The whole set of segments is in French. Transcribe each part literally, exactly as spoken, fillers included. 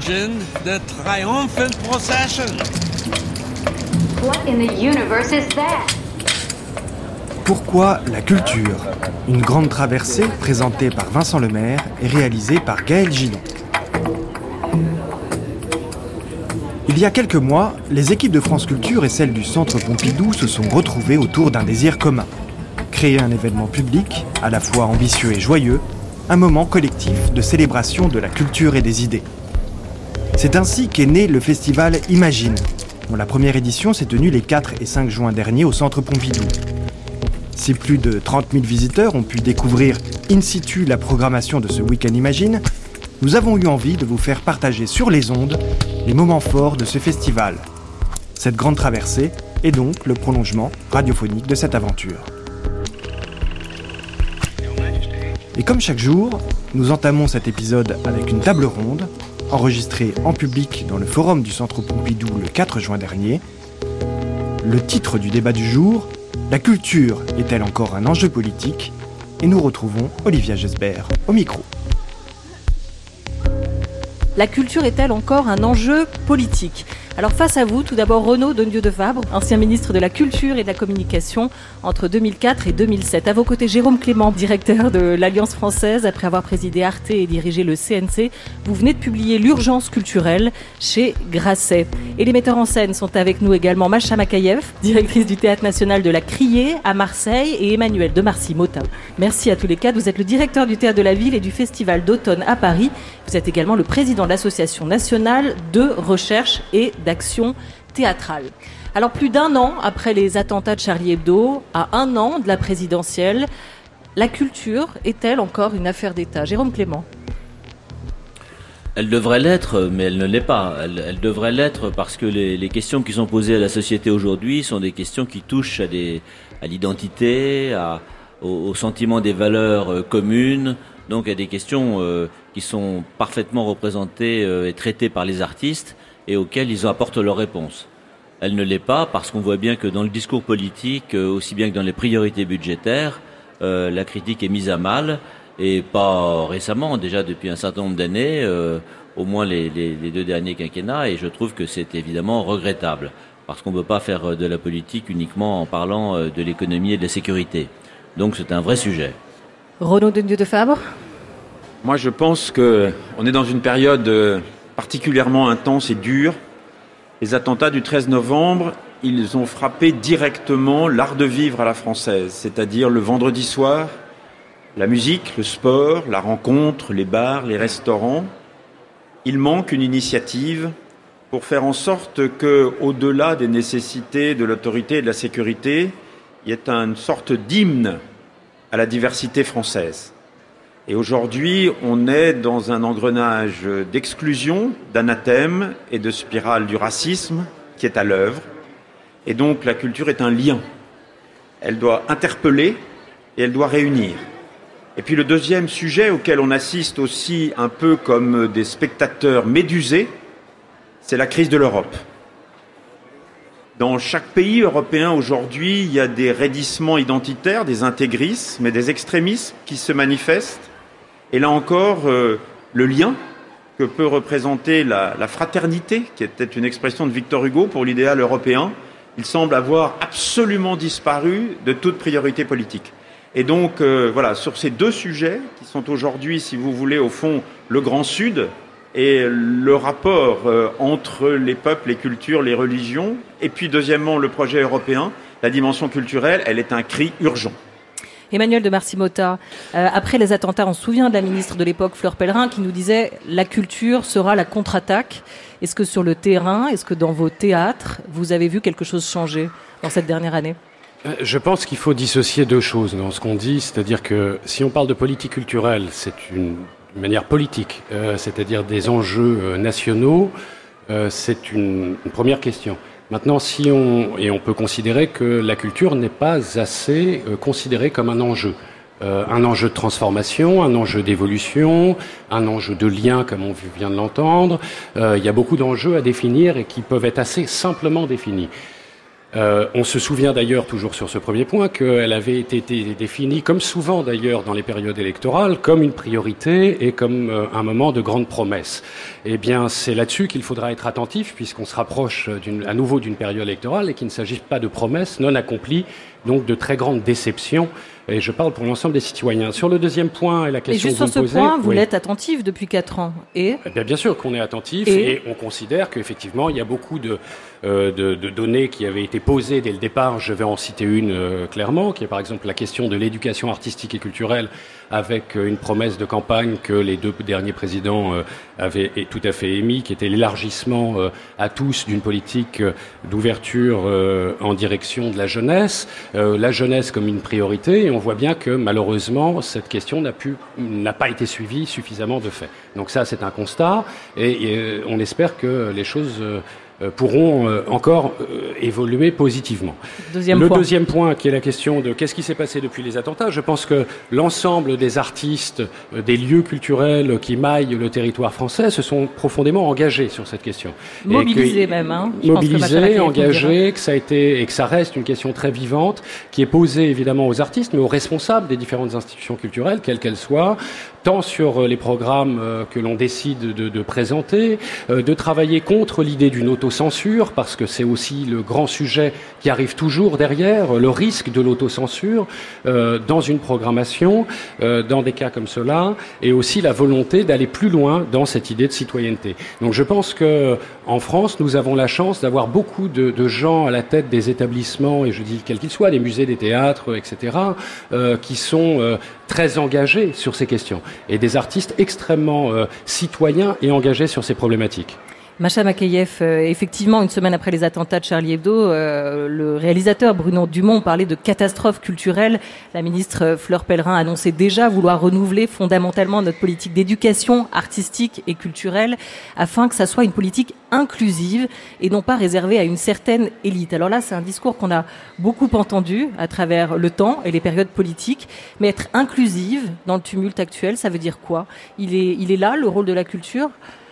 imagine the triumphant procession? What in the universe is that? Pourquoi la culture? Une grande traversée présentée par Vincent Lemaire et réalisée par Gaël Gillon. Il y a quelques mois, les équipes de France Culture et celles du Centre Pompidou se sont retrouvées autour d'un désir commun. Créer un événement public, à la fois ambitieux et joyeux, un moment collectif de célébration de la culture et des idées. C'est ainsi qu'est né le festival Imagine, dont la première édition s'est tenue les quatre et cinq juin dernier au Centre Pompidou. Si plus de trente mille visiteurs ont pu découvrir in situ la programmation de ce week-end Imagine, nous avons eu envie de vous faire partager sur les ondes les moments forts de ce festival. Cette grande traversée est donc le prolongement radiophonique de cette aventure. Et comme chaque jour, nous entamons cet épisode avec une table ronde, enregistrée en public dans le forum du Centre Pompidou le quatre juin dernier. Le titre du débat du jour, la culture est-elle encore un enjeu politique? Et nous retrouvons Olivia Gesbert au micro. La culture est-elle encore un enjeu politique? Alors face à vous, tout d'abord Renaud Dondieu de Fabre, ancien ministre de la Culture et de la Communication entre deux mille quatre et deux mille sept. À vos côtés, Jérôme Clément, directeur de l'Alliance française, après avoir présidé Arte et dirigé le C N C. Vous venez de publier L'urgence culturelle chez Grasset. Et les metteurs en scène sont avec nous également Masha Makayev, directrice du Théâtre National de la Criée à Marseille, et Emmanuel de Marcy-Motin. Merci à tous les quatre. Vous êtes le directeur du Théâtre de la Ville et du Festival d'automne à Paris. Vous êtes également le président de l'Association nationale de recherche et d'action théâtrale. Alors plus d'un an après les attentats de Charlie Hebdo, à un an de la présidentielle, la culture est-elle encore une affaire d'État? Jérôme Clément. Elle devrait l'être, mais elle ne l'est pas. Elle, elle devrait l'être parce que les, les questions qui sont posées à la société aujourd'hui sont des questions qui touchent à, des, à l'identité, à, au, au sentiment des valeurs euh, communes. Donc il y a des questions euh, qui sont parfaitement représentées euh, et traitées par les artistes et auxquelles ils apportent leur réponse. Elle ne l'est pas parce qu'on voit bien que dans le discours politique, euh, aussi bien que dans les priorités budgétaires, euh, la critique est mise à mal, et pas récemment, déjà depuis un certain nombre d'années, euh, au moins les, les, les deux derniers quinquennats, et je trouve que c'est évidemment regrettable, parce qu'on ne peut pas faire de la politique uniquement en parlant de l'économie et de la sécurité. Donc c'est un vrai sujet. Renaud Dondieu de Fabre. Moi je pense qu'on est dans une période particulièrement intense et dure. Les attentats du treize novembre, ils ont frappé directement l'art de vivre à la française, c'est-à-dire le vendredi soir, la musique, le sport, la rencontre, les bars, les restaurants. Il manque une initiative pour faire en sorte qu'au-delà des nécessités de l'autorité et de la sécurité, il y ait une sorte d'hymne à la diversité française. Et aujourd'hui, on est dans un engrenage d'exclusion, d'anathème et de spirale du racisme qui est à l'œuvre. Et donc, la culture est un lien. Elle doit interpeller et elle doit réunir. Et puis le deuxième sujet auquel on assiste aussi un peu comme des spectateurs médusés, c'est la crise de l'Europe. Dans chaque pays européen aujourd'hui, il y a des raidissements identitaires, des intégrismes et des extrémismes qui se manifestent. Et là encore, euh, le lien que peut représenter la, la fraternité, qui était une expression de Victor Hugo pour l'idéal européen, il semble avoir absolument disparu de toute priorité politique. Et donc, euh, voilà, sur ces deux sujets, qui sont aujourd'hui, si vous voulez, au fond, le Grand Sud, et le rapport euh, entre les peuples, les cultures, les religions, et puis deuxièmement, le projet européen, la dimension culturelle, elle est un cri urgent. Emmanuel de Marcy-Motin, euh, après les attentats, on se souvient de la ministre de l'époque, Fleur Pellerin, qui nous disait « la culture sera la contre-attaque ». Est-ce que sur le terrain, est-ce que dans vos théâtres, vous avez vu quelque chose changer dans cette dernière année ? Je pense qu'il faut dissocier deux choses dans ce qu'on dit, c'est-à-dire que si on parle de politique culturelle, c'est une manière politique, euh, c'est-à-dire des enjeux euh, nationaux, euh, c'est une, une première question. Maintenant, si on et on peut considérer que la culture n'est pas assez euh, considérée comme un enjeu, euh, un enjeu de transformation, un enjeu d'évolution, un enjeu de lien, comme on vient de l'entendre. Euh, il y a beaucoup d'enjeux à définir et qui peuvent être assez simplement définis. Euh, on se souvient d'ailleurs, toujours sur ce premier point, qu'elle avait été dé- définie, comme souvent d'ailleurs dans les périodes électorales, comme une priorité et comme euh, un moment de grande promesse. Eh bien, c'est là-dessus qu'il faudra être attentif, puisqu'on se rapproche d'une, à nouveau d'une période électorale et qu'il ne s'agit pas de promesses non accomplies, donc de très grandes déceptions. Et je parle pour l'ensemble des citoyens. Sur le deuxième point et la question et juste que vous sur me ce posez, point, vous oui. l'êtes attentif depuis quatre ans. Et Eh bien, bien sûr qu'on est attentif et, et on considère qu'effectivement, il y a beaucoup de, euh, de, de données qui avaient été posées dès le départ. Je vais en citer une euh, clairement, qui est par exemple la question de l'éducation artistique et culturelle, avec euh, une promesse de campagne que les deux derniers présidents euh, avaient tout à fait émis, qui était l'élargissement euh, à tous d'une politique euh, d'ouverture euh, en direction de la jeunesse. Euh, la jeunesse comme une priorité, et on voit bien que malheureusement, cette question n'a pu, n'a pas été suivie suffisamment de fait. Donc ça, c'est un constat, et, et on espère que les choses euh, pourront euh, encore euh, évoluer positivement. Deuxième le point. deuxième point, qui est la question de qu'est-ce qui s'est passé depuis les attentats, je pense que l'ensemble des artistes, euh, des lieux culturels qui maillent le territoire français se sont profondément engagés sur cette question. Mobilisés même. Hein. Je pense que mobilisés, Macha engagés, que ça a été et que ça reste une question très vivante, qui est posée évidemment aux artistes, mais aux responsables des différentes institutions culturelles, quelles qu'elles soient, tant sur les programmes euh, que l'on décide de, de présenter, euh, de travailler contre l'idée d'une autocensure, parce que c'est aussi le grand sujet qui arrive toujours derrière, le risque de l'autocensure euh, dans une programmation, euh, dans des cas comme cela, et aussi la volonté d'aller plus loin dans cette idée de citoyenneté. Donc je pense que en France, nous avons la chance d'avoir beaucoup de, de gens à la tête des établissements, et je dis quels qu'ils soient, des musées, des théâtres, et cetera, euh, qui sont euh, très engagés sur ces questions, et des artistes extrêmement euh, citoyens et engagés sur ces problématiques. Macha Makeyef, euh, effectivement, une semaine après les attentats de Charlie Hebdo, euh, le réalisateur Bruno Dumont parlait de catastrophe culturelle. La ministre Fleur Pellerin annonçait déjà vouloir renouveler fondamentalement notre politique d'éducation artistique et culturelle afin que ça soit une politique inclusive et non pas réservée à une certaine élite. Alors là, c'est un discours qu'on a beaucoup entendu à travers le temps et les périodes politiques, mais être inclusive dans le tumulte actuel, ça veut dire quoi ? Il est, il est là, le rôle de la culture ?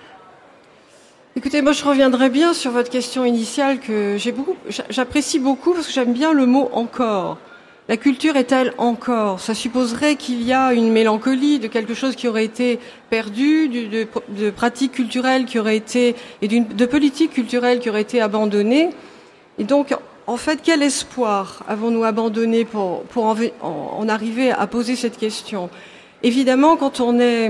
Écoutez, moi je reviendrai bien sur votre question initiale que j'ai beaucoup, j'apprécie beaucoup parce que j'aime bien le mot « encore ». La culture est-elle encore ? Ça supposerait qu'il y a une mélancolie de quelque chose qui aurait été perdu, de, de, de pratiques culturelles qui auraient été, et d'une, de politiques culturelles qui auraient été abandonnées. Et donc, en fait, quel espoir avons-nous abandonné pour, pour en, en arriver à poser cette question ? Évidemment, quand on est...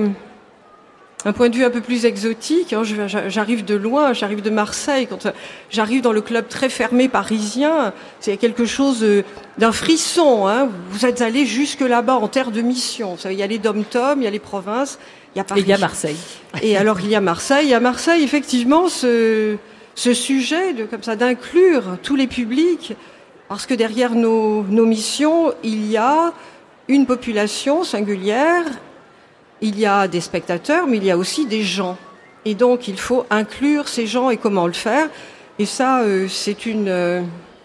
un point de vue un peu plus exotique, hein, j'arrive de loin, j'arrive de Marseille, quand j'arrive dans le club très fermé parisien, c'est quelque chose d'un frisson, hein, vous êtes allé jusque là-bas en terre de mission, vous savez, il y a les dom-toms, il y a les provinces, il y a Paris. Et il y a Marseille. Et alors il y a Marseille, il y a Marseille, effectivement, ce, ce sujet de, comme ça, d'inclure tous les publics, parce que derrière nos, nos missions, il y a une population singulière. Il y a des spectateurs, mais il y a aussi des gens. Et donc, il faut inclure ces gens et comment le faire. Et ça, euh, c'est une, euh,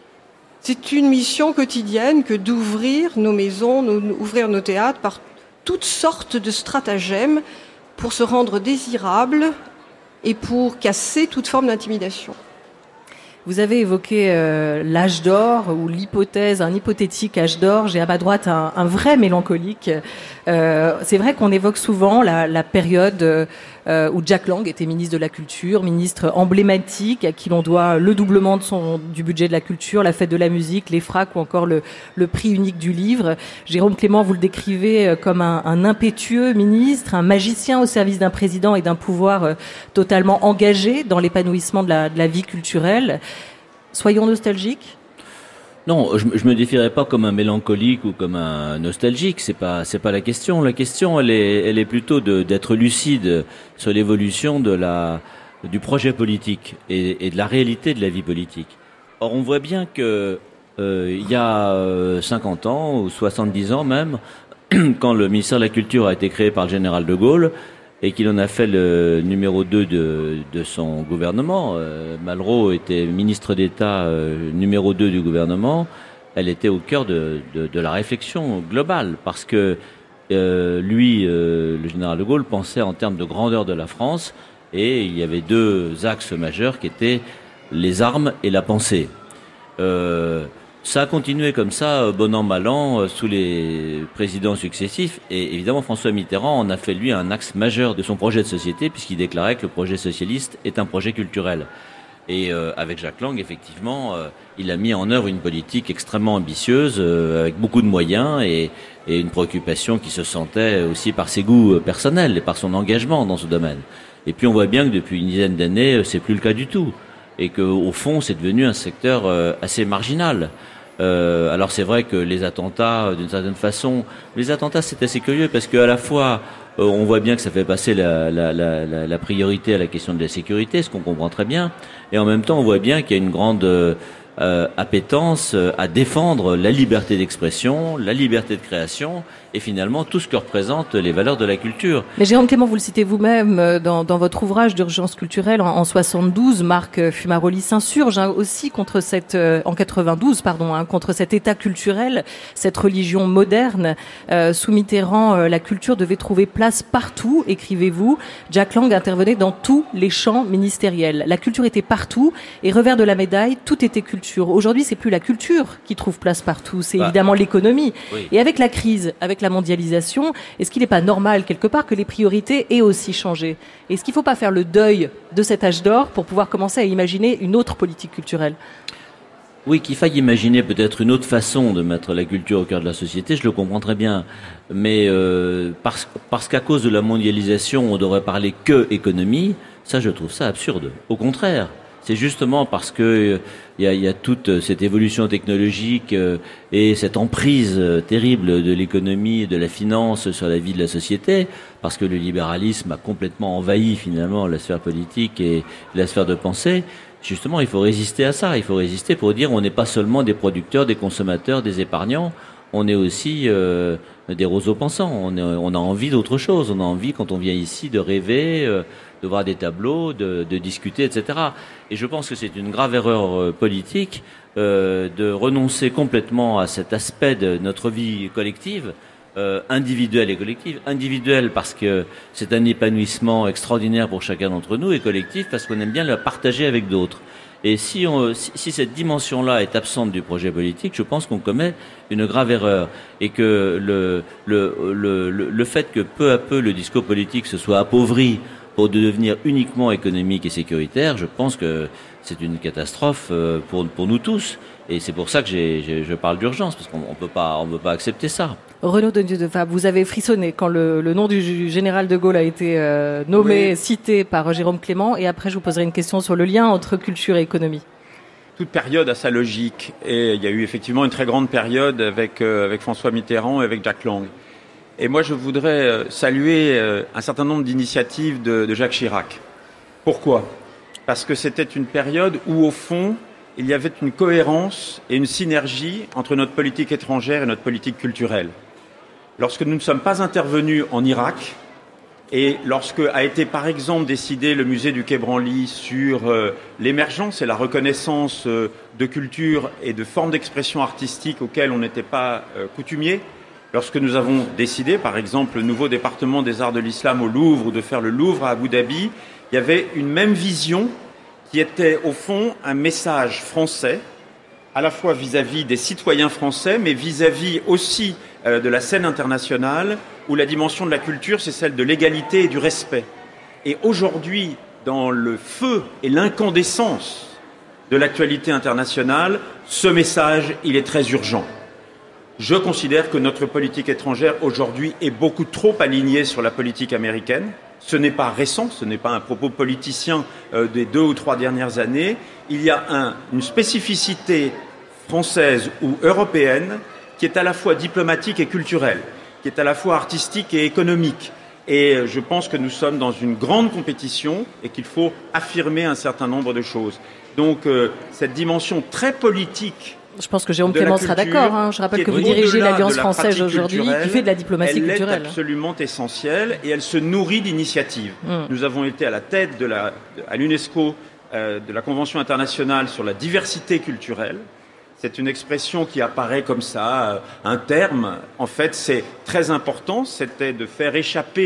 c'est une mission quotidienne que d'ouvrir nos maisons, nos, ouvrir nos théâtres par toutes sortes de stratagèmes pour se rendre désirables et pour casser toute forme d'intimidation. Vous avez évoqué euh, l'âge d'or ou l'hypothèse, un hypothétique âge d'or. J'ai à ma droite un, un vrai mélancolique. Euh, c'est vrai qu'on évoque souvent la, la période euh, où Jack Lang était ministre de la Culture, ministre emblématique à qui l'on doit le doublement de son, du budget de la culture, la fête de la musique, les fracs ou encore le, le prix unique du livre. Jérôme Clément, vous le décrivez comme un, un impétueux ministre, un magicien au service d'un président et d'un pouvoir euh, totalement engagé dans l'épanouissement de la, de la vie culturelle. Soyons nostalgiques ? Non, je, je me défierais pas comme un mélancolique ou comme un nostalgique. C'est pas, c'est pas la question. La question, elle est, elle est plutôt de, d'être lucide sur l'évolution de la, du projet politique et, et de la réalité de la vie politique. Or, on voit bien que euh, il y a cinquante ans ou soixante-dix ans même, quand le ministère de la Culture a été créé par le général de Gaulle, et qu'il en a fait le numéro deux de, de son gouvernement. Euh, Malraux était ministre d'État euh, numéro deux du gouvernement. Elle était au cœur de, de, de la réflexion globale, parce que euh, lui, euh, le général de Gaulle, pensait en termes de grandeur de la France, et il y avait deux axes majeurs qui étaient les armes et la pensée. Euh, ça a continué comme ça, bon an, mal an, sous les présidents successifs. Et évidemment, François Mitterrand en a fait, lui, un axe majeur de son projet de société, puisqu'il déclarait que le projet socialiste est un projet culturel. Et euh, avec Jack Lang, effectivement, euh, il a mis en œuvre une politique extrêmement ambitieuse, euh, avec beaucoup de moyens et, et une préoccupation qui se sentait aussi par ses goûts personnels et par son engagement dans ce domaine. Et puis on voit bien que depuis une dizaine d'années, c'est plus le cas du tout. Et qu'au fond, c'est devenu un secteur euh, assez marginal. Euh, alors c'est vrai que les attentats, d'une certaine façon, les attentats c'est assez curieux parce qu'à la fois euh, on voit bien que ça fait passer la, la, la, la priorité à la question de la sécurité, ce qu'on comprend très bien, et en même temps on voit bien qu'il y a une grande euh, euh, appétence à défendre la liberté d'expression, la liberté de création et finalement tout ce que représentent les valeurs de la culture. Mais Jérôme Clément, vous le citez vous-même dans, dans votre ouvrage d'urgence culturelle en, en soixante-douze, Marc Fumaroli s'insurge hein, aussi contre cette euh, en quatre-vingt-douze pardon hein, contre cet état culturel, cette religion moderne. Euh, sous Mitterrand, euh, la culture devait trouver place partout, écrivez-vous. Jack Lang intervenait dans tous les champs ministériels. La culture était partout et revers de la médaille, tout était culture. Aujourd'hui, c'est plus la culture qui trouve place partout, c'est bah, évidemment l'économie. Oui. Et avec la crise, avec la mondialisation, est-ce qu'il n'est pas normal quelque part que les priorités aient aussi changé? Est-ce qu'il ne faut pas faire le deuil de cet âge d'or pour pouvoir commencer à imaginer une autre politique culturelle? Oui, qu'il faille imaginer peut-être une autre façon de mettre la culture au cœur de la société, je le comprends très bien. Mais euh, parce, parce qu'à cause de la mondialisation, on devrait parler que économie, ça je trouve ça absurde. Au contraire. C'est justement parce que euh, y a, y a toute cette évolution technologique euh, et cette emprise euh, terrible de l'économie et de la finance sur la vie de la société, parce que le libéralisme a complètement envahi finalement la sphère politique et la sphère de pensée. Justement, il faut résister à ça. Il faut résister pour dire on n'est pas seulement des producteurs, des consommateurs, des épargnants. On est aussi euh, des roseaux pensants. On, est, on a envie d'autre chose. On a envie, quand on vient ici, de rêver, euh, de voir des tableaux, de, de discuter, et cetera. Et je pense que c'est une grave erreur euh, politique euh, de renoncer complètement à cet aspect de notre vie collective, euh, individuelle et collective. Individuelle parce que c'est un épanouissement extraordinaire pour chacun d'entre nous, et collectif parce qu'on aime bien le partager avec d'autres. Et si, on, si, si cette dimension-là est absente du projet politique, je pense qu'on commet une grave erreur. Et que le, le, le, le, le fait que peu à peu le discours politique se soit appauvri pour devenir uniquement économique et sécuritaire, je pense que c'est une catastrophe pour, pour nous tous. Et c'est pour ça que j'ai, j'ai, je parle d'urgence, parce qu'on ne peut pas, on peut pas accepter ça. Renaud Dondieu de Fabre, vous avez frissonné quand le, le nom du général de Gaulle a été euh, nommé, oui. cité par Jérôme Clément, et après je vous poserai une question sur le lien entre culture et économie. Toute période a sa logique, et il y a eu effectivement une très grande période avec, euh, avec François Mitterrand et avec Jack Lang. Et moi je voudrais euh, saluer euh, un certain nombre d'initiatives de, de Jacques Chirac. Pourquoi ? Parce que c'était une période où au fond, il y avait une cohérence et une synergie entre notre politique étrangère et notre politique culturelle. Lorsque nous ne sommes pas intervenus en Irak, et lorsque a été par exemple décidé le musée du Quai Branly sur euh, l'émergence et la reconnaissance euh, de culture et de formes d'expression artistique auxquelles on n'était pas euh, coutumier, lorsque nous avons décidé par exemple le nouveau département des arts de l'islam au Louvre ou de faire le Louvre à Abu Dhabi, il y avait une même vision qui était au fond un message français, à la fois vis-à-vis des citoyens français, mais vis-à-vis aussi euh, de la scène internationale, où la dimension de la culture, c'est celle de l'égalité et du respect. Et aujourd'hui, dans le feu et l'incandescence de l'actualité internationale, ce message, il est très urgent. Je considère que notre politique étrangère, aujourd'hui, est beaucoup trop alignée sur la politique américaine. Ce n'est pas récent, ce n'est pas un propos politicien euh, des deux ou trois dernières années. Il y a un, une spécificité française ou européenne qui est à la fois diplomatique et culturelle, qui est à la fois artistique et économique. Et je pense que nous sommes dans une grande compétition et qu'il faut affirmer un certain nombre de choses. Donc euh, cette dimension très politique. Je pense que Jérôme Clément sera d'accord. Hein. Je rappelle que vous dirigez l'Alliance française aujourd'hui, qui fait de la diplomatie culturelle. Elle est absolument essentielle et elle se nourrit d'initiatives. Mm. Nous avons été à la tête de la, à l'UNESCO euh, de la Convention internationale sur la diversité culturelle. C'est une expression qui apparaît comme ça, un terme. En fait, c'est très important. C'était de faire échapper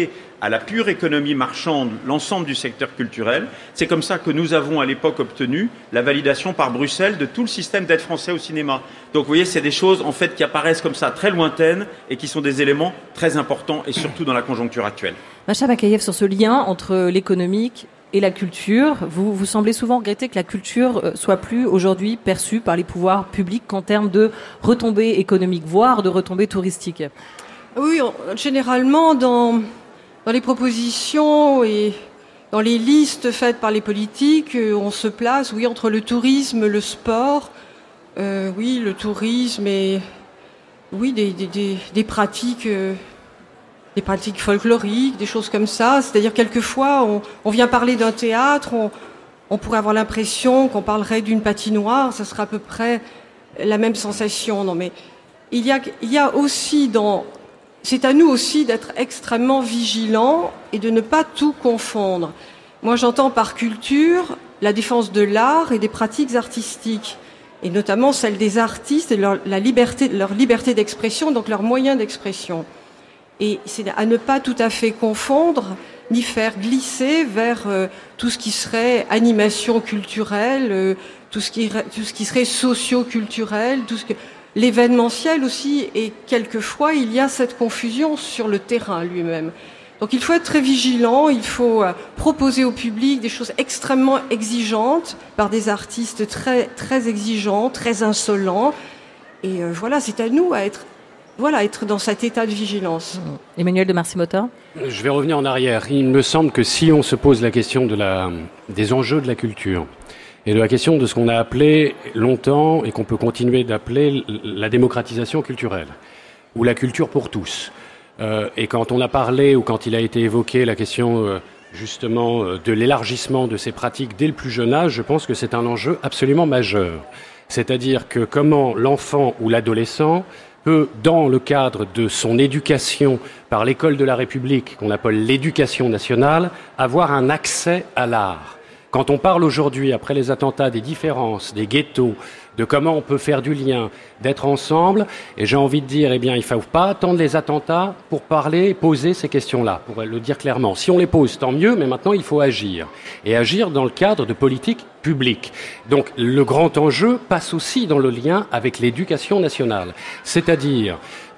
à la pure économie marchande l'ensemble du secteur culturel. C'est comme ça que nous avons à l'époque obtenu la validation par Bruxelles de tout le système d'aide français au cinéma. Donc vous voyez, c'est des choses en fait qui apparaissent comme ça très lointaines et qui sont des éléments très importants et surtout dans la conjoncture actuelle. Macha Bakayev, sur ce lien entre l'économique et la culture, vous, vous semblez souvent regretter que la culture soit plus aujourd'hui perçue par les pouvoirs publics qu'en termes de retombées économiques, voire de retombées touristiques. Oui, on, généralement dans, dans les propositions et dans les listes faites par les politiques, on se place, oui, entre le tourisme, le sport, euh, oui, le tourisme et oui, des, des, des, des pratiques. Euh, des pratiques folkloriques, des choses comme ça. C'est-à-dire, quelquefois, on, on vient parler d'un théâtre, on, on pourrait avoir l'impression qu'on parlerait d'une patinoire, ça sera à peu près la même sensation. Non, mais il y a, il y a aussi dans... C'est à nous aussi d'être extrêmement vigilants et de ne pas tout confondre. Moi, j'entends par culture la défense de l'art et des pratiques artistiques, et notamment celle des artistes et leur, la liberté, leur liberté d'expression, donc leurs moyens d'expression. Et c'est à ne pas tout à fait confondre, ni faire glisser vers euh, tout ce qui serait animation culturelle, euh, tout ce qui, tout ce qui serait socio-culturel, tout ce que, l'événementiel aussi. Et quelquefois, il y a cette confusion sur le terrain lui-même. Donc il faut être très vigilant, il faut euh, proposer au public des choses extrêmement exigeantes par des artistes très, très exigeants, très insolents. Et euh, voilà, c'est à nous à être... Voilà, être dans cet état de vigilance. Emmanuel de Marcy-Motta. Je vais revenir en arrière. Il me semble que si on se pose la question de la, des enjeux de la culture et de la question de ce qu'on a appelé longtemps et qu'on peut continuer d'appeler la démocratisation culturelle ou la culture pour tous, euh, et quand on a parlé ou quand il a été évoqué la question euh, justement euh, de l'élargissement de ces pratiques dès le plus jeune âge, je pense que c'est un enjeu absolument majeur. C'est-à-dire que comment l'enfant ou l'adolescent peut, dans le cadre de son éducation par l'école de la République, qu'on appelle l'éducation nationale, avoir un accès à l'art. Quand on parle aujourd'hui, après les attentats, des différences, des ghettos, de comment on peut faire du lien, d'être ensemble, et j'ai envie de dire, eh bien, il ne faut pas attendre les attentats pour parler et poser ces questions-là, pour le dire clairement. Si on les pose, tant mieux, mais maintenant, il faut agir. Et agir dans le cadre de politiques publiques. Donc, le grand enjeu passe aussi dans le lien avec l'éducation nationale. C'est-à-dire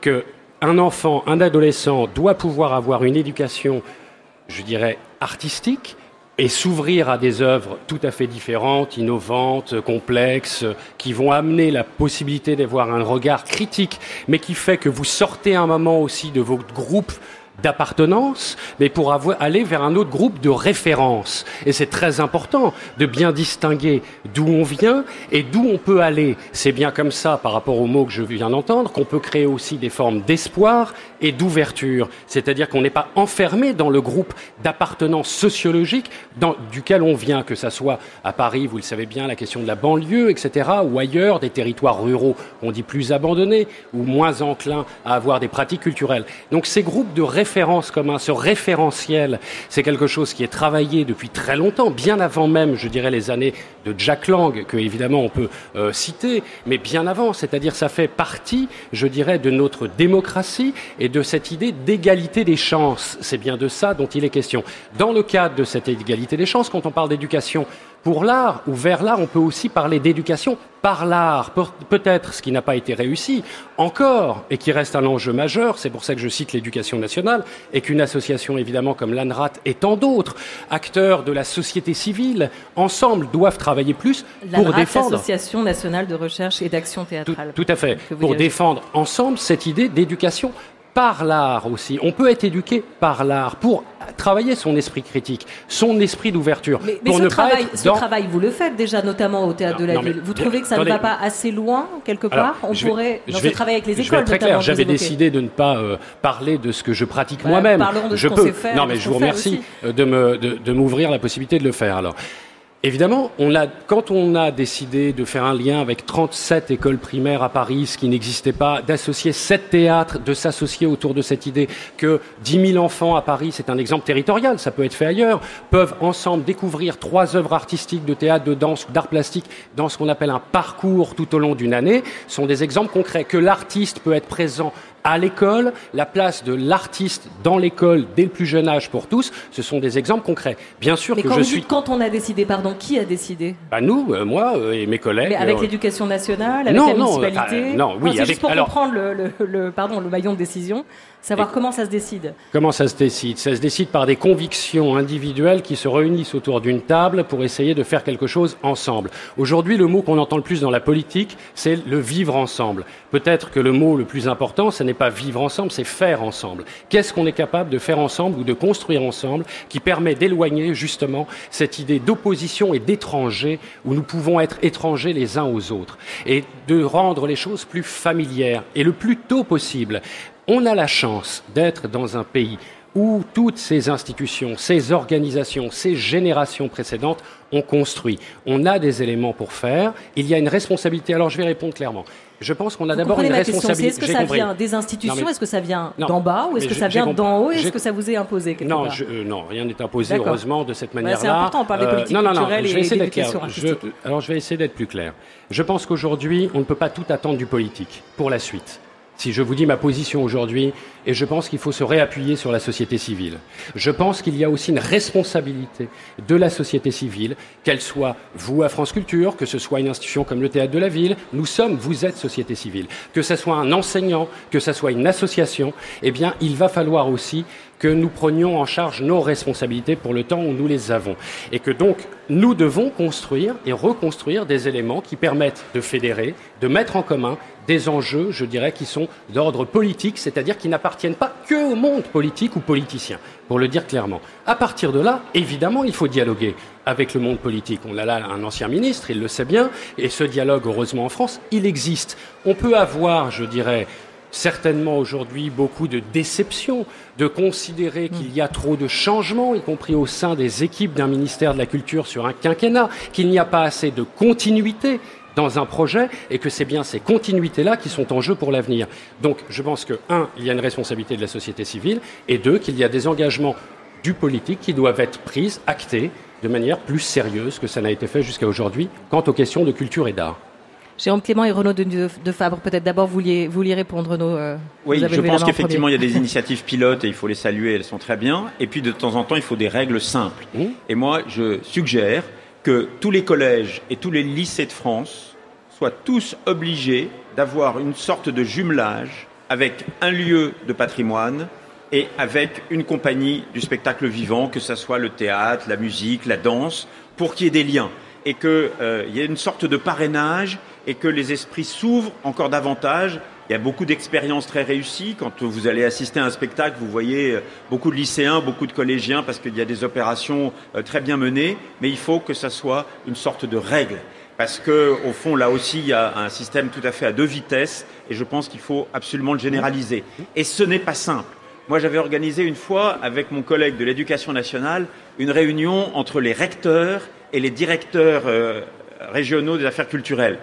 qu'un enfant, un adolescent doit pouvoir avoir une éducation, je dirais, artistique, et s'ouvrir à des œuvres tout à fait différentes, innovantes, complexes, qui vont amener la possibilité d'avoir un regard critique, mais qui fait que vous sortez un moment aussi de votre groupe d'appartenance, mais pour avoir, aller vers un autre groupe de référence. Et c'est très important de bien distinguer d'où on vient et d'où on peut aller. C'est bien comme ça, par rapport aux mots que je viens d'entendre, qu'on peut créer aussi des formes d'espoir et d'ouverture. C'est-à-dire qu'on n'est pas enfermé dans le groupe d'appartenance sociologique dans, duquel on vient, que ça soit à Paris, vous le savez bien, la question de la banlieue, et cetera, ou ailleurs, des territoires ruraux, on dit plus abandonnés, ou moins enclins à avoir des pratiques culturelles. Donc ces groupes de référence référence commun, ce référentiel, c'est quelque chose qui est travaillé depuis très longtemps, bien avant même, je dirais, les années de Jack Lang, que évidemment on peut euh, citer, mais bien avant, c'est-à-dire ça fait partie, je dirais, de notre démocratie et de cette idée d'égalité des chances. C'est bien de ça dont il est question. Dans le cadre de cette égalité des chances, quand on parle d'éducation pour l'art ou vers l'art, on peut aussi parler d'éducation par l'art. Peut-être ce qui n'a pas été réussi encore et qui reste un enjeu majeur, c'est pour ça que je cite l'éducation nationale, et qu'une association évidemment comme l'ANRAT et tant d'autres acteurs de la société civile, ensemble, doivent travailler plus pour défendre... l'Association nationale de recherche et d'action théâtrale. Tout, tout à fait. Pour défendre ensemble cette idée d'éducation par l'art aussi. On peut être éduqué par l'art pour travailler son esprit critique, son esprit d'ouverture. Mais, mais pour ce, ne travail, pas être ce dans... travail, vous le faites déjà, notamment au Théâtre non, de la non, Ville. Vous trouvez que ça attendez, ne va pas assez loin, quelque part? alors, On je pourrait, vais, dans je ce vais, travail avec les écoles, je vais être très clair, j'avais évoqué. décidé de ne pas euh, parler de ce que je pratique voilà, moi-même. Parlons de je ce peux. qu'on sait faire. Non, mais je vous remercie de, me, de, de m'ouvrir la possibilité de le faire. Alors, évidemment, on a, quand on a décidé de faire un lien avec trente-sept écoles primaires à Paris, ce qui n'existait pas, d'associer sept théâtres, de s'associer autour de cette idée que dix mille enfants à Paris, c'est un exemple territorial, ça peut être fait ailleurs, peuvent ensemble découvrir trois œuvres artistiques de théâtre, de danse ou d'art plastique dans ce qu'on appelle un parcours tout au long d'une année, sont des exemples concrets que l'artiste peut être présent à l'école, la place de l'artiste dans l'école dès le plus jeune âge pour tous, ce sont des exemples concrets. Bien sûr Mais que quand je vous suis... dites quand on a décidé, pardon, qui a décidé? Bah nous, euh, moi euh, et mes collègues. Mais avec euh... l'éducation nationale, avec non, la non, municipalité euh, non, oui, c'est avec... juste pour alors... comprendre le, le, le, pardon, le maillon de décision, savoir et... comment ça se décide. Comment ça se décide? Ça se décide par des convictions individuelles qui se réunissent autour d'une table pour essayer de faire quelque chose ensemble. Aujourd'hui, le mot qu'on entend le plus dans la politique, c'est le vivre ensemble. Peut-être que le mot le plus important, ce n'est pas vivre ensemble, c'est faire ensemble. Qu'est-ce qu'on est capable de faire ensemble ou de construire ensemble qui permet d'éloigner justement cette idée d'opposition et d'étranger où nous pouvons être étrangers les uns aux autres et de rendre les choses plus familières et le plus tôt possible. On a la chance d'être dans un pays où toutes ces institutions, ces organisations, ces générations précédentes ont construit. On a des éléments pour faire. Il y a une responsabilité. Alors, je vais répondre clairement. Je pense qu'on a Vous d'abord une responsabilité. Est-ce que ça compris. vient des institutions? Mais... Est-ce que ça vient non, d'en bas ou est-ce que ça vient d'en haut? Est-ce que ça vous est imposé quelque non, part je, euh, non, rien n'est imposé, D'accord. heureusement, de cette manière-là. Bah, c'est important, on parle des politiques euh, non, non, non, culturelles je vais et essayer d'être clair. artistique. Je, alors, je vais essayer d'être plus clair. Je pense qu'aujourd'hui, on ne peut pas tout attendre du politique pour la suite. Si je vous dis ma position aujourd'hui, et je pense qu'il faut se réappuyer sur la société civile. Je pense qu'il y a aussi une responsabilité de la société civile, qu'elle soit vous à France Culture, que ce soit une institution comme le Théâtre de la Ville, nous sommes, vous êtes société civile, que ce soit un enseignant, que ce soit une association, eh bien, il va falloir aussi que nous prenions en charge nos responsabilités pour le temps où nous les avons. Et que donc, nous devons construire et reconstruire des éléments qui permettent de fédérer, de mettre en commun des enjeux, je dirais, qui sont d'ordre politique, c'est-à-dire qui n'appartiennent pas que au monde politique ou politicien, pour le dire clairement. À partir de là, évidemment, il faut dialoguer avec le monde politique. On a là un ancien ministre, il le sait bien, et ce dialogue, heureusement en France, il existe. On peut avoir, je dirais, certainement aujourd'hui beaucoup de déception, de considérer qu'il y a trop de changements, y compris au sein des équipes d'un ministère de la Culture sur un quinquennat, qu'il n'y a pas assez de continuité dans un projet et que c'est bien ces continuités-là qui sont en jeu pour l'avenir. Donc je pense que, un, il y a une responsabilité de la société civile et deux, qu'il y a des engagements du politique qui doivent être pris, actés de manière plus sérieuse que ça n'a été fait jusqu'à aujourd'hui quant aux questions de culture et d'art. Jérôme Clément et Renaud de, de, de Fabre, peut-être d'abord vous vouliez, vous vouliez répondre, Renaud. Euh, oui, vous avez je levé pense la main en qu'effectivement il y a premier. des initiatives pilotes et il faut les saluer, elles sont très bien. Et puis de temps en temps, il faut des règles simples. Mmh. Et moi, je suggère que tous les collèges et tous les lycées de France soient tous obligés d'avoir une sorte de jumelage avec un lieu de patrimoine et avec une compagnie du spectacle vivant, que ce soit le théâtre, la musique, la danse, pour qu'il y ait des liens et qu'il euh, y ait une sorte de parrainage et que les esprits s'ouvrent encore davantage. Il y a beaucoup d'expériences très réussies. Quand vous allez assister à un spectacle, vous voyez beaucoup de lycéens, beaucoup de collégiens, parce qu'il y a des opérations très bien menées, mais il faut que ça soit une sorte de règle. Parce que, au fond, là aussi, il y a un système tout à fait à deux vitesses, et je pense qu'il faut absolument le généraliser. Et ce n'est pas simple. Moi, j'avais organisé une fois, avec mon collègue de l'Éducation nationale, une réunion entre les recteurs et les directeurs euh, régionaux des affaires culturelles.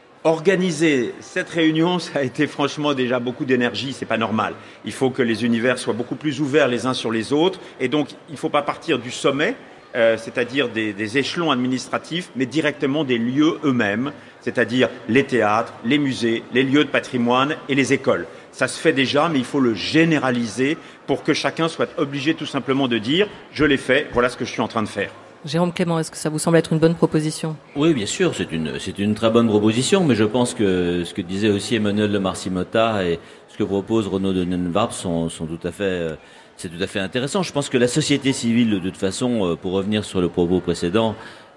Organiser cette réunion, ça a été franchement déjà beaucoup d'énergie, c'est pas normal. Il faut que les univers soient beaucoup plus ouverts les uns sur les autres, et donc il ne faut pas partir du sommet, euh, c'est-à-dire des, des échelons administratifs, mais directement des lieux eux-mêmes, c'est-à-dire les théâtres, les musées, les lieux de patrimoine et les écoles. Ça se fait déjà, mais il faut le généraliser pour que chacun soit obligé tout simplement de dire « je l'ai fait, voilà ce que je suis en train de faire ». Jérôme Clément, est-ce que ça vous semble être une bonne proposition? Oui, bien sûr, c'est une, c'est une très bonne proposition, mais je pense que ce que disait aussi Emmanuel de Marcy-Motta et ce que propose Renaud de Nenvarp sont, sont tout à fait, c'est tout à fait intéressant. Je pense que la société civile, de toute façon, pour revenir sur le propos précédent,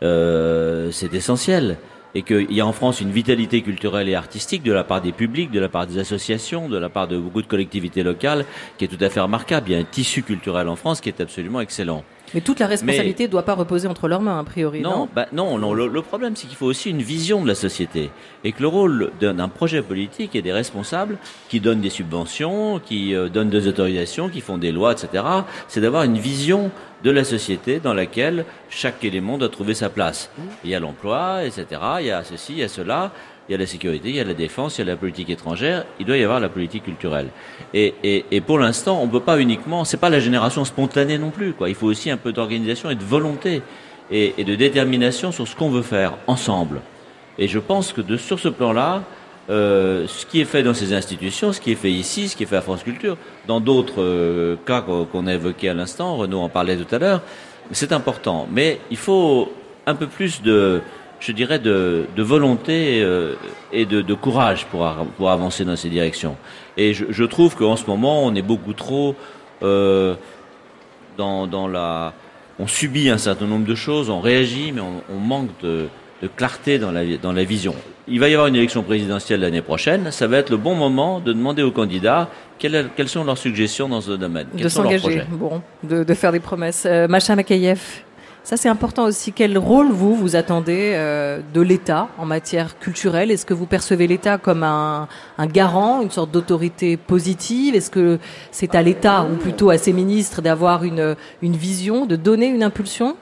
euh, c'est essentiel. Et qu'il y a en France une vitalité culturelle et artistique de la part des publics, de la part des associations, de la part de beaucoup de collectivités locales, qui est tout à fait remarquable. Il y a un tissu culturel en France qui est absolument excellent. Mais toute la responsabilité ne doit pas reposer entre leurs mains, a priori, non? Non, bah, non, non. Le, le problème, c'est qu'il faut aussi une vision de la société. Et que le rôle d'un, d'un projet politique et des responsables qui donnent des subventions, qui euh, donnent des autorisations, qui font des lois, et cetera, c'est d'avoir une vision de la société dans laquelle chaque élément doit trouver sa place. Il y a l'emploi, et cetera. Il y a ceci, il y a cela. Il y a la sécurité, il y a la défense, il y a la politique étrangère, il doit y avoir la politique culturelle. Et, et, et pour l'instant, on ne peut pas uniquement, c'est pas la génération spontanée non plus, quoi. Il faut aussi un peu d'organisation et de volonté et, et de détermination sur ce qu'on veut faire ensemble. Et je pense que de, sur ce plan-là, euh, ce qui est fait dans ces institutions, ce qui est fait ici, ce qui est fait à France Culture, dans d'autres euh, cas qu'on a évoqués à l'instant, Renaud en parlait tout à l'heure, c'est important. Mais il faut un peu plus de, je dirais, de, de volonté euh, et de, de courage pour, pour avancer dans ces directions. Et je, je trouve qu'en ce moment, on est beaucoup trop euh, dans, dans la... On subit un certain nombre de choses, on réagit, mais on, on manque de, de clarté dans la, dans la vision. Il va y avoir une élection présidentielle l'année prochaine. Ça va être le bon moment de demander aux candidats quelles, quelles sont leurs suggestions dans ce domaine. Quels de sont leurs s'engager, projets. bon, de, de faire des promesses. Euh, Macha Makayev, ça c'est important aussi. Quel rôle vous, vous attendez euh, de l'État en matière culturelle? Est-ce que vous percevez l'État comme un, un garant, une sorte d'autorité positive? Est-ce que c'est à l'État, ou plutôt à ses ministres, d'avoir une, une vision, de donner une impulsion?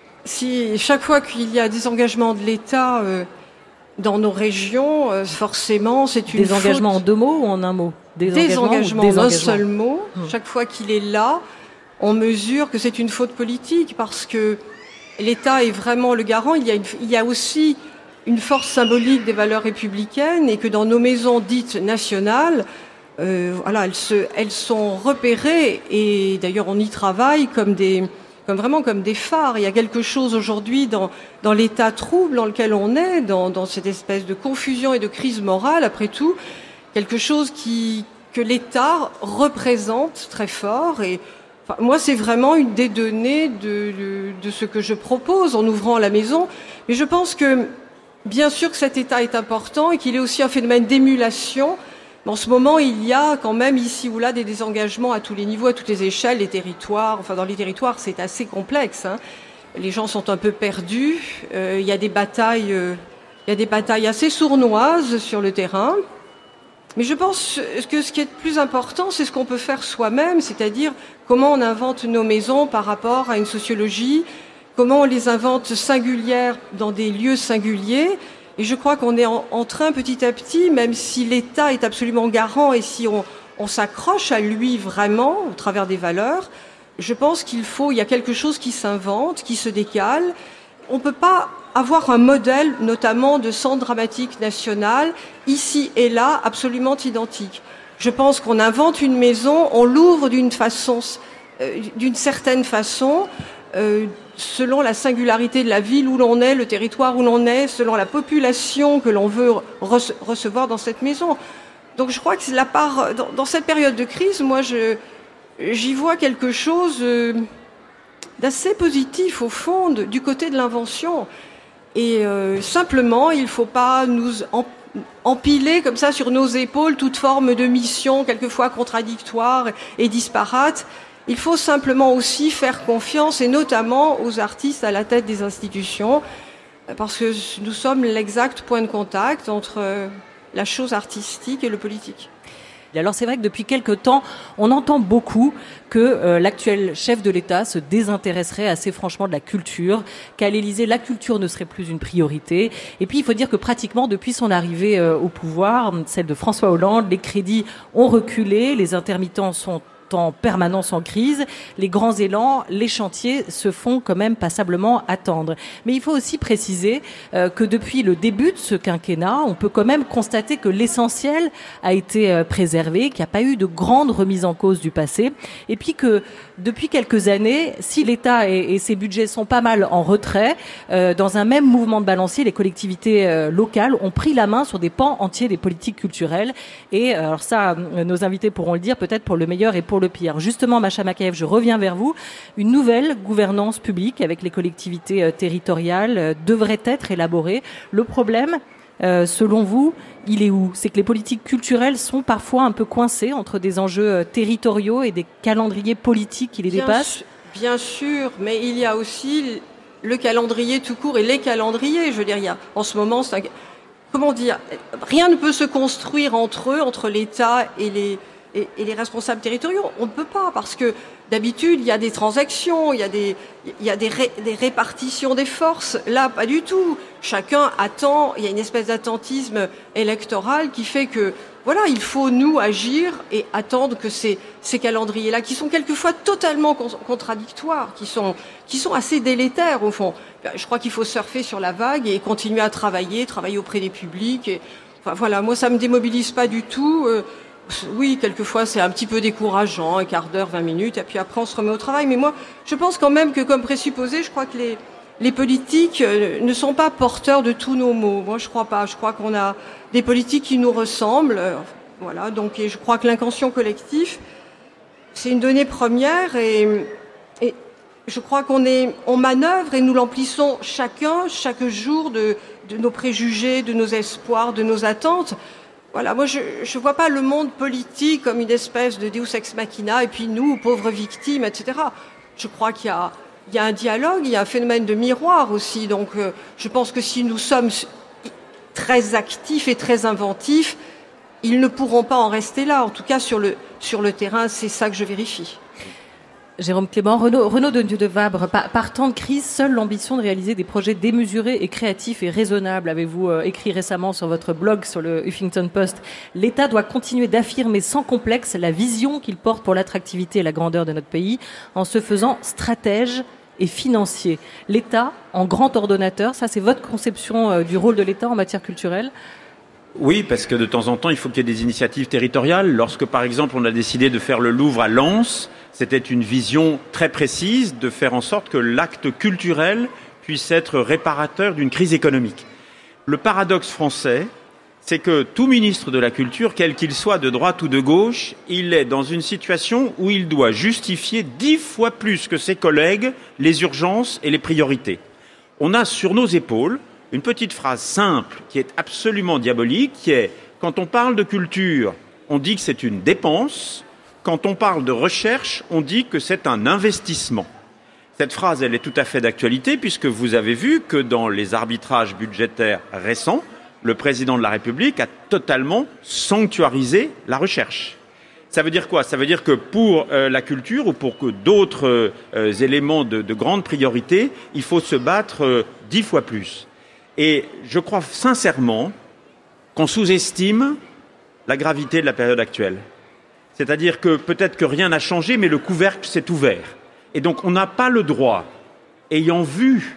Si chaque fois qu'il y a des engagements de l'État euh, dans nos régions, euh, forcément, c'est une Des engagements faute. en deux mots ou en un mot? Des, Des engagements, engagements en des un engagements. seul mot. Hum. Chaque fois qu'il est là, on mesure que c'est une faute politique parce que l'État est vraiment le garant. Il y a, une, il y a aussi une force symbolique des valeurs républicaines et que dans nos maisons dites nationales, euh, voilà, elles, se, elles sont repérées et d'ailleurs on y travaille comme des, comme vraiment comme des phares. Il y a quelque chose aujourd'hui dans, dans l'état trouble dans lequel on est, dans, dans cette espèce de confusion et de crise morale, après tout, quelque chose qui, que l'État représente très fort et Enfin, moi, c'est vraiment une des données de, de, de ce que je propose en ouvrant la maison. Mais je pense que, bien sûr que cet état est important et qu'il est aussi un phénomène d'émulation. Mais en ce moment, il y a quand même ici ou là des désengagements à tous les niveaux, à toutes les échelles, les territoires. Enfin, dans les territoires, c'est assez complexe, hein. Les gens sont un peu perdus. Euh, il y a des batailles, euh, il y a des batailles assez sournoises sur le terrain. Mais je pense que ce qui est le plus important, c'est ce qu'on peut faire soi-même, c'est-à-dire comment on invente nos maisons par rapport à une sociologie, comment on les invente singulières dans des lieux singuliers. Et je crois qu'on est en, en train petit à petit, même si l'État est absolument garant et si on, on s'accroche à lui vraiment au travers des valeurs, je pense qu'il faut, il y a quelque chose qui s'invente, qui se décale. On ne peut pas avoir un modèle, notamment de centre dramatique national, ici et là, absolument identique. Je pense qu'on invente une maison, on l'ouvre d'une façon, euh, d'une certaine façon, euh, selon la singularité de la ville où l'on est, le territoire où l'on est, selon la population que l'on veut rece- recevoir dans cette maison. Donc je crois que c'est la part, dans, dans cette période de crise, moi, je, j'y vois quelque chose euh, d'assez positif, au fond, de, du côté de l'invention. Et euh, simplement, il ne faut pas nous empiler comme ça sur nos épaules toute forme de mission, quelquefois contradictoire et disparate. Il faut simplement aussi faire confiance, et notamment aux artistes à la tête des institutions, parce que nous sommes l'exact point de contact entre la chose artistique et le politique. Alors c'est vrai que depuis quelque temps, on entend beaucoup que euh, l'actuel chef de l'État se désintéresserait assez franchement de la culture, qu'à l'Élysée, la culture ne serait plus une priorité. Et puis il faut dire que pratiquement depuis son arrivée euh, au pouvoir, celle de François Hollande, les crédits ont reculé, les intermittents sont en permanence en crise, les grands élans, les chantiers se font quand même passablement attendre. Mais il faut aussi préciser euh, que depuis le début de ce quinquennat, on peut quand même constater que l'essentiel a été euh, préservé, qu'il n'y a pas eu de grande remise en cause du passé, et puis que depuis quelques années, si l'État et, et ses budgets sont pas mal en retrait, euh, dans un même mouvement de balancier, les collectivités euh, locales ont pris la main sur des pans entiers des politiques culturelles. Et euh, alors ça, euh, nos invités pourront le dire, peut-être pour le meilleur et pour le pire. Justement, Macha Makayev, je reviens vers vous. Une nouvelle gouvernance publique avec les collectivités euh, territoriales euh, devrait être élaborée. Le problème, euh, selon vous, il est où? C'est que les politiques culturelles sont parfois un peu coincées entre des enjeux euh, territoriaux et des calendriers politiques qui les bien dépassent. Su- bien sûr, mais il y a aussi le calendrier tout court et les calendriers. Je veux dire, il y a, en ce moment, c'est un, comment dire, rien ne peut se construire entre eux, entre l'État et les Et, et les responsables territoriaux. On ne peut pas, parce que d'habitude, il y a des transactions, il y a des, il y a des, ré, des répartitions des forces. Là, pas du tout. Chacun attend, il y a une espèce d'attentisme électoral qui fait que, voilà, il faut, nous, agir et attendre que ces, ces calendriers-là, qui sont quelquefois totalement con- contradictoires, qui sont, qui sont assez délétères, au fond. Je crois qu'il faut surfer sur la vague et continuer à travailler, travailler auprès des publics et, Enfin, voilà, moi ça me démobilise pas du tout. Euh, oui, quelquefois c'est un petit peu décourageant, un quart d'heure, vingt minutes, et puis après on se remet au travail. Mais moi, je pense quand même que comme présupposé, je crois que les, les politiques euh, ne sont pas porteurs de tous nos maux. Moi, je crois pas. Je crois qu'on a des politiques qui nous ressemblent. Euh, voilà, donc et je crois que l'inconscient collectif, c'est une donnée première et, et je crois qu'on est, on manœuvre et nous l'emplissons chacun, chaque jour de, de nos préjugés, de nos espoirs, de nos attentes. Voilà, moi je ne vois pas le monde politique comme une espèce de Deus ex machina et puis nous, pauvres victimes, et cetera. Je crois qu'il y a, il y a un dialogue, il y a un phénomène de miroir aussi. Donc euh, je pense que si nous sommes très actifs et très inventifs, ils ne pourront pas en rester là. En tout cas, sur le, sur le terrain, c'est ça que je vérifie. Jérôme Clément, Renaud, Renaud Dondieu de Vabre, par, par temps de crise, seule l'ambition de réaliser des projets démesurés et créatifs et raisonnables, avez-vous euh, écrit récemment sur votre blog, sur le Huffington Post. L'État doit continuer d'affirmer sans complexe la vision qu'il porte pour l'attractivité et la grandeur de notre pays, en se faisant stratège et financier. L'État, en grand ordonnateur, ça c'est votre conception euh, du rôle de l'État en matière culturelle ? Oui, parce que de temps en temps, il faut qu'il y ait des initiatives territoriales. Lorsque, par exemple, on a décidé de faire le Louvre à Lens, c'était une vision très précise de faire en sorte que l'acte culturel puisse être réparateur d'une crise économique. Le paradoxe français, c'est que tout ministre de la Culture, quel qu'il soit de droite ou de gauche, il est dans une situation où il doit justifier dix fois plus que ses collègues les urgences et les priorités. On a sur nos épaules une petite phrase simple qui est absolument diabolique, qui est « quand on parle de culture, on dit que c'est une dépense, quand on parle de recherche, on dit que c'est un investissement ». Cette phrase, elle est tout à fait d'actualité puisque vous avez vu que dans les arbitrages budgétaires récents, le président de la République a totalement sanctuarisé la recherche. Ça veut dire quoi ? Ça veut dire que pour euh, la culture ou pour que d'autres euh, éléments de, de grande priorité, il faut se battre euh, dix fois plus. Et je crois sincèrement qu'on sous-estime la gravité de la période actuelle. C'est-à-dire que peut-être que rien n'a changé, mais le couvercle s'est ouvert. Et donc on n'a pas le droit, ayant vu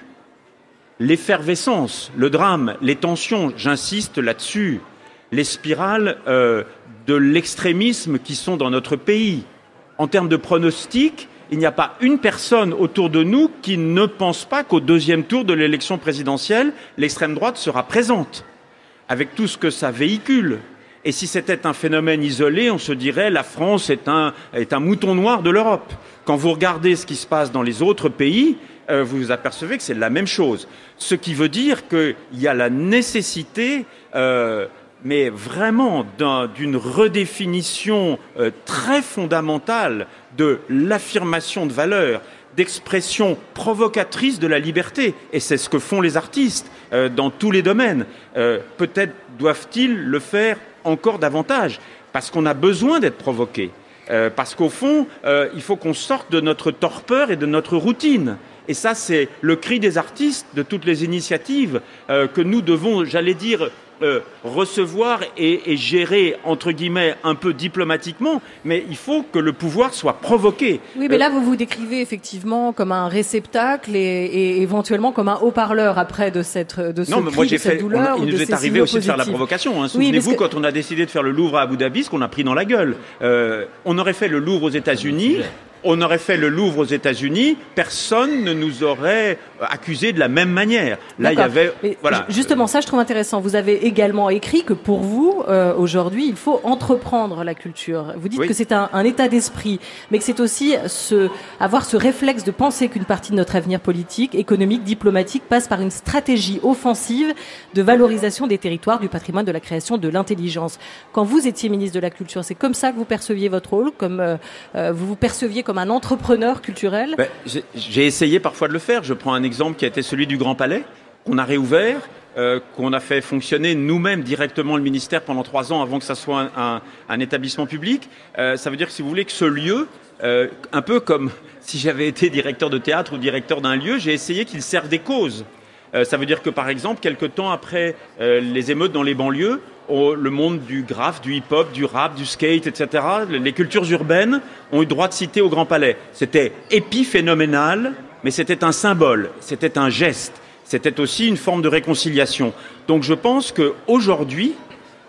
l'effervescence, le drame, les tensions, j'insiste là-dessus, les spirales euh, de l'extrémisme qui sont dans notre pays. En termes de pronostics, il n'y a pas une personne autour de nous qui ne pense pas qu'au deuxième tour de l'élection présidentielle, l'extrême droite sera présente, avec tout ce que ça véhicule. Et si c'était un phénomène isolé, on se dirait la France est un, est un mouton noir de l'Europe. Quand vous regardez ce qui se passe dans les autres pays, euh, vous vous apercevez que c'est la même chose. Ce qui veut dire qu'il y a la nécessité... Euh, mais vraiment d'un, d'une redéfinition euh, très fondamentale de l'affirmation de valeurs, d'expression provocatrice de la liberté. Et c'est ce que font les artistes euh, dans tous les domaines. Euh, peut-être doivent-ils le faire encore davantage, parce qu'on a besoin d'être provoqué. Euh, parce qu'au fond, euh, il faut qu'on sorte de notre torpeur et de notre routine. Et ça, c'est le cri des artistes, de toutes les initiatives euh, que nous devons, j'allais dire, Euh, recevoir et, et gérer, entre guillemets, un peu diplomatiquement, mais il faut que le pouvoir soit provoqué. Oui, mais là, vous vous décrivez effectivement comme un réceptacle et, et éventuellement comme un haut-parleur après de cette de ce non, mais cri, moi, j'ai de cette fait, douleur. On a, il ou nous de est ces arrivé aussi de faire la positifs. provocation. Hein. Souvenez-vous, oui, que... quand on a décidé de faire le Louvre à Abu Dhabi, ce qu'on a pris dans la gueule. Euh, on aurait fait le Louvre aux États-Unis. On aurait fait le Louvre aux États-Unis, personne ne nous aurait accusé de la même manière. Là, D'accord. il y avait, Mais voilà. Justement, ça, je trouve intéressant. Vous avez également écrit que pour vous, euh, aujourd'hui, il faut entreprendre la culture. Vous dites oui. que c'est un, un état d'esprit, mais que c'est aussi ce, avoir ce réflexe de penser qu'une partie de notre avenir politique, économique, diplomatique passe par une stratégie offensive de valorisation des territoires, du patrimoine, de la création, de l'intelligence. Quand vous étiez ministre de la Culture, c'est comme ça que vous perceviez votre rôle, comme euh, euh, vous vous perceviez comme un entrepreneur culturel? ben, j'ai, j'ai essayé parfois de le faire. Je prends un exemple qui a été celui du Grand Palais, qu'on a réouvert, euh, qu'on a fait fonctionner nous-mêmes directement le ministère pendant trois ans avant que ça soit un, un, un établissement public. Euh, ça veut dire que si vous voulez que ce lieu, euh, un peu comme si j'avais été directeur de théâtre ou directeur d'un lieu, j'ai essayé qu'il serve des causes. Euh, ça veut dire que par exemple, quelque temps après euh, les émeutes dans les banlieues, le monde du graphe, du hip-hop, du rap, du skate, et cetera, les cultures urbaines ont eu droit de citer au Grand Palais. C'était épiphénoménal, mais c'était un symbole, c'était un geste, c'était aussi une forme de réconciliation. Donc je pense qu'aujourd'hui,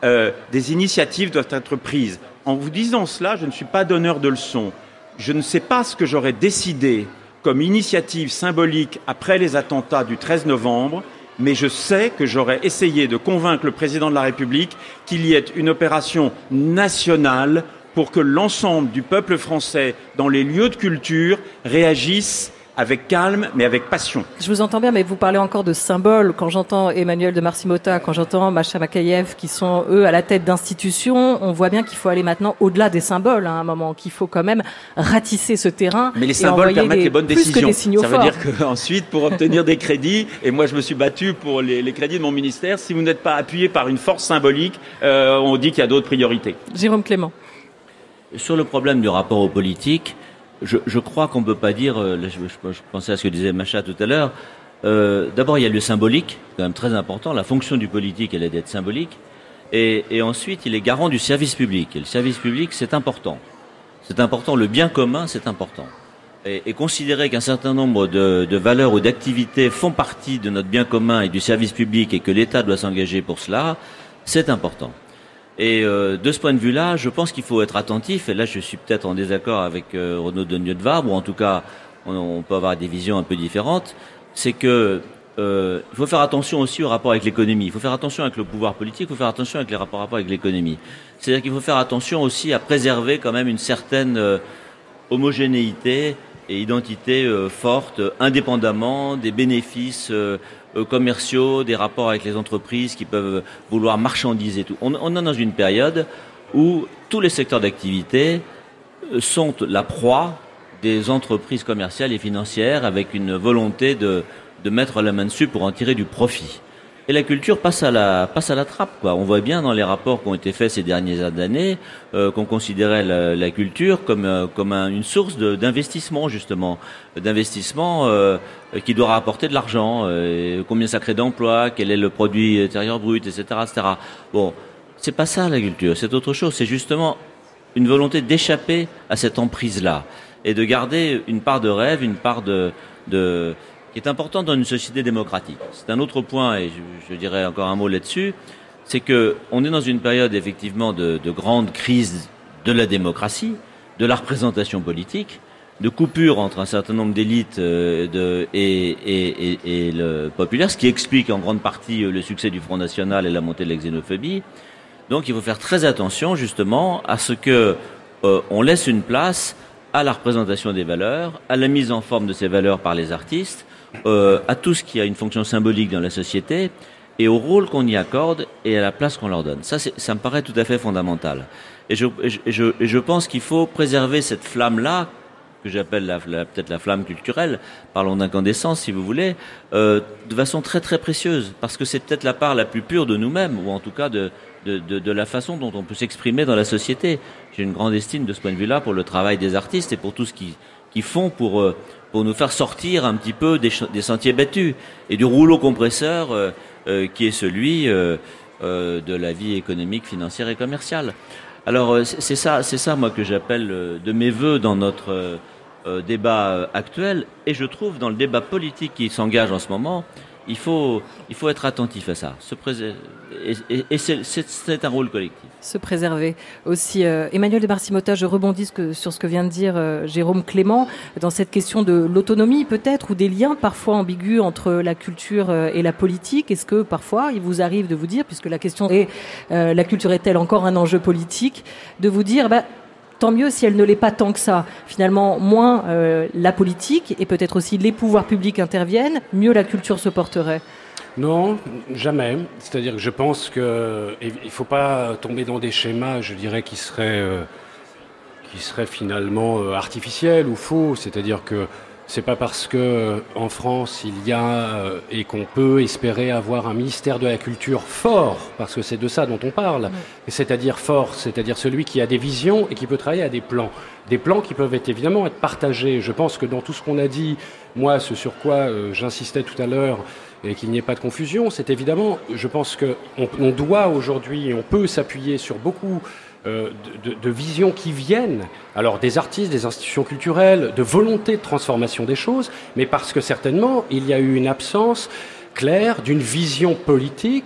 euh, des initiatives doivent être prises. En vous disant cela, je ne suis pas donneur de leçons. Je ne sais pas ce que j'aurais décidé comme initiative symbolique après les attentats du treize novembre, mais je sais que j'aurais essayé de convaincre le président de la République qu'il y ait une opération nationale pour que l'ensemble du peuple français, dans les lieux de culture, réagisse avec calme, mais avec passion. Je vous entends bien, mais vous parlez encore de symboles. Quand j'entends Emmanuel de Marcy-Motta, quand j'entends Masha Makayev, qui sont, eux, à la tête d'institutions, on voit bien qu'il faut aller maintenant au-delà des symboles, hein, à un moment, qu'il faut quand même ratisser ce terrain. Mais les symboles permettent des, les bonnes décisions. Que des Ça veut forts. dire qu'ensuite, pour obtenir des crédits, et moi je me suis battu pour les, les crédits de mon ministère, si vous n'êtes pas appuyé par une force symbolique, euh, on dit qu'il y a d'autres priorités. Jérôme Clément. Sur le problème du rapport aux politiques, Je, je crois qu'on ne peut pas dire, euh, je, je, je pensais à ce que disait Macha tout à l'heure, euh, d'abord il y a le symbolique, quand même très important, la fonction du politique elle est d'être symbolique, et, et ensuite il est garant du service public, et le service public c'est important, c'est important, le bien commun c'est important, et, et considérer qu'un certain nombre de, de valeurs ou d'activités font partie de notre bien commun et du service public et que l'État doit s'engager pour cela, c'est important. Et euh, de ce point de vue-là, je pense qu'il faut être attentif, et là je suis peut-être en désaccord avec euh, Renaud Dondieu de Vabre, ou en tout cas on, on peut avoir des visions un peu différentes, c'est que euh, il faut faire attention aussi au rapport avec l'économie, il faut faire attention avec le pouvoir politique, il faut faire attention avec les rapports, rapports avec l'économie. C'est-à-dire qu'il faut faire attention aussi à préserver quand même une certaine euh, homogénéité et identité euh, forte, indépendamment des bénéfices euh, commerciaux, des rapports avec les entreprises qui peuvent vouloir marchandiser tout. On, on est dans une période où tous les secteurs d'activité sont la proie des entreprises commerciales et financières avec une volonté de, de mettre la main dessus pour en tirer du profit. Et la culture passe à la, passe à la trappe, quoi. On voit bien dans les rapports qui ont été faits ces dernières années euh, qu'on considérait la, la culture comme, euh, comme un, une source de, d'investissement, justement. D'investissement euh, qui doit rapporter de l'argent, euh, combien ça crée d'emplois, quel est le produit intérieur brut, et cetera, et cetera. Bon, c'est pas ça la culture, c'est autre chose. C'est justement une volonté d'échapper à cette emprise-là et de garder une part de rêve, une part de... de qui est important dans une société démocratique. C'est un autre point, et je, je dirais encore un mot là-dessus, c'est que on est dans une période effectivement de, de grande crise de la démocratie, de la représentation politique, de coupure entre un certain nombre d'élites euh, de, et, et, et, et le populaire, ce qui explique en grande partie le succès du Front National et la montée de la xénophobie. Donc il faut faire très attention justement à ce que euh, on laisse une place à la représentation des valeurs, à la mise en forme de ces valeurs par les artistes, Euh, à tout ce qui a une fonction symbolique dans la société et au rôle qu'on y accorde et à la place qu'on leur donne. Ça, c'est, ça me paraît tout à fait fondamental. Et je, et je, et je, et je pense qu'il faut préserver cette flamme-là, que j'appelle la, la, peut-être la flamme culturelle, parlons d'incandescence si vous voulez, euh, de façon très très précieuse, parce que c'est peut-être la part la plus pure de nous-mêmes, ou en tout cas de, de, de, de la façon dont on peut s'exprimer dans la société. J'ai une grande estime de ce point de vue-là pour le travail des artistes et pour tout ce qu'ils qui font pour... Euh, pour nous faire sortir un petit peu des, ch- des sentiers battus et du rouleau compresseur euh, euh, qui est celui euh, euh, de la vie économique, financière et commerciale. Alors euh, c'est, c'est ça, c'est ça moi que j'appelle euh, de mes vœux dans notre euh, euh, débat euh, actuel, et je trouve dans le débat politique qui s'engage en ce moment, il faut, il faut être attentif à ça. Se prés- et et, et c'est, c'est, c'est un rôle collectif. Se préserver aussi. Euh, Emmanuel de Marcy-Motta, je rebondis ce que, sur ce que vient de dire euh, Jérôme Clément, dans cette question de l'autonomie peut-être, ou des liens parfois ambigus entre la culture euh, et la politique. Est-ce que parfois il vous arrive de vous dire, puisque la question est euh, la culture est-elle encore un enjeu politique, de vous dire bah, tant mieux si elle ne l'est pas tant que ça. Finalement, moins euh, la politique et peut-être aussi les pouvoirs publics interviennent, mieux la culture se porterait. Non, jamais. C'est-à-dire que je pense qu'il ne faut pas tomber dans des schémas, je dirais, qui seraient, euh, qui seraient finalement euh, artificiels ou faux. C'est-à-dire que c'est pas parce que en France il y a euh, et qu'on peut espérer avoir un ministère de la culture fort, parce que c'est de ça dont on parle, mmh. c'est-à-dire fort, c'est-à-dire celui qui a des visions et qui peut travailler à des plans. Des plans qui peuvent être, évidemment être partagés. Je pense que dans tout ce qu'on a dit, moi, ce sur quoi euh, j'insistais tout à l'heure, et qu'il n'y ait pas de confusion, c'est évidemment, je pense qu'on on doit aujourd'hui, on peut s'appuyer sur beaucoup euh, de, de, de visions qui viennent, alors des artistes, des institutions culturelles, de volonté de transformation des choses, mais parce que certainement, il y a eu une absence claire d'une vision politique,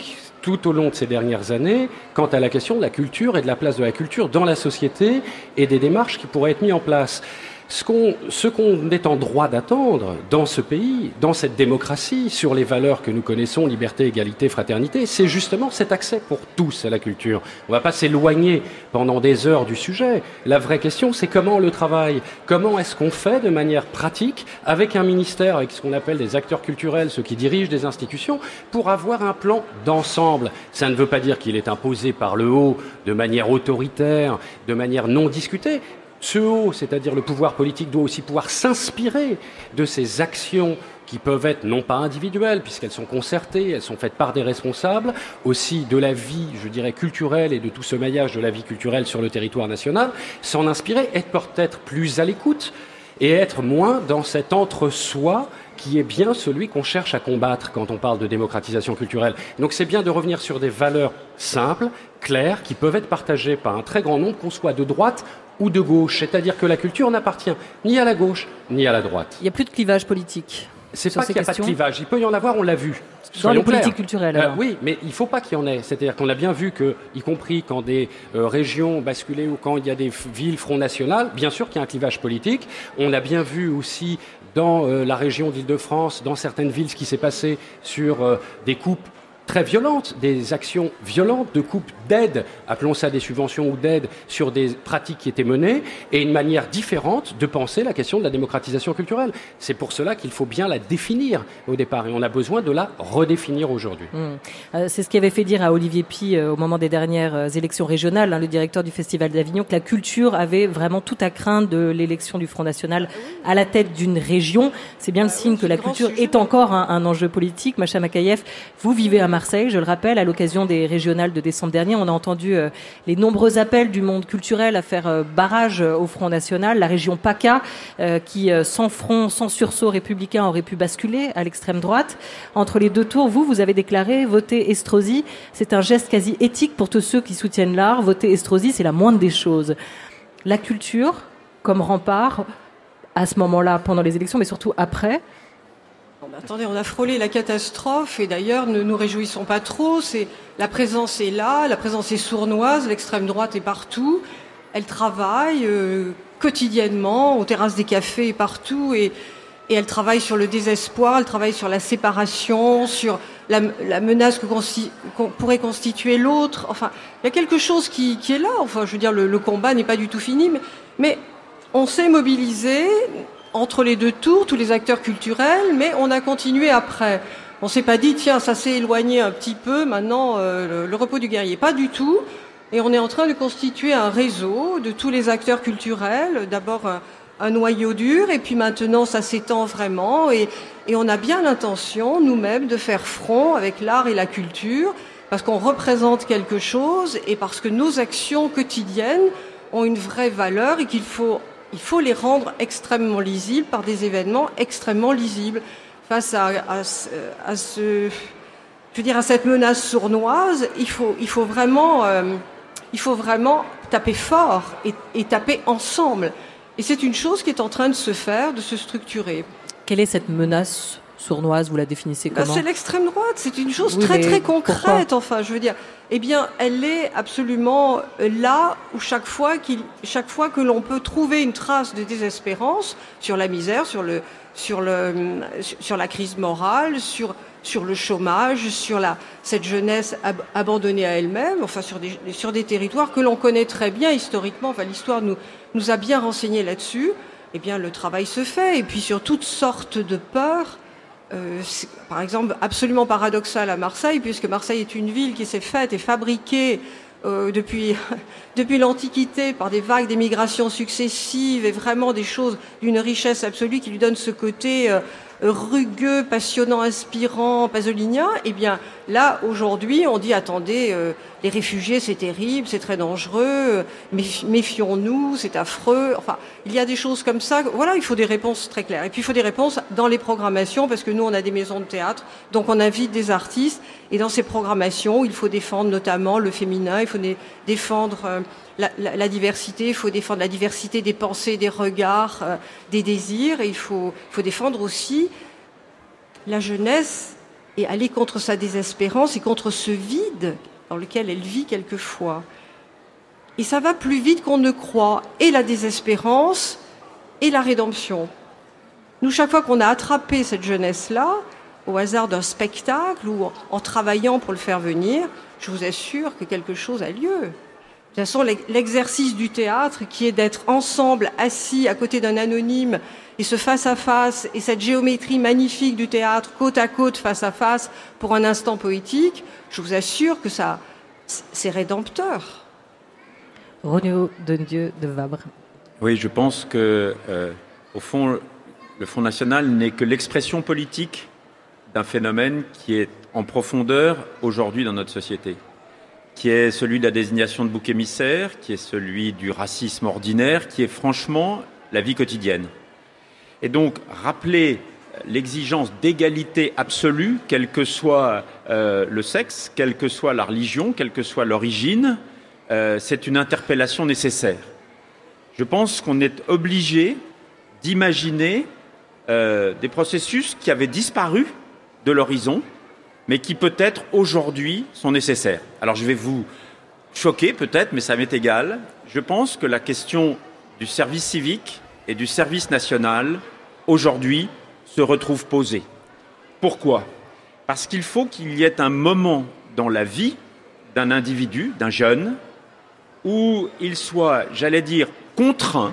tout au long de ces dernières années quant à la question de la culture et de la place de la culture dans la société et des démarches qui pourraient être mises en place. Ce qu'on, ce qu'on est en droit d'attendre dans ce pays, dans cette démocratie, sur les valeurs que nous connaissons, liberté, égalité, fraternité, c'est justement cet accès pour tous à la culture. On ne va pas s'éloigner pendant des heures du sujet. La vraie question, c'est comment on le travaille. Comment est-ce qu'on fait de manière pratique, avec un ministère, avec ce qu'on appelle des acteurs culturels, ceux qui dirigent des institutions, pour avoir un plan d'ensemble. Ça ne veut pas dire qu'il est imposé par le haut, de manière autoritaire, de manière non discutée. Ce haut, c'est-à-dire le pouvoir politique, doit aussi pouvoir s'inspirer de ces actions qui peuvent être non pas individuelles, puisqu'elles sont concertées, elles sont faites par des responsables, aussi de la vie, je dirais, culturelle et de tout ce maillage de la vie culturelle sur le territoire national, s'en inspirer, être peut-être plus à l'écoute et être moins dans cet entre-soi qui est bien celui qu'on cherche à combattre quand on parle de démocratisation culturelle. Donc c'est bien de revenir sur des valeurs simples, claires, qui peuvent être partagées par un très grand nombre, qu'on soit de droite ou de gauche. C'est-à-dire que la culture n'appartient ni à la gauche, ni à la droite. Il n'y a plus de clivage politique. C'est pas qu'il n'y a pas de clivage. Il peut y en avoir, on l'a vu. Dans les politiques culturelles, alors. Euh, oui, mais il ne faut pas qu'il y en ait. C'est-à-dire qu'on a bien vu que, y compris quand des euh, régions basculaient ou quand il y a des villes Front National, bien sûr qu'il y a un clivage politique. On a bien vu aussi dans euh, la région d'Île-de-France, dans certaines villes, ce qui s'est passé sur euh, des coupes très violentes, des actions violentes de coupe d'aide, appelons ça des subventions ou d'aide, sur des pratiques qui étaient menées, et une manière différente de penser la question de la démocratisation culturelle. C'est pour cela qu'il faut bien la définir au départ, et on a besoin de la redéfinir aujourd'hui. Mmh. Euh, c'est ce qui avait fait dire à Olivier Py euh, au moment des dernières euh, élections régionales, hein, le directeur du Festival d'Avignon, que la culture avait vraiment tout à craindre de l'élection du Front National à la tête d'une région. C'est bien le signe que la culture est encore un, un enjeu politique. Macha Makayef, vous vivez à Marseille, je le rappelle, à l'occasion des régionales de décembre dernier, on a entendu euh, les nombreux appels du monde culturel à faire euh, barrage euh, au Front National. La région PACA, euh, qui euh, sans front, sans sursaut républicain, aurait pu basculer à l'extrême droite. Entre les deux tours, vous, vous avez déclaré voter Estrosi, c'est un geste quasi éthique pour tous ceux qui soutiennent l'art. Voter Estrosi, c'est la moindre des choses. La culture, comme rempart, à ce moment-là, pendant les élections, mais surtout après. Attendez, on a frôlé la catastrophe et d'ailleurs ne nous réjouissons pas trop. C'est, la présence est là, la présence est sournoise, l'extrême droite est partout. Elle travaille euh, quotidiennement aux terrasses des cafés et partout et, et elle travaille sur le désespoir, elle travaille sur la séparation, sur la, la menace que consti, qu'on pourrait constituer l'autre. Enfin, il y a quelque chose qui, qui est là. Enfin, je veux dire, le, le combat n'est pas du tout fini, mais, mais on s'est mobilisé entre les deux tours, tous les acteurs culturels, mais on a continué après. On s'est pas dit, tiens, ça s'est éloigné un petit peu, maintenant, euh, le, le repos du guerrier. Pas du tout. Et on est en train de constituer un réseau de tous les acteurs culturels. D'abord, un, un noyau dur, et puis maintenant, ça s'étend vraiment. Et, et on a bien l'intention, nous-mêmes, de faire front avec l'art et la culture, parce qu'on représente quelque chose, et parce que nos actions quotidiennes ont une vraie valeur, et qu'il faut Il faut les rendre extrêmement lisibles par des événements extrêmement lisibles. Face à, à, à ce, je veux dire, à cette menace sournoise, il faut, il faut vraiment, euh, il faut vraiment taper fort et, et taper ensemble. Et c'est une chose qui est en train de se faire, de se structurer. Quelle est cette menace sournoise, vous la définissez comment ? Ben, c'est l'extrême droite, c'est une chose oui, très très concrète, pourquoi ? enfin, je veux dire. Eh bien, elle est absolument là où chaque fois, qu'il, chaque fois que l'on peut trouver une trace de désespérance sur la misère, sur, le, sur, le, sur la crise morale, sur, sur le chômage, sur la, cette jeunesse ab- abandonnée à elle-même, enfin sur des, sur des territoires que l'on connaît très bien historiquement, enfin l'histoire nous, nous a bien renseigné là-dessus, eh bien le travail se fait, et puis sur toutes sortes de peurs. Euh, c'est, par exemple, absolument paradoxal à Marseille, puisque Marseille est une ville qui s'est faite et fabriquée euh, depuis, depuis l'Antiquité par des vagues d'émigration successives et vraiment des choses d'une richesse absolue qui lui donne ce côté euh, rugueux, passionnant, inspirant, pasolinien. Eh bien, là, aujourd'hui, on dit, attendez, euh, les réfugiés, c'est terrible, c'est très dangereux, méfi- méfions-nous, c'est affreux. Enfin, il y a des choses comme ça. Voilà, il faut des réponses très claires. Et puis, il faut des réponses dans les programmations, parce que nous, on a des maisons de théâtre, donc on invite des artistes. Et dans ces programmations, il faut défendre notamment le féminin, il faut dé- défendre euh, la, la, la diversité, il faut défendre la diversité des pensées, des regards, euh, des désirs, et il faut, il faut défendre aussi la jeunesse et aller contre sa désespérance et contre ce vide dans lequel elle vit quelquefois. Et ça va plus vite qu'on ne croit, et la désespérance et la rédemption. Nous, chaque fois qu'on a attrapé cette jeunesse-là, au hasard d'un spectacle ou en travaillant pour le faire venir, je vous assure que quelque chose a lieu. De toute façon, l'exercice du théâtre, qui est d'être ensemble, assis à côté d'un anonyme, et ce face-à-face, et cette géométrie magnifique du théâtre, côte à côte, face à face, pour un instant poétique, je vous assure que ça, c'est rédempteur. Renaud Dondieu de Vabre. Oui, je pense que, euh, au fond, le Front National n'est que l'expression politique d'un phénomène qui est en profondeur aujourd'hui dans notre société, qui est celui de la désignation de bouc émissaire, qui est celui du racisme ordinaire, qui est franchement la vie quotidienne. Et donc, rappeler l'exigence d'égalité absolue, quel que soit euh, le sexe, quelle que soit la religion, quelle que soit l'origine, euh, c'est une interpellation nécessaire. Je pense qu'on est obligé d'imaginer euh, des processus qui avaient disparu de l'horizon, mais qui peut-être aujourd'hui sont nécessaires. Alors je vais vous choquer peut-être, mais ça m'est égal. Je pense que la question du service civique et du service national, aujourd'hui, se retrouve posée. Pourquoi ? Parce qu'il faut qu'il y ait un moment dans la vie d'un individu, d'un jeune, où il soit, j'allais dire, contraint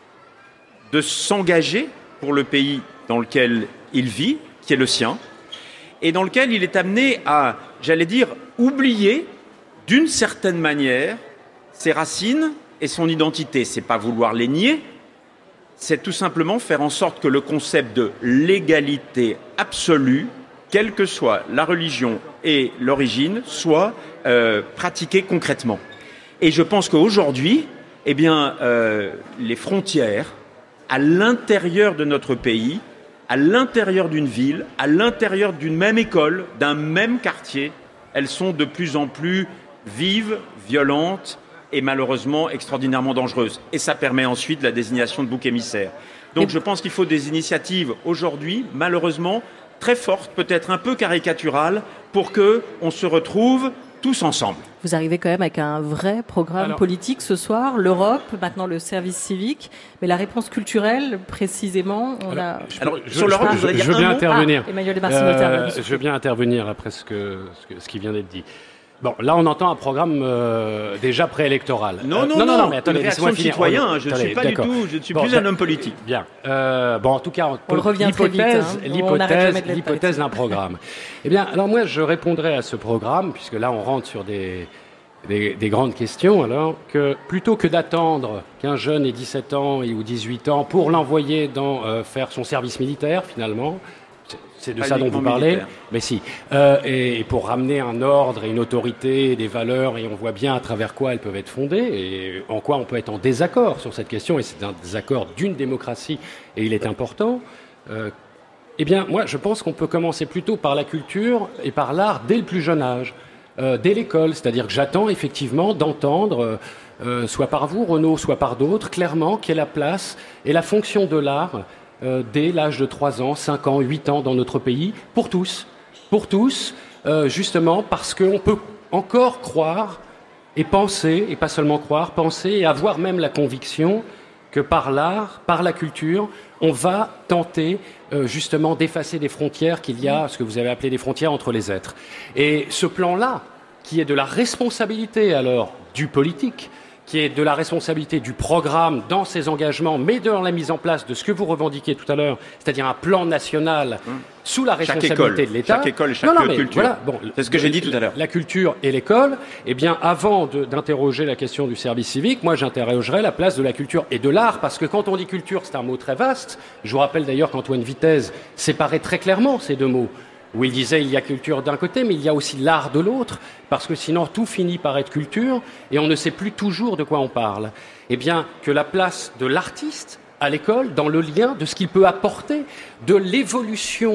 de s'engager pour le pays dans lequel il vit, qui est le sien, et dans lequel il est amené à, j'allais dire, oublier d'une certaine manière ses racines et son identité. C'est pas vouloir les nier, c'est tout simplement faire en sorte que le concept de l'égalité absolue, quelle que soit la religion et l'origine, soit euh, pratiqué concrètement. Et je pense qu'aujourd'hui, eh bien, euh, les frontières à l'intérieur de notre pays, à l'intérieur d'une ville, à l'intérieur d'une même école, d'un même quartier, elles sont de plus en plus vives, violentes et malheureusement extraordinairement dangereuses. Et ça permet ensuite la désignation de bouc émissaire. Donc et... je pense qu'il faut des initiatives aujourd'hui, malheureusement, très fortes, peut-être un peu caricaturales, pour qu'on se retrouve tous ensemble. Vous arrivez quand même avec un vrai programme Alors, politique ce soir, l'Europe, maintenant le service civique, mais la réponse culturelle, précisément, on alors, a... Je, Alors, je, sur l'Europe, je, je, je, je veux bien intervenir. Ah, Emmanuel Marcinot, euh, je veux bien intervenir après ce, que, ce, que, ce qui vient d'être dit. Bon, là, on entend un programme euh, déjà préélectoral. Non, euh, non, non, non, non, mais attendez, une réaction de citoyen. Oh, je ne suis pas du tout, je ne suis bon, plus un homme politique. Bien. Euh, bon, en tout cas, on, on revient très vite. Hein. L'hypothèse, l'hypothèse d'un programme. Eh bien, alors moi, je répondrai à ce programme, puisque là, on rentre sur des, des, des grandes questions, alors que plutôt que d'attendre qu'un jeune ait dix-sept ans ou dix-huit ans pour l'envoyer dans euh, faire son service militaire, finalement. C'est de pas ça dont vous parlez, militaire. Mais si. Euh, et, et pour ramener un ordre et une autorité, des valeurs, et on voit bien à travers quoi elles peuvent être fondées, et en quoi on peut être en désaccord sur cette question, et c'est un désaccord d'une démocratie, et il est important. Euh, eh bien, moi, je pense qu'on peut commencer plutôt par la culture et par l'art dès le plus jeune âge, euh, dès l'école. C'est-à-dire que j'attends effectivement d'entendre, euh, soit par vous, Renaud, soit par d'autres, clairement, quelle est la place et la fonction de l'art Euh, dès l'âge de trois ans, cinq ans, huit ans dans notre pays, pour tous. Pour tous, euh, justement parce qu'on peut encore croire et penser, et pas seulement croire, penser et avoir même la conviction que par l'art, par la culture, on va tenter euh, justement d'effacer des frontières qu'il y a, ce que vous avez appelé des frontières entre les êtres. Et ce plan-là, qui est de la responsabilité alors du politique, qui est de la responsabilité du programme dans ses engagements, mais dans la mise en place de ce que vous revendiquez tout à l'heure, c'est-à-dire un plan national mmh. sous la responsabilité chaque école, de l'État. Chaque école et chaque non, non, mais culture. Voilà, bon, c'est ce que j'ai dit tout à l'heure. La culture et l'école, eh bien, avant de, d'interroger la question du service civique, moi, j'interrogerais la place de la culture et de l'art, parce que quand on dit culture, c'est un mot très vaste. Je vous rappelle d'ailleurs qu'Antoine Vitesse séparait très clairement ces deux mots, où il disait il y a culture d'un côté, mais il y a aussi l'art de l'autre, parce que sinon tout finit par être culture, et on ne sait plus toujours de quoi on parle. Eh bien, que la place de l'artiste à l'école, dans le lien de ce qu'il peut apporter, de l'évolution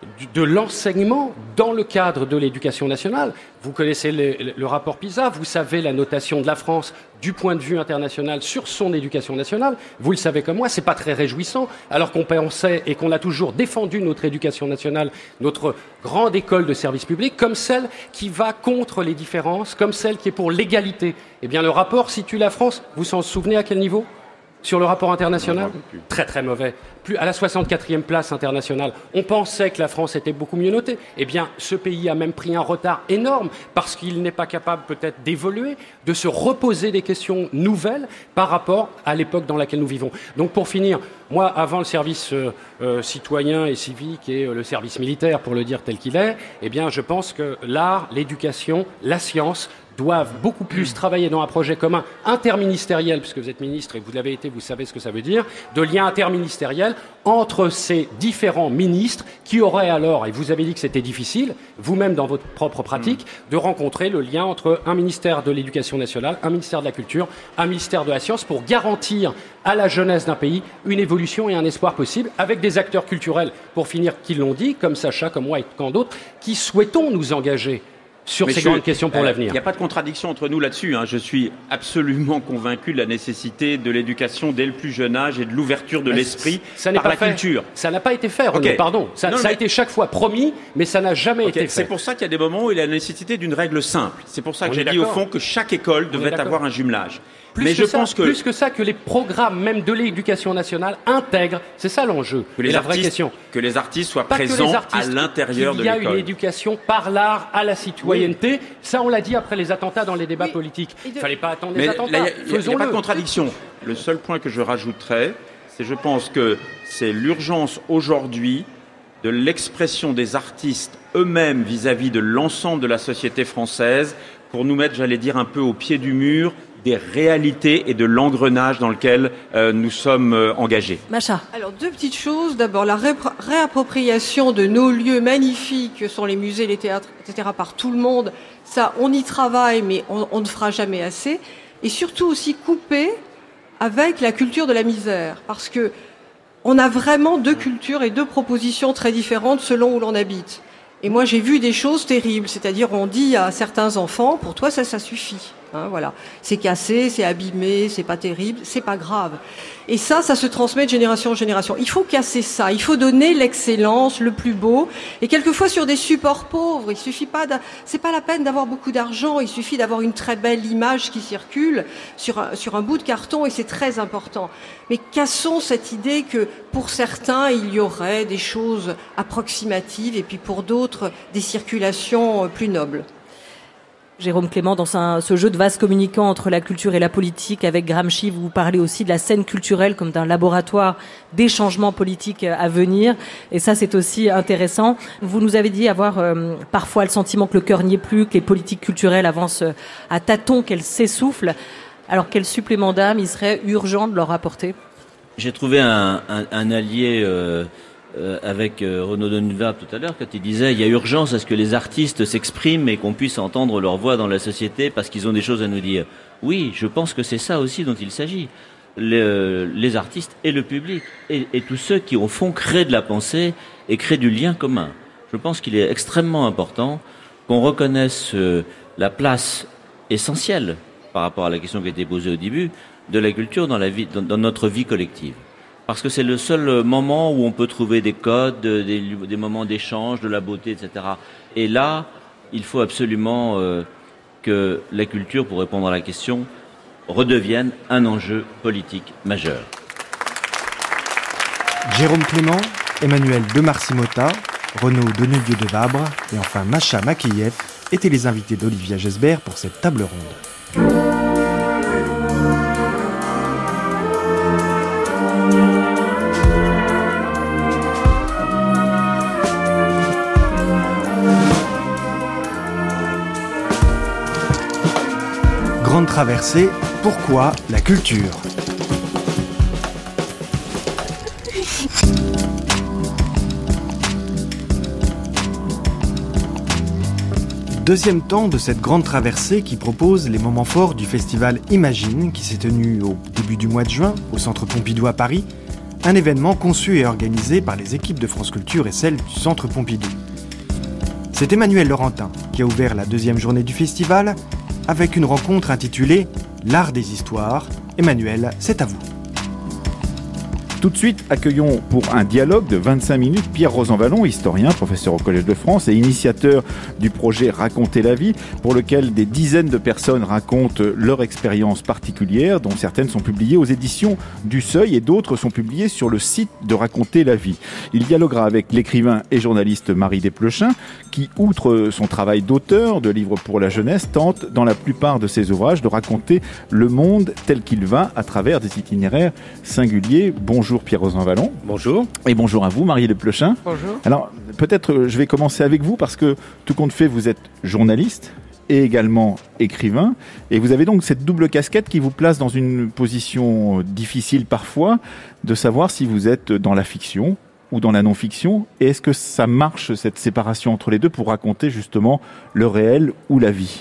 de l'enseignement dans le cadre de l'éducation nationale. Vous connaissez le, le rapport PISA, vous savez la notation de la France du point de vue international sur son éducation nationale. Vous le savez comme moi, c'est pas très réjouissant, alors qu'on pensait et qu'on a toujours défendu notre éducation nationale, notre grande école de service public, comme celle qui va contre les différences, comme celle qui est pour l'égalité. Eh bien, le rapport situe la France, vous s'en souvenez à quel niveau ? Sur le rapport international, très très mauvais. Plus à la soixante-quatrième place internationale. On pensait que la France était beaucoup mieux notée. Eh bien, ce pays a même pris un retard énorme parce qu'il n'est pas capable peut-être d'évoluer, de se reposer des questions nouvelles par rapport à l'époque dans laquelle nous vivons. Donc pour finir, moi, avant le service euh, euh, citoyen et civique et euh, le service militaire, pour le dire tel qu'il est, eh bien, je pense que l'art, l'éducation, la science doivent beaucoup plus travailler dans un projet commun interministériel, puisque vous êtes ministre et vous l'avez été, vous savez ce que ça veut dire, de lien interministériel entre ces différents ministres qui auraient alors, et vous avez dit que c'était difficile, vous-même dans votre propre pratique, de rencontrer le lien entre un ministère de l'Éducation nationale, un ministère de la Culture, un ministère de la Science, pour garantir à la jeunesse d'un pays une évolution et un espoir possible, avec des acteurs culturels, pour finir, qui l'ont dit, comme Sacha, comme moi et tant d'autres, qui souhaitons nous engager sur Messieurs, ces grandes questions pour euh, l'avenir. Il n'y a pas de contradiction entre nous là-dessus. Hein. Je suis absolument convaincu de la nécessité de l'éducation dès le plus jeune âge et de l'ouverture de mais l'esprit ça n'est par pas la fait. culture. Ça n'a pas été fait, Renaud, okay. pardon. Ça, non, ça mais... a été chaque fois promis, mais ça n'a jamais okay. été fait. C'est pour ça qu'il y a des moments où il y a la nécessité d'une règle simple. C'est pour ça que On j'ai dit au fond que chaque école devait avoir un jumelage. Plus mais que je ça, pense que plus que ça, que les programmes même de l'éducation nationale intègrent, c'est ça l'enjeu. Que les, et la artistes, vraie question. que les artistes soient pas présents les artistes, à l'intérieur de l'école. Il y a une éducation par l'art à la citoyenneté. Oui. Ça, on l'a dit après les attentats dans les débats oui. politiques. Il ne de... fallait pas attendre les attentats. Il n'y a, a pas de contradiction. Le seul point que je rajouterais, c'est je pense que c'est l'urgence aujourd'hui de l'expression des artistes eux-mêmes vis-à-vis de l'ensemble de la société française pour nous mettre, j'allais dire, un peu au pied du mur des réalités et de l'engrenage dans lequel euh, nous sommes euh, engagés. Macha. Alors, deux petites choses. D'abord, la ré- réappropriation de nos lieux magnifiques que sont les musées, les théâtres, et cetera, par tout le monde. Ça, on y travaille, mais on, on ne fera jamais assez. Et surtout aussi couper avec la culture de la misère. Parce que on a vraiment deux cultures et deux propositions très différentes selon où l'on habite. Et moi, j'ai vu des choses terribles. C'est-à-dire, on dit à certains enfants, pour toi, ça, ça suffit. Hein, voilà. C'est cassé, c'est abîmé, c'est pas terrible, c'est pas grave. Et ça, ça se transmet de génération en génération. Il faut casser ça. Il faut donner l'excellence, le plus beau. Et quelquefois sur des supports pauvres. Il suffit pas de, c'est pas la peine d'avoir beaucoup d'argent. Il suffit d'avoir une très belle image qui circule sur un, sur un bout de carton et c'est très important. Mais cassons cette idée que pour certains, il y aurait des choses approximatives et puis pour d'autres, des circulations plus nobles. Jérôme Clément, dans un, ce jeu de vase communicant entre la culture et la politique avec Gramsci, vous parlez aussi de la scène culturelle comme d'un laboratoire des changements politiques à venir. Et ça, c'est aussi intéressant. Vous nous avez dit avoir euh, parfois le sentiment que le cœur n'y est plus, que les politiques culturelles avancent à tâtons, qu'elles s'essoufflent. Alors, quel supplément d'âme il serait urgent de leur apporter ? J'ai trouvé un, un, un allié... Euh Euh, avec euh, Renaud Denuvab tout à l'heure, quand il disait il y a urgence à ce que les artistes s'expriment et qu'on puisse entendre leur voix dans la société parce qu'ils ont des choses à nous dire. Oui, je pense que c'est ça aussi dont il s'agit. Les, euh, les artistes et le public et, et tous ceux qui au fond créent de la pensée et créent du lien commun. Je pense qu'il est extrêmement important qu'on reconnaisse euh, la place essentielle par rapport à la question qui a été posée au début de la culture dans, la vie, dans, dans notre vie collective. Parce que c'est le seul moment où on peut trouver des codes, des, des moments d'échange, de la beauté, et cetera. Et là, il faut absolument euh, que la culture, pour répondre à la question, redevienne un enjeu politique majeur. Jérôme Clément, Emmanuel de Marcy-Motta, Renaud Deneuvieux de Vabre et enfin Macha Makiev étaient les invités d'Olivia Gesbert pour cette table ronde. Grande traversée, pourquoi la culture ? Deuxième temps de cette grande traversée qui propose les moments forts du festival Imagine qui s'est tenu au début du mois de juin au Centre Pompidou à Paris, Un événement conçu et organisé par les équipes de France Culture et celles du Centre Pompidou. C'est Emmanuel Laurentin qui a ouvert la deuxième journée du festival avec une rencontre intitulée « L'art des histoires ». Emmanuel, c'est à vous. Tout de suite, accueillons pour un dialogue de vingt-cinq minutes Pierre Rosanvallon, historien, professeur au Collège de France et initiateur du projet Raconter la vie, pour lequel des dizaines de personnes racontent leur expérience particulière, dont certaines sont publiées aux éditions du Seuil et d'autres sont publiées sur le site de Raconter la vie. Il dialoguera avec l'écrivain et journaliste Marie Desplechin, qui, outre son travail d'auteur de livres pour la jeunesse, tente, dans la plupart de ses ouvrages, de raconter le monde tel qu'il va à travers des itinéraires singuliers. Bonjour Pierre Rosanvallon. Bonjour. Et bonjour à vous, Marie Desplechin. Bonjour. Alors, peut-être je vais commencer avec vous parce que, tout compte fait, vous êtes journaliste et également écrivain. Et vous avez donc cette double casquette qui vous place dans une position difficile parfois de savoir si vous êtes dans la fiction ou dans la non-fiction. Et est-ce que ça marche, cette séparation entre les deux, pour raconter justement le réel ou la vie ?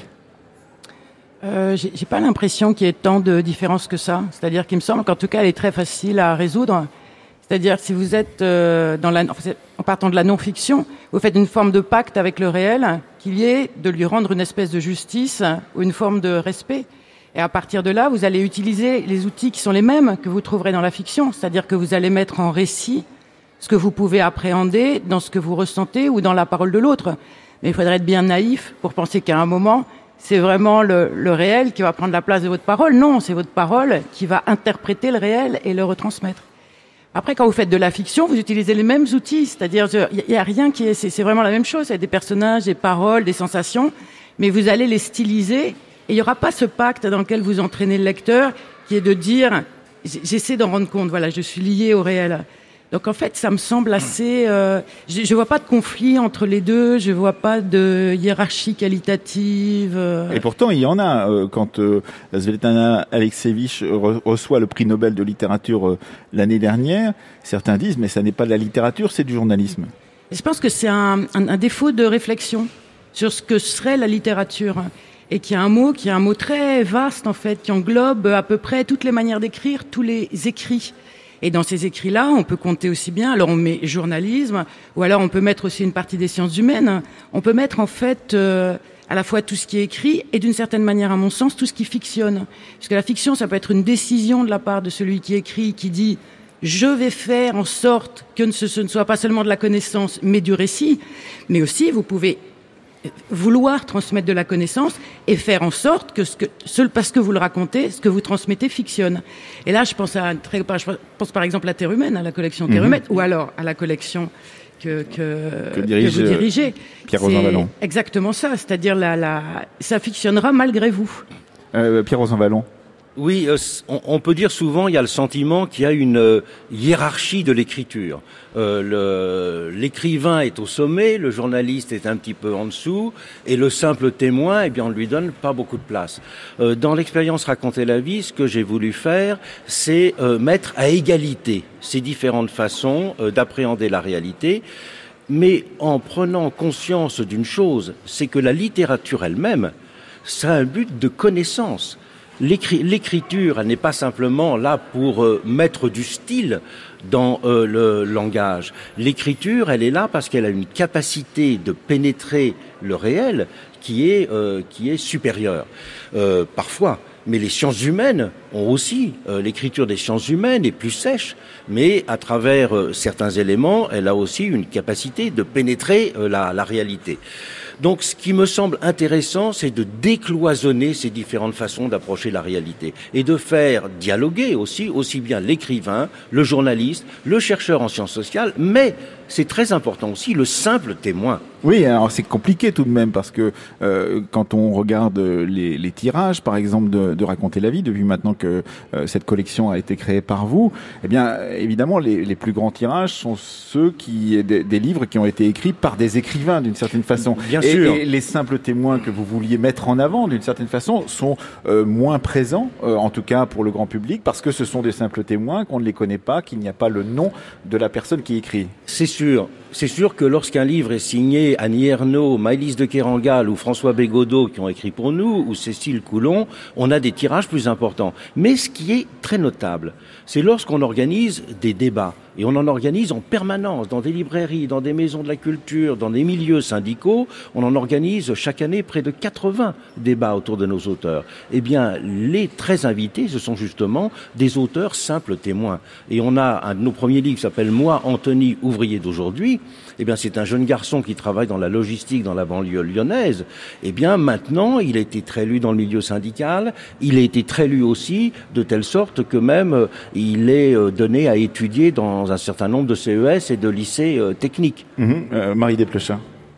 Euh, j'ai, j'ai pas l'impression qu'il y ait tant de différence que ça. C'est-à-dire qu'il me semble qu'en tout cas, elle est très facile à résoudre. C'est-à-dire si vous êtes euh, dans la, en partant de la non-fiction, vous faites une forme de pacte avec le réel, qu'il y ait de lui rendre une espèce de justice ou une forme de respect. Et à partir de là, vous allez utiliser les outils qui sont les mêmes que vous trouverez dans la fiction. C'est-à-dire que vous allez mettre en récit ce que vous pouvez appréhender dans ce que vous ressentez ou dans la parole de l'autre. Mais il faudrait être bien naïf pour penser qu'à un moment, c'est vraiment le, le réel qui va prendre la place de votre parole. Non, c'est votre parole qui va interpréter le réel et le retransmettre. Après, quand vous faites de la fiction, vous utilisez les mêmes outils. C'est-à-dire, il n'y a rien qui est... C'est, c'est vraiment la même chose. Il y a des personnages, des paroles, des sensations, mais vous allez les styliser. Et il n'y aura pas ce pacte dans lequel vous entraînez le lecteur, qui est de dire, j'essaie d'en rendre compte, voilà, je suis lié au réel. Donc en fait, ça me semble assez... Euh, je ne vois pas de conflit entre les deux, je ne vois pas de hiérarchie qualitative. Euh... Et pourtant, il y en a. Euh, quand euh, Svetlana Alexievitch re- reçoit le prix Nobel de littérature euh, l'année dernière, certains disent, mais ça n'est pas de la littérature, c'est du journalisme. Et je pense que c'est un, un, un défaut de réflexion sur ce que serait la littérature. Et qui a un mot, qui est un mot très vaste en fait, qui englobe à peu près toutes les manières d'écrire, tous les écrits. Et dans ces écrits-là, on peut compter aussi bien, alors on met journalisme, ou alors on peut mettre aussi une partie des sciences humaines. On peut mettre en fait euh, à la fois tout ce qui est écrit et d'une certaine manière, à mon sens, tout ce qui fictionne. Parce que la fiction, ça peut être une décision de la part de celui qui écrit, qui dit « je vais faire en sorte que ce, ce ne soit pas seulement de la connaissance, mais du récit ». Mais aussi, vous pouvez vouloir transmettre de la connaissance et faire en sorte que, ce que ce, parce que vous le racontez, ce que vous transmettez fictionne. Et là, je pense à très, je pense par exemple à Terre humaine, à la collection Terre humaine, mmh. ou alors à la collection que que, que, dirige, que vous dirigez. Pierre Rosanvallon. Exactement ça, c'est-à-dire la, la, ça fictionnera malgré vous. Euh, Pierre Rosanvallon. Oui, euh, on, on peut dire souvent, il y a le sentiment qu'il y a une euh, hiérarchie de l'écriture. Euh, le, l'écrivain est au sommet, le journaliste est un petit peu en dessous, et le simple témoin, eh bien, on lui donne pas beaucoup de place. Euh, dans l'expérience Raconter la vie, ce que j'ai voulu faire, c'est euh, mettre à égalité ces différentes façons euh, d'appréhender la réalité, mais en prenant conscience d'une chose, c'est que la littérature elle-même, ça a un but de connaissance. L'écri- l'écriture, elle n'est pas simplement là pour euh, mettre du style dans euh, le langage. L'écriture, elle est là parce qu'elle a une capacité de pénétrer le réel qui est euh, qui est supérieure. Euh, parfois, mais les sciences humaines ont aussi euh, l'écriture des sciences humaines est plus sèche, mais à travers euh, certains éléments, elle a aussi une capacité de pénétrer euh, la, la réalité. Donc, ce qui me semble intéressant, c'est de décloisonner ces différentes façons d'approcher la réalité et de faire dialoguer aussi, aussi bien l'écrivain, le journaliste, le chercheur en sciences sociales, mais c'est très important aussi le simple témoin. Oui, alors c'est compliqué tout de même parce que euh, quand on regarde les, les tirages, par exemple, de, de Raconter la vie, depuis maintenant que euh, cette collection a été créée par vous, eh bien, évidemment, les, les plus grands tirages sont ceux qui des, des livres qui ont été écrits par des écrivains d'une certaine façon. Bien et, sûr. Et les simples témoins que vous vouliez mettre en avant d'une certaine façon sont euh, moins présents, euh, en tout cas pour le grand public, parce que ce sont des simples témoins, qu'on ne les connaît pas, qu'il n'y a pas le nom de la personne qui écrit. C'est sûr. c'est sûr que lorsqu'un livre est signé Annie Ernaux, Maëlys de Kerangal ou François Bégodeau qui ont écrit pour nous, ou Cécile Coulon, on a des tirages plus importants. Mais ce qui est très notable, c'est lorsqu'on organise des débats. Et on en organise en permanence, dans des librairies, dans des maisons de la culture, dans des milieux syndicaux. On en organise chaque année près de quatre-vingts débats autour de nos auteurs. Eh bien, les treize invités, ce sont justement des auteurs simples témoins. Et on a un de nos premiers livres qui s'appelle « Moi, Anthony, ouvrier d'aujourd'hui ». Eh bien, c'est un jeune garçon qui travaille dans la logistique dans la banlieue lyonnaise. Eh bien, maintenant, il a été très lu dans le milieu syndical. Il a été très lu aussi, de telle sorte que même euh, il est euh, donné à étudier dans un certain nombre de C E S et de lycées euh, techniques. Mmh, euh, Marie Desplechin.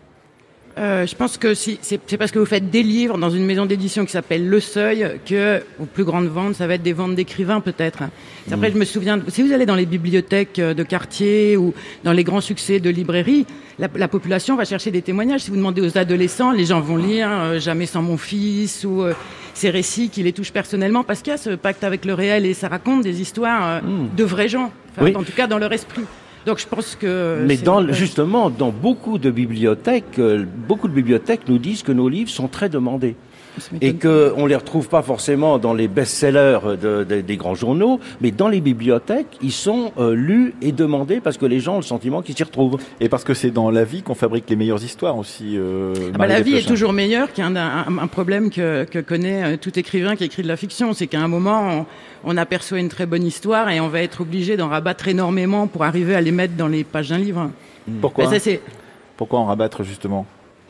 Euh, je pense que si, c'est, c'est parce que vous faites des livres dans une maison d'édition qui s'appelle Le Seuil que, aux plus grandes ventes, ça va être des ventes d'écrivains peut-être. Après, mmh. je me souviens, si vous allez dans les bibliothèques de quartier ou dans les grands succès de librairie, la, la population va chercher des témoignages. Si vous demandez aux adolescents, les gens vont lire euh, Jamais sans mon fils ou euh, ces récits qui les touchent personnellement parce qu'il y a ce pacte avec le réel et ça raconte des histoires euh, mmh. de vrais gens, enfin, oui. en tout cas dans leur esprit. Donc je pense que... Mais dans, justement, dans beaucoup de bibliothèques, euh, beaucoup de bibliothèques nous disent que nos livres sont très demandés. Et qu'on ne les retrouve pas forcément dans les best-sellers de, de, des grands journaux, mais dans les bibliothèques, ils sont euh, lus et demandés parce que les gens ont le sentiment qu'ils s'y retrouvent. Et parce que c'est dans la vie qu'on fabrique les meilleures histoires aussi. Euh, ah bah la vie est toujours meilleure, qui est un, un, un problème que, que connaît tout écrivain qui écrit de la fiction. C'est qu'à un moment, on, on aperçoit une très bonne histoire et on va être obligé d'en rabattre énormément pour arriver à les mettre dans les pages d'un livre. Pourquoi ça, c'est... Pourquoi en rabattre justement ?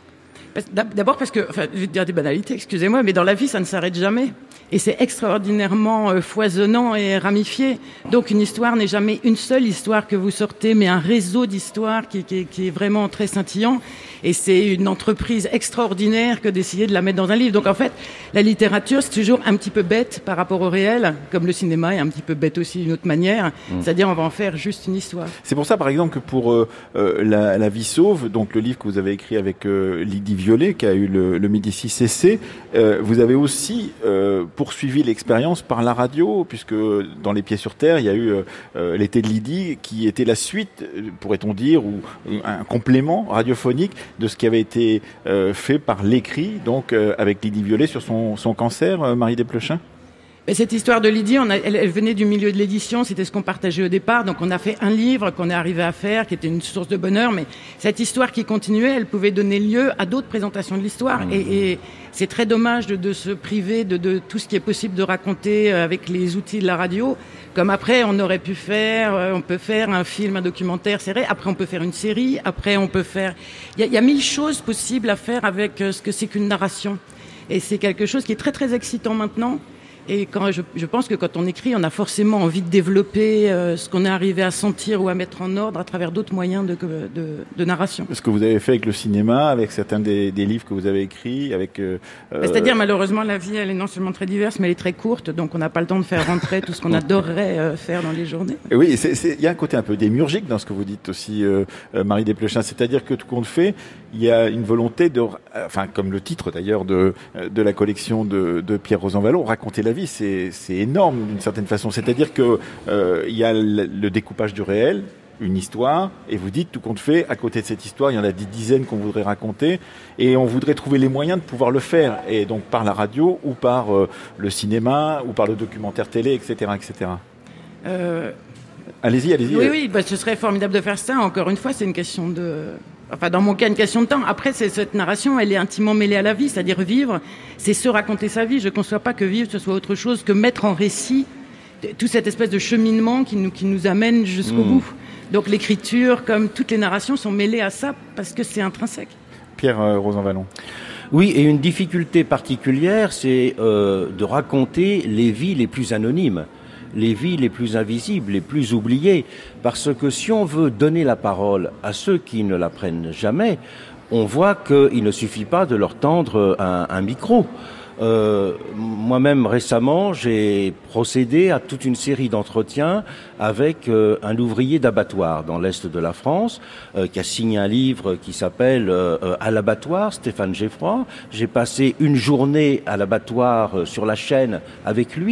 D'abord parce que, enfin, je vais dire des banalités, excusez-moi, mais dans la vie, ça ne s'arrête jamais. Et c'est extraordinairement euh, foisonnant et ramifié. Donc une histoire n'est jamais une seule histoire que vous sortez, mais un réseau d'histoires qui, qui, qui est vraiment très scintillant. Et c'est une entreprise extraordinaire que d'essayer de la mettre dans un livre. Donc en fait, la littérature, c'est toujours un petit peu bête par rapport au réel, comme le cinéma est un petit peu bête aussi d'une autre manière. Mmh. C'est-à-dire, on va en faire juste une histoire. C'est pour ça, par exemple, que pour euh, euh, la, la vie sauve, donc le livre que vous avez écrit avec euh, Lydie Violet, qui a eu le, le Médicis C C, euh, vous avez aussi euh, poursuivi l'expérience par la radio, puisque dans Les Pieds sur Terre, il y a eu euh, L'été de Lydie, qui était la suite, pourrait-on dire, ou un complément radiophonique de ce qui avait été euh, fait par l'écrit, donc euh, avec Lydie Violet sur son, son cancer, euh, Marie Desplechin. Cette histoire de Lydie, on a, elle, elle venait du milieu de l'édition, c'était ce qu'on partageait au départ, donc on a fait un livre qu'on est arrivé à faire, qui était une source de bonheur, mais cette histoire qui continuait, elle pouvait donner lieu à d'autres présentations de l'histoire, mmh. et, et c'est très dommage de, de se priver de, de tout ce qui est possible de raconter avec les outils de la radio, comme après on aurait pu faire, on peut faire un film, un documentaire, c'est vrai, après on peut faire une série, après on peut faire... Il y a, il y a mille choses possibles à faire avec ce que c'est qu'une narration, et c'est quelque chose qui est très très excitant maintenant. Et quand je, je pense que quand on écrit, on a forcément envie de développer euh, ce qu'on est arrivé à sentir ou à mettre en ordre à travers d'autres moyens de, de, de narration. Ce que vous avez fait avec le cinéma, avec certains des, des livres que vous avez écrits, avec... Euh, C'est-à-dire, malheureusement, la vie, elle est non seulement très diverse, mais elle est très courte, donc on n'a pas le temps de faire rentrer tout ce qu'on adorerait euh, faire dans les journées. Oui, il y a un côté un peu démiurgique dans ce que vous dites aussi, euh, Marie Desplechin, c'est-à-dire que tout compte fait, il y a une volonté de... Enfin, comme le titre d'ailleurs de, de la collection de, de Pierre Rosanvallon, raconter la vie, c'est, c'est énorme d'une certaine façon. C'est-à-dire que euh, il y a le, le découpage du réel, une histoire, et vous dites, tout compte fait, à côté de cette histoire, il y en a des dizaines qu'on voudrait raconter, et on voudrait trouver les moyens de pouvoir le faire, et donc par la radio, ou par euh, le cinéma, ou par le documentaire télé, et cetera, et cetera. Euh... Allez-y, allez-y. Oui, oui, bah, ce serait formidable de faire ça. Encore une fois, c'est une question de... Enfin, dans mon cas, une question de temps. Après, c'est, cette narration, elle est intimement mêlée à la vie, c'est-à-dire vivre, c'est se raconter sa vie. Je ne conçois pas que vivre, ce soit autre chose que mettre en récit toute cette espèce de cheminement qui nous, qui nous amène jusqu'au mmh. bout. Donc l'écriture, comme toutes les narrations, sont mêlées à ça parce que c'est intrinsèque. Pierre euh, Rosanvallon. Oui, et une difficulté particulière, c'est euh, de raconter les vies les plus anonymes, les vies les plus invisibles, les plus oubliées. Parce que si on veut donner la parole à ceux qui ne la prennent jamais, on voit qu'il ne suffit pas de leur tendre un, un micro. Euh, moi-même récemment, j'ai procédé à toute une série d'entretiens avec euh, un ouvrier d'abattoir dans l'est de la France euh, qui a signé un livre qui s'appelle euh, « À l'abattoir », Stéphane Geffroy. J'ai passé une journée à l'abattoir euh, sur la chaîne avec lui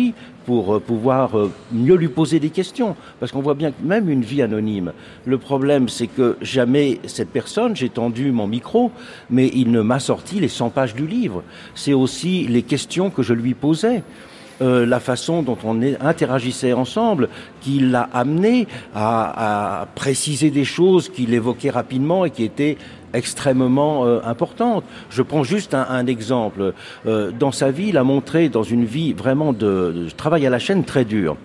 pour pouvoir mieux lui poser des questions. Parce qu'on voit bien que même une vie anonyme, le problème c'est que jamais cette personne, j'ai tendu mon micro, mais il ne m'a sorti les cent pages du livre. C'est aussi les questions que je lui posais. Euh, la façon dont on est, interagissait ensemble, qui l'a amené à, à préciser des choses qu'il évoquait rapidement et qui étaient extrêmement euh, importantes. Je prends juste un, un exemple. Euh, dans sa vie, il a montré dans une vie vraiment de, de travail à la chaîne très dur,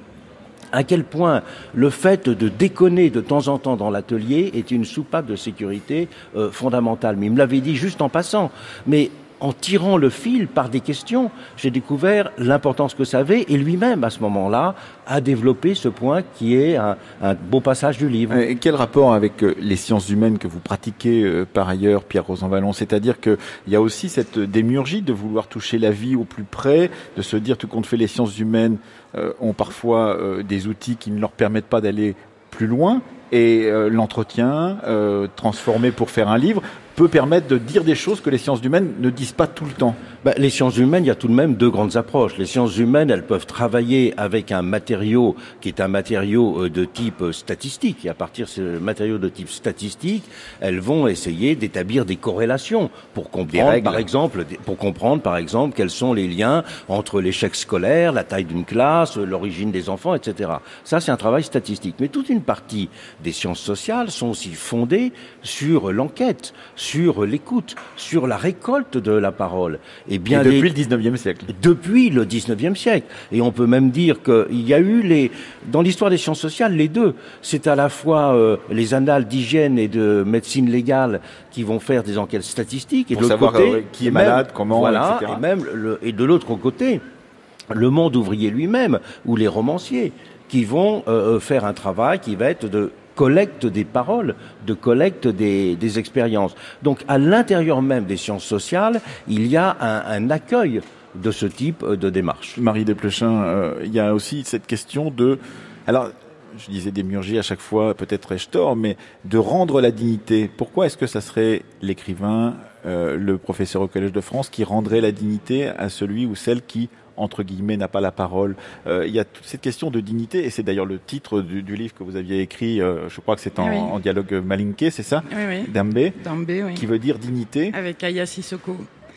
à quel point le fait de déconner de temps en temps dans l'atelier est une soupape de sécurité euh, fondamentale. Mais il me l'avait dit juste en passant. Mais en tirant le fil par des questions, j'ai découvert l'importance que ça avait, et lui-même, à ce moment-là, a développé ce point qui est un, un beau passage du livre. Et quel rapport avec les sciences humaines que vous pratiquez euh, par ailleurs, Pierre Rosanvallon? C'est-à-dire qu'il y a aussi cette démiurgie de vouloir toucher la vie au plus près, de se dire tout compte fait, les sciences humaines euh, ont parfois euh, des outils qui ne leur permettent pas d'aller plus loin, et euh, l'entretien, euh, transformé pour faire un livre, peut permettre de dire des choses que les sciences humaines ne disent pas tout le temps. Ben, les sciences humaines, il y a tout de même deux grandes approches. Les sciences humaines, elles peuvent travailler avec un matériau qui est un matériau de type statistique. Et à partir de ce matériau de type statistique, elles vont essayer d'établir des corrélations pour comprendre, par exemple, pour comprendre, par exemple, quels sont les liens entre l'échec scolaire, la taille d'une classe, l'origine des enfants, et cetera. Ça, c'est un travail statistique. Mais toute une partie des sciences sociales sont aussi fondées sur l'enquête, sur l'écoute, sur la récolte de la parole. Et bien Et depuis les... le dix-neuvième siècle. Depuis le dix-neuvième siècle. Et on peut même dire qu'il y a eu les, dans l'histoire des sciences sociales, les deux. C'est à la fois euh, les annales d'hygiène et de médecine légale qui vont faire des enquêtes statistiques. Et pour de l'autre savoir côté, euh, qui est malade, même, comment, voilà, et cetera. Et même le, et de l'autre côté, le monde ouvrier lui-même, ou les romanciers, qui vont euh, faire un travail qui va être de collecte des paroles, de collecte des, des expériences. Donc, à l'intérieur même des sciences sociales, il y a un, un accueil de ce type de démarche. Marie Desplechin, euh, il y a aussi cette question de... Alors, je disais démiurgie à chaque fois, peut-être ai-je tort, mais de rendre la dignité. Pourquoi est-ce que ça serait l'écrivain, euh, le professeur au Collège de France, qui rendrait la dignité à celui ou celle qui, entre guillemets, n'a pas la parole? euh, Il y a toute cette question de dignité, et c'est d'ailleurs le titre du, du livre que vous aviez écrit, euh, je crois que c'est en, oui. en dialogue malinké, c'est ça? Oui, oui. Dambé, Dambé, oui. Qui veut dire dignité. Avec Aya Sissoko.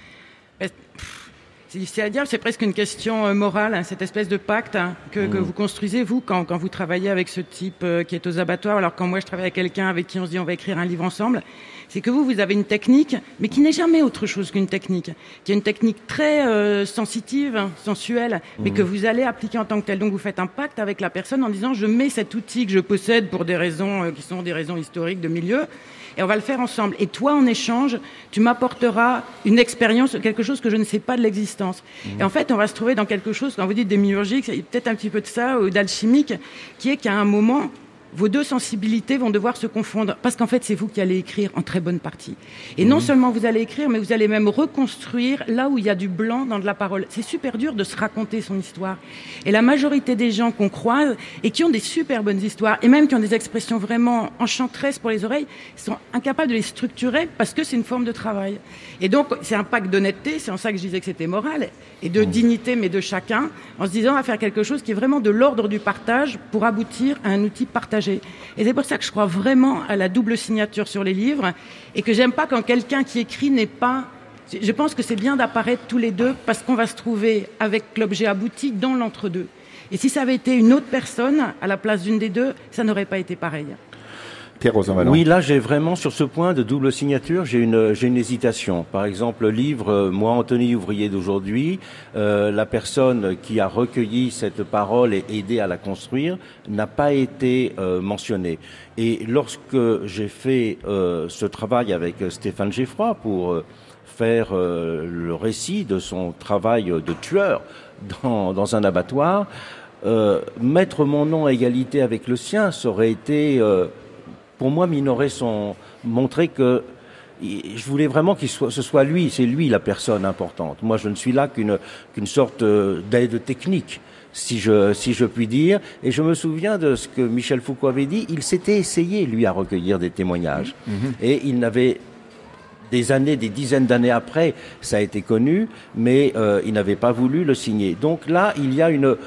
C'est difficile à dire, c'est presque une question morale, hein, cette espèce de pacte hein, que, mmh. que vous construisez, vous, quand, quand vous travaillez avec ce type euh, qui est aux abattoirs. Alors quand moi je travaille avec quelqu'un avec qui on se dit on va écrire un livre ensemble, c'est que vous, vous avez une technique, mais qui n'est jamais autre chose qu'une technique, qui est une technique très euh, sensitive, sensuelle, mmh. mais que vous allez appliquer en tant que telle. Donc vous faites un pacte avec la personne en disant je mets cet outil que je possède pour des raisons euh, qui sont des raisons historiques de milieu, et on va le faire ensemble. Et toi, en échange, tu m'apporteras une expérience, quelque chose que je ne sais pas de l'existence. Mmh. Et en fait, on va se trouver dans quelque chose, quand vous dites démiurgique, c'est peut-être un petit peu de ça, ou d'alchimique, qui est qu'à un moment, vos deux sensibilités vont devoir se confondre. Parce qu'en fait, c'est vous qui allez écrire en très bonne partie. Et mmh. non seulement vous allez écrire, mais vous allez même reconstruire là où il y a du blanc dans de la parole. C'est super dur de se raconter son histoire. Et la majorité des gens qu'on croise, et qui ont des super bonnes histoires, et même qui ont des expressions vraiment enchanteresses pour les oreilles, sont incapables de les structurer parce que c'est une forme de travail. Et donc, c'est un pacte d'honnêteté, c'est en ça que je disais que c'était moral, et de mmh. dignité, mais de chacun, en se disant à faire quelque chose qui est vraiment de l'ordre du partage pour aboutir à un outil partagé. Et c'est pour ça que je crois vraiment à la double signature sur les livres et que j'aime pas quand quelqu'un qui écrit n'est pas... Je pense que c'est bien d'apparaître tous les deux parce qu'on va se trouver avec l'objet abouti dans l'entre-deux. Et si ça avait été une autre personne à la place d'une des deux, ça n'aurait pas été pareil. Pierre Rosanvallon. Oui, là, j'ai vraiment, sur ce point de double signature, j'ai une, j'ai une hésitation. Par exemple, le livre « Moi, Anthony, ouvrier d'aujourd'hui euh, », la personne qui a recueilli cette parole et aidé à la construire n'a pas été euh, mentionnée. Et lorsque j'ai fait euh, ce travail avec Stéphane Geffroy pour euh, faire euh, le récit de son travail de tueur dans, dans un abattoir, euh, mettre mon nom à égalité avec le sien, ça aurait été... Euh, pour moi, minorer son, montrer que je voulais vraiment qu'il soit, ce soit lui, c'est lui la personne importante. Moi, je ne suis là qu'une, qu'une sorte d'aide technique, si je, si je puis dire. Et je me souviens de ce que Michel Foucault avait dit. Il s'était essayé, lui, à recueillir des témoignages. Mmh. Et il n'avait, des années, des dizaines d'années après, ça a été connu, mais euh, il n'avait pas voulu le signer. Donc là, il y a une,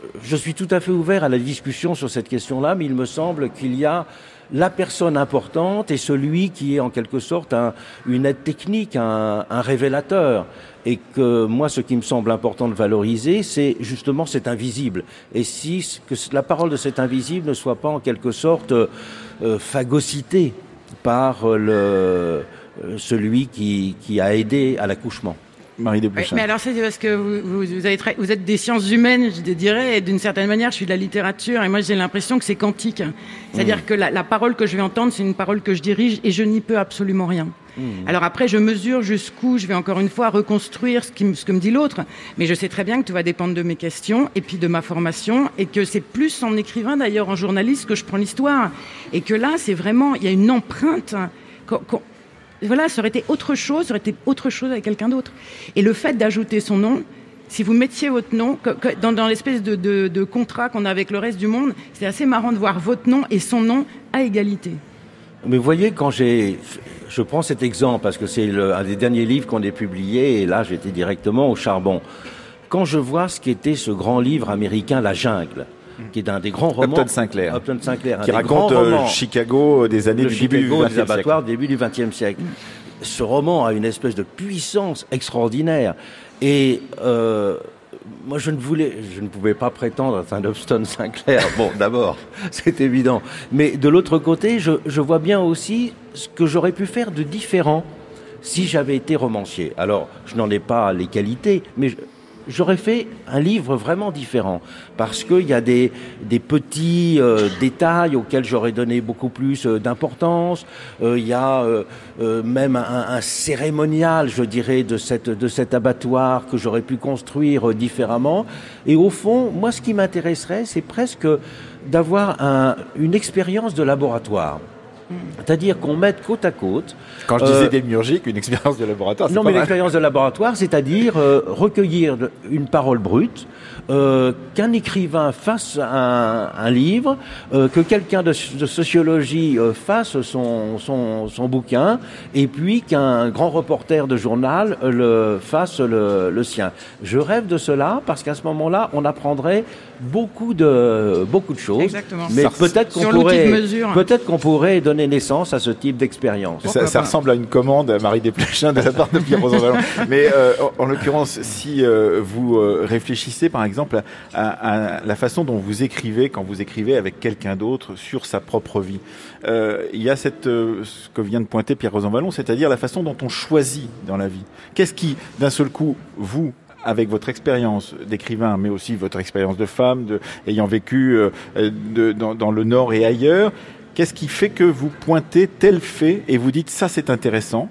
je suis tout à fait ouvert à la discussion sur cette question-là, mais il me semble qu'il y a la personne importante et celui qui est en quelque sorte un, une aide technique, un, un révélateur. Et que moi, ce qui me semble important de valoriser, c'est justement cet invisible. Et si que la parole de cet invisible ne soit pas en quelque sorte euh, phagocytée par le, euh, celui qui, qui a aidé à l'accouchement. Marie Desplechin. Oui, mais alors c'est parce que vous, vous, vous, avez tra- vous êtes des sciences humaines, je dirais, et d'une certaine manière, je suis de la littérature, et moi j'ai l'impression que c'est quantique. C'est-à-dire mmh. que la, la parole que je vais entendre, c'est une parole que je dirige, et je n'y peux absolument rien. Mmh. Alors après, je mesure jusqu'où je vais encore une fois reconstruire ce, qui, ce que me dit l'autre, mais je sais très bien que tout va dépendre de mes questions, et puis de ma formation, et que c'est plus en écrivain, d'ailleurs, en journaliste, que je prends l'histoire. Et que là, c'est vraiment, il y a une empreinte... Qu'on, qu'on, Voilà, ça aurait été autre chose, ça aurait été autre chose avec quelqu'un d'autre. Et le fait d'ajouter son nom, si vous mettiez votre nom, que, que, dans, dans l'espèce de, de, de contrat qu'on a avec le reste du monde, c'est assez marrant de voir votre nom et son nom à égalité. Mais vous voyez, quand j'ai... Je prends cet exemple parce que c'est le, un des derniers livres qu'on ait publié, et là j'étais directement au charbon. Quand je vois ce qu'était ce grand livre américain, La Jungle, qui est un des grands romans. Upton Sinclair. Upton Sinclair, qui raconte euh, Chicago des années du début du vingtième siècle. des abattoirs début du vingtième siècle. Ce roman a une espèce de puissance extraordinaire. Et euh, moi, je ne voulais, je ne pouvais pas prétendre être un Upton Sinclair. Bon, d'abord, c'est évident. Mais de l'autre côté, je, je vois bien aussi ce que j'aurais pu faire de différent si j'avais été romancier. Alors, je n'en ai pas les qualités, mais je, j'aurais fait un livre vraiment différent, parce qu'il y a des, des petits euh, détails auxquels j'aurais donné beaucoup plus euh, d'importance. Euh, il y a euh, euh, même un, un cérémonial, je dirais, de, cette, de cet abattoir que j'aurais pu construire euh, différemment. Et au fond, moi, ce qui m'intéresserait, c'est presque d'avoir un, une expérience de laboratoire. C'est-à-dire qu'on mette côte à côte... Quand je disais euh, démiurgique, une expérience de laboratoire, c'est non, pas mais mal. L'expérience de laboratoire, c'est-à-dire euh, recueillir une parole brute, euh, qu'un écrivain fasse un, un livre, euh, que quelqu'un de, de sociologie euh, fasse son, son, son bouquin, et puis qu'un grand reporter de journal euh, le, fasse le, le sien. Je rêve de cela, parce qu'à ce moment-là, on apprendrait beaucoup de, beaucoup de choses. Exactement. Mais ça, peut-être qu'on pourrait, peut-être qu'on pourrait donner naissance à ce type d'expérience. Ça, ça ressemble à une commande à Marie Desplechin de la part de Pierre Rosanvallon. Mais euh, en, en l'occurrence, si euh, vous euh, réfléchissez par exemple à, à, à la façon dont vous écrivez quand vous écrivez avec quelqu'un d'autre sur sa propre vie, euh, il y a cette, euh, ce que vient de pointer Pierre Rosanvallon, c'est-à-dire la façon dont on choisit dans la vie. Qu'est-ce qui, d'un seul coup, vous, avec votre expérience d'écrivain, mais aussi votre expérience de femme, de, ayant vécu euh, de, dans, dans le Nord et ailleurs, qu'est-ce qui fait que vous pointez tel fait et vous dites ça c'est intéressant,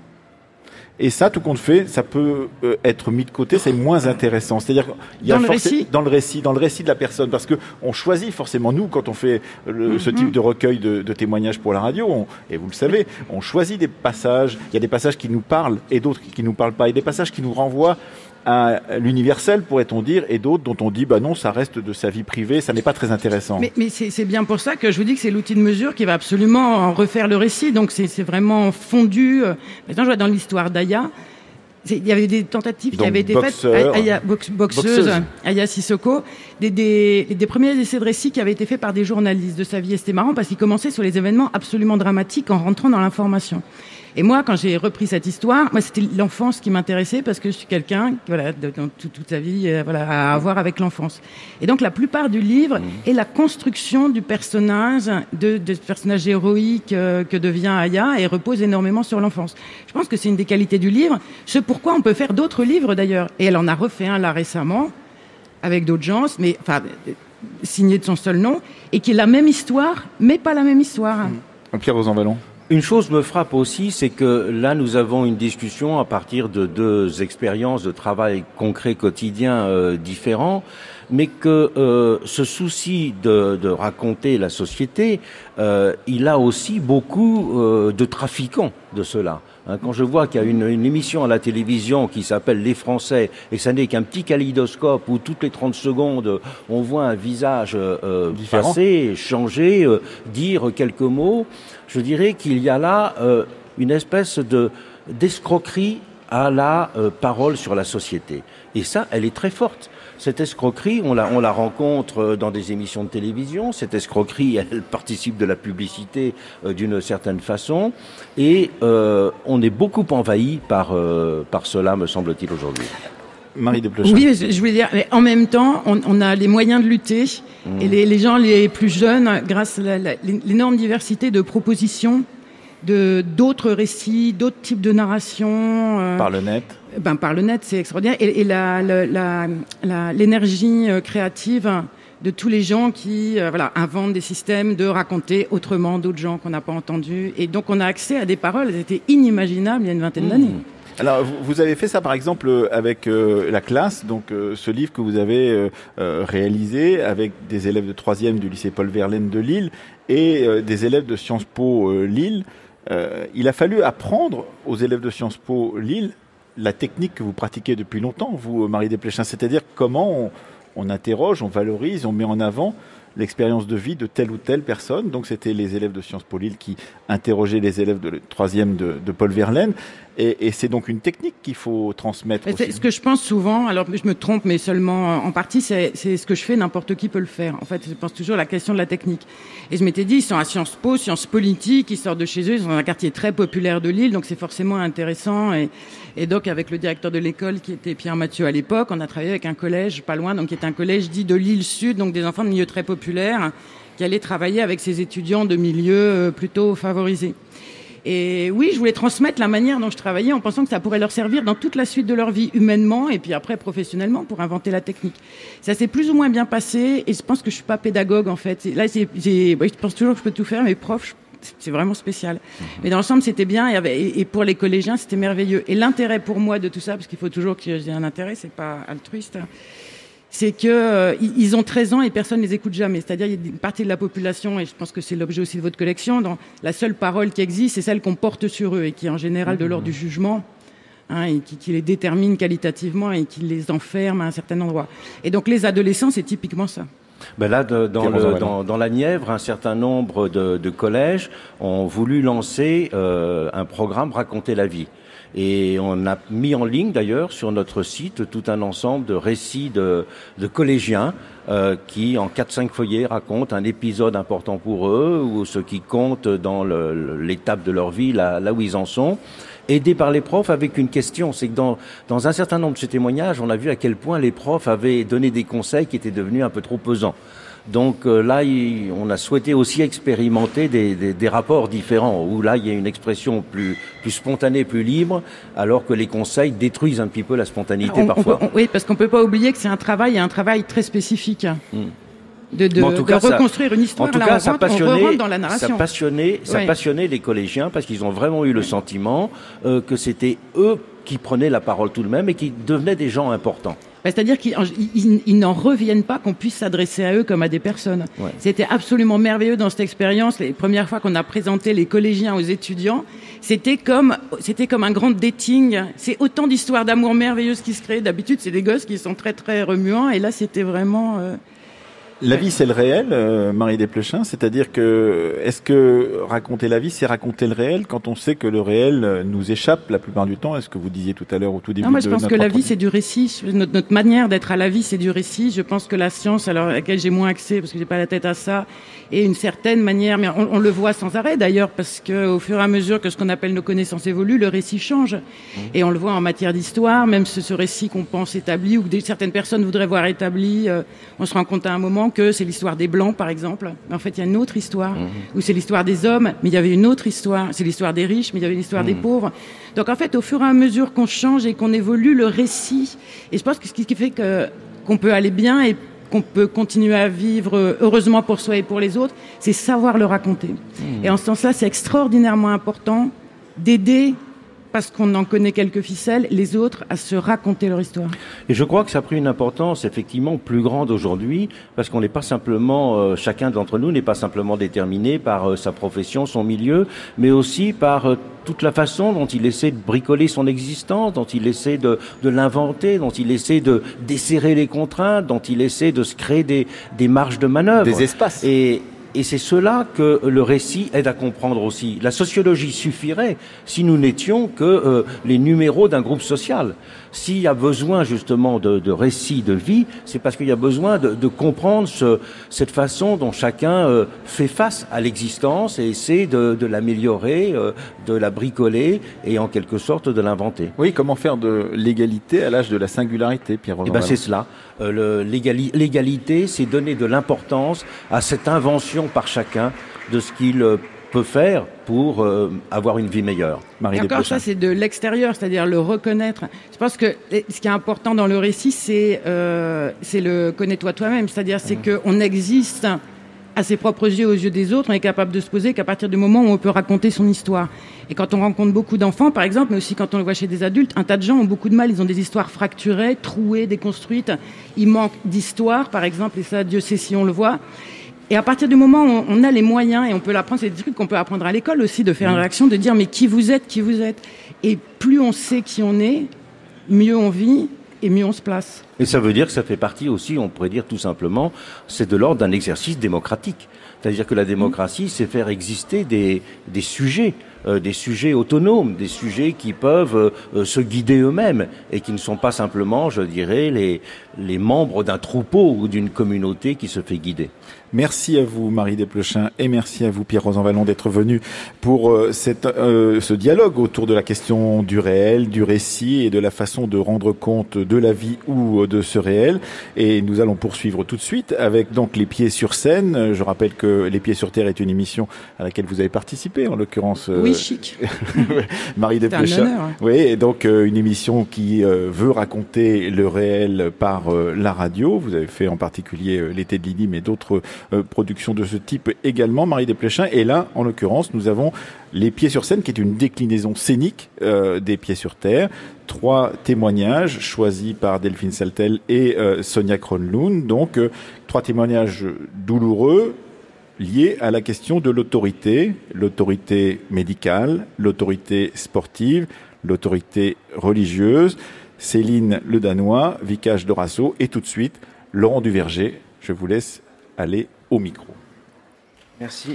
et ça tout compte fait ça peut euh, être mis de côté, c'est moins intéressant. C'est-à-dire il y a dans le forc- récit dans le récit, dans le récit de la personne, parce que on choisit forcément, nous quand on fait le, mm-hmm. ce type de recueil de, de témoignages pour la radio, on, et vous le savez, on choisit des passages. Il y a des passages qui nous parlent et d'autres qui, qui nous parlent pas, et des passages qui nous renvoient à l'universel, pourrait-on dire, et d'autres dont on dit bah non, ça reste de sa vie privée, ça n'est pas très intéressant. Mais, mais c'est, c'est bien pour ça que je vous dis que c'est l'outil de mesure qui va absolument refaire le récit. Donc c'est, c'est vraiment fondu. Maintenant, je vois dans l'histoire d'Aya, il y avait des tentatives Donc, qui avaient été boxeur, faites. Aya, box, boxeuse, boxeuse, Aya Sissoko, des, des, des premiers essais de récit qui avaient été faits par des journalistes de sa vie. Et c'était marrant parce qu'ils commençaient sur les événements absolument dramatiques en rentrant dans l'information. Et moi, quand j'ai repris cette histoire, moi, c'était l'enfance qui m'intéressait parce que je suis quelqu'un, voilà, de, dans toute, toute sa vie, euh, voilà, à avoir avec l'enfance. Et donc, la plupart du livre mmh. est la construction du personnage, de, de ce personnage héroïque euh, que devient Aya, et repose énormément sur l'enfance. Je pense que c'est une des qualités du livre. Ce pourquoi on peut faire d'autres livres, d'ailleurs. Et elle en a refait un, là, récemment, avec d'autres gens, mais, enfin, signé de son seul nom, et qui est la même histoire, mais pas la même histoire. Mmh. Pierre Rosanvallon. Une chose me frappe aussi, c'est que là, nous avons une discussion à partir de deux expériences de travail concret quotidien euh, différents, mais que euh, ce souci de, de raconter la société, euh, il a aussi beaucoup euh, de trafiquants de cela. Hein, quand je vois qu'il y a une, une émission à la télévision qui s'appelle Les Français, et ça n'est qu'un petit kaléidoscope où toutes les trente secondes, on voit un visage euh, passer, changer, euh, dire quelques mots, je dirais qu'il y a là euh, une espèce de d'escroquerie à la euh, parole sur la société. Et ça, elle est très forte. Cette escroquerie, on la, on la rencontre dans des émissions de télévision. Cette escroquerie, elle participe de la publicité euh, d'une certaine façon. Et euh, on est beaucoup envahi par, euh, par cela, me semble-t-il, aujourd'hui. Marie Desplechin. Oui, je voulais dire, mais en même temps, on, on a les moyens de lutter. Mmh. Et les, les gens les plus jeunes, grâce à la, la, l'énorme diversité de propositions, de d'autres récits, d'autres types de narration. Euh, par le net. Ben par le net, c'est extraordinaire. Et, et la, la, la, la, l'énergie créative de tous les gens qui, euh, voilà, inventent des systèmes de raconter autrement d'autres gens qu'on n'a pas entendus. Et donc on a accès à des paroles, elles étaient inimaginables il y a une vingtaine mmh. d'années. Alors, vous avez fait ça, par exemple, avec euh, la classe, donc euh, ce livre que vous avez euh, euh, réalisé avec des élèves de troisième du lycée Paul Verlaine de Lille et euh, des élèves de Sciences Po euh, Lille. Euh, il a fallu apprendre aux élèves de Sciences Po Lille la technique que vous pratiquez depuis longtemps, vous, Marie Desplechin, c'est-à-dire comment on, on interroge, on valorise, on met en avant l'expérience de vie de telle ou telle personne. Donc c'était les élèves de Sciences Po Lille qui interrogeaient les élèves de troisième de, de Paul Verlaine. Et, et c'est donc une technique qu'il faut transmettre c'est aussi. Ce que je pense souvent, alors je me trompe, mais seulement en partie, c'est, c'est ce que je fais, n'importe qui peut le faire. En fait, je pense toujours à la question de la technique. Et je m'étais dit, ils sont à Sciences Po, Sciences Politiques, ils sortent de chez eux, ils sont dans un quartier très populaire de Lille, donc c'est forcément intéressant. Et, et donc avec le directeur de l'école, qui était Pierre Mathieu à l'époque, on a travaillé avec un collège pas loin, donc qui est un collège dit de Lille Sud, donc des enfants de milieux très populaires, qui allaient travailler avec ces étudiants de milieux plutôt favorisés. Et oui, je voulais transmettre la manière dont je travaillais en pensant que ça pourrait leur servir dans toute la suite de leur vie, humainement et puis après professionnellement, pour inventer la technique. Ça s'est plus ou moins bien passé et je pense que je suis pas pédagogue en fait. Là, j'ai, j'ai, je pense toujours que je peux tout faire, mais prof, c'est vraiment spécial. Mmh. Mais dans l'ensemble, c'était bien et, et pour les collégiens, c'était merveilleux. Et l'intérêt pour moi de tout ça, parce qu'il faut toujours qu'il y ait un intérêt, c'est pas altruiste, c'est que euh, ils ont treize ans et personne ne les écoute jamais. C'est-à-dire, il y a une partie de la population, et je pense que c'est l'objet aussi de votre collection, dans la seule parole qui existe, c'est celle qu'on porte sur eux et qui est en général de l'ordre du jugement, hein, et qui, qui les détermine qualitativement et qui les enferme à un certain endroit. Et donc, les adolescents, c'est typiquement ça. Ben là, de, dans, le, dans, dans la Nièvre, un certain nombre de, de collèges ont voulu lancer euh, un programme Raconter la vie. Et on a mis en ligne d'ailleurs sur notre site tout un ensemble de récits de, de collégiens euh, qui, en quatre cinq feuillets, racontent un épisode important pour eux ou ce qui compte dans le, l'étape de leur vie, là, là où ils en sont. Aidés par les profs avec une question, c'est que dans, dans un certain nombre de ces témoignages, on a vu à quel point les profs avaient donné des conseils qui étaient devenus un peu trop pesants. Donc euh, là, il, on a souhaité aussi expérimenter des, des, des rapports différents, où là, il y a une expression plus, plus spontanée, plus libre, alors que les conseils détruisent un petit peu la spontanéité on, parfois. On peut, on, oui, parce qu'on peut pas oublier que c'est un travail, un travail très spécifique. Hmm. De, de, en tout cas, de reconstruire ça, une histoire. En tout là, cas, on ça rentre, passionnait, dans la narration. ça passionnait, ça ouais. passionnait les collégiens parce qu'ils ont vraiment eu le sentiment euh, que c'était eux qui prenaient la parole tout de même et qui devenaient des gens importants. C'est-à-dire qu'ils ils, ils n'en reviennent pas qu'on puisse s'adresser à eux comme à des personnes. Ouais. C'était absolument merveilleux dans cette expérience. Les premières fois qu'on a présenté les collégiens aux étudiants, c'était comme, c'était comme un grand dating. C'est autant d'histoires d'amour merveilleuses qui se créent. D'habitude, c'est des gosses qui sont très, très remuants. Et là, c'était vraiment... Euh... La vie, c'est le réel, euh, Marie Desplechin. C'est-à-dire que, est-ce que raconter la vie, c'est raconter le réel quand on sait que le réel nous échappe la plupart du temps? Est-ce que vous disiez tout à l'heure au tout début non, moi, de je pense notre que la entrevue. vie, c'est du récit. Notre, notre manière d'être à la vie, c'est du récit. Je pense que la science, alors, à laquelle j'ai moins accès, parce que j'ai pas la tête à ça, est une certaine manière, mais on, on le voit sans arrêt d'ailleurs, parce que au fur et à mesure que ce qu'on appelle nos connaissances évoluent, le récit change. Mmh. Et on le voit en matière d'histoire, même ce, ce récit qu'on pense établi, ou que des, certaines personnes voudraient voir établi, euh, on se rend compte à un moment que c'est l'histoire des Blancs, par exemple. Mais en fait, il y a une autre histoire, mmh. où c'est l'histoire des hommes, mais il y avait une autre histoire. C'est l'histoire des riches, mais il y avait une histoire mmh. des pauvres. Donc en fait, au fur et à mesure qu'on change et qu'on évolue, le récit, et je pense que ce qui fait que, qu'on peut aller bien et qu'on peut continuer à vivre heureusement pour soi et pour les autres, c'est savoir le raconter. Mmh. Et en ce sens-là, c'est extraordinairement important d'aider, parce qu'on en connaît quelques ficelles, les autres à se raconter leur histoire. Et je crois que ça a pris une importance effectivement plus grande aujourd'hui, parce qu'on n'est pas simplement, euh, chacun d'entre nous n'est pas simplement déterminé par euh, sa profession, son milieu, mais aussi par euh, toute la façon dont il essaie de bricoler son existence, dont il essaie de, de l'inventer, dont il essaie de desserrer les contraintes, dont il essaie de se créer des, des marges de manœuvre. Des espaces. Et et c'est cela que le récit aide à comprendre aussi. La sociologie suffirait si nous n'étions que euh, les numéros d'un groupe social. S'il y a besoin justement de, de récits de vie, c'est parce qu'il y a besoin de, de comprendre ce, cette façon dont chacun euh, fait face à l'existence et essaie de, de l'améliorer, euh, de la bricoler et en quelque sorte de l'inventer. Oui, comment faire de l'égalité à l'âge de la singularité, Pierre Rosanvallon ? Eh ben c'est cela. Euh, le, l'égali, l'égalité, c'est donner de l'importance à cette invention par chacun de ce qu'il euh, peut faire pour euh, avoir une vie meilleure. Marie Et encore ça, c'est de l'extérieur, c'est-à-dire le reconnaître. Je pense que ce qui est important dans le récit, c'est euh, c'est le connais-toi toi-même, c'est-à-dire c'est mmh. qu'on existe à ses propres yeux, aux yeux des autres, on est capable de se poser qu'à partir du moment où on peut raconter son histoire. Et quand on rencontre beaucoup d'enfants, par exemple, mais aussi quand on le voit chez des adultes, un tas de gens ont beaucoup de mal, ils ont des histoires fracturées, trouées, déconstruites, il manque d'histoire, par exemple, et ça, Dieu sait si on le voit. Et à partir du moment où on a les moyens, et on peut l'apprendre, c'est des trucs qu'on peut apprendre à l'école aussi, de faire une réaction, de dire mais qui vous êtes, qui vous êtes. Et plus on sait qui on est, mieux on vit et mieux on se place. Et ça veut dire que ça fait partie aussi, on pourrait dire tout simplement, c'est de l'ordre d'un exercice démocratique. C'est-à-dire que la démocratie, c'est faire exister des, des sujets, euh, des sujets autonomes, des sujets qui peuvent euh, se guider eux-mêmes et qui ne sont pas simplement, je dirais, les, les membres d'un troupeau ou d'une communauté qui se fait guider. Merci à vous, Marie Desplechin, et merci à vous, Pierre Rosanvallon, d'être venu pour euh, cette, euh, ce dialogue autour de la question du réel, du récit et de la façon de rendre compte de la vie ou de ce réel. Et nous allons poursuivre tout de suite avec donc Les Pieds sur scène. Je rappelle que Les Pieds sur terre est une émission à laquelle vous avez participé, en l'occurrence. Euh, oui, chic. Marie Desplechin. Honneur, hein. Oui, et donc euh, une émission qui euh, veut raconter le réel par euh, la radio. Vous avez fait en particulier euh, L'été de Lydie, mais d'autres Euh, production de ce type également, Marie Desplechin. Et là, en l'occurrence, nous avons Les Pieds sur scène, qui est une déclinaison scénique euh, des Pieds sur terre. Trois témoignages choisis par Delphine Saltel et euh, Sonia Kronlund. Donc, euh, trois témoignages douloureux liés à la question de l'autorité, l'autorité médicale, l'autorité sportive, l'autorité religieuse. Céline Le Danois, Vicage Dorasso et tout de suite, Laurent Duverger. Je vous laisse aller au micro. Merci.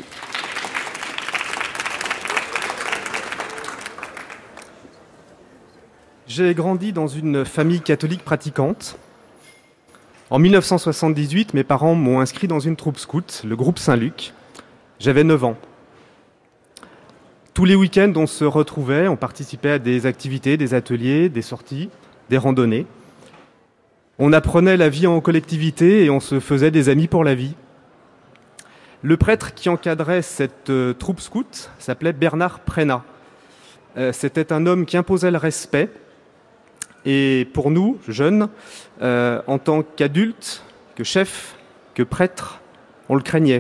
J'ai grandi dans une famille catholique pratiquante. En mille neuf cent soixante-dix-huit, mes parents m'ont inscrit dans une troupe scout, le groupe Saint-Luc. J'avais neuf ans. Tous les week-ends, on se retrouvait, on participait à des activités, des ateliers, des sorties, des randonnées. On apprenait la vie en collectivité et on se faisait des amis pour la vie. Le prêtre qui encadrait cette euh, troupe scout s'appelait Bernard Prénat. Euh, c'était un homme qui imposait le respect. Et pour nous, jeunes, euh, en tant qu'adultes, que chefs, que prêtres, on le craignait.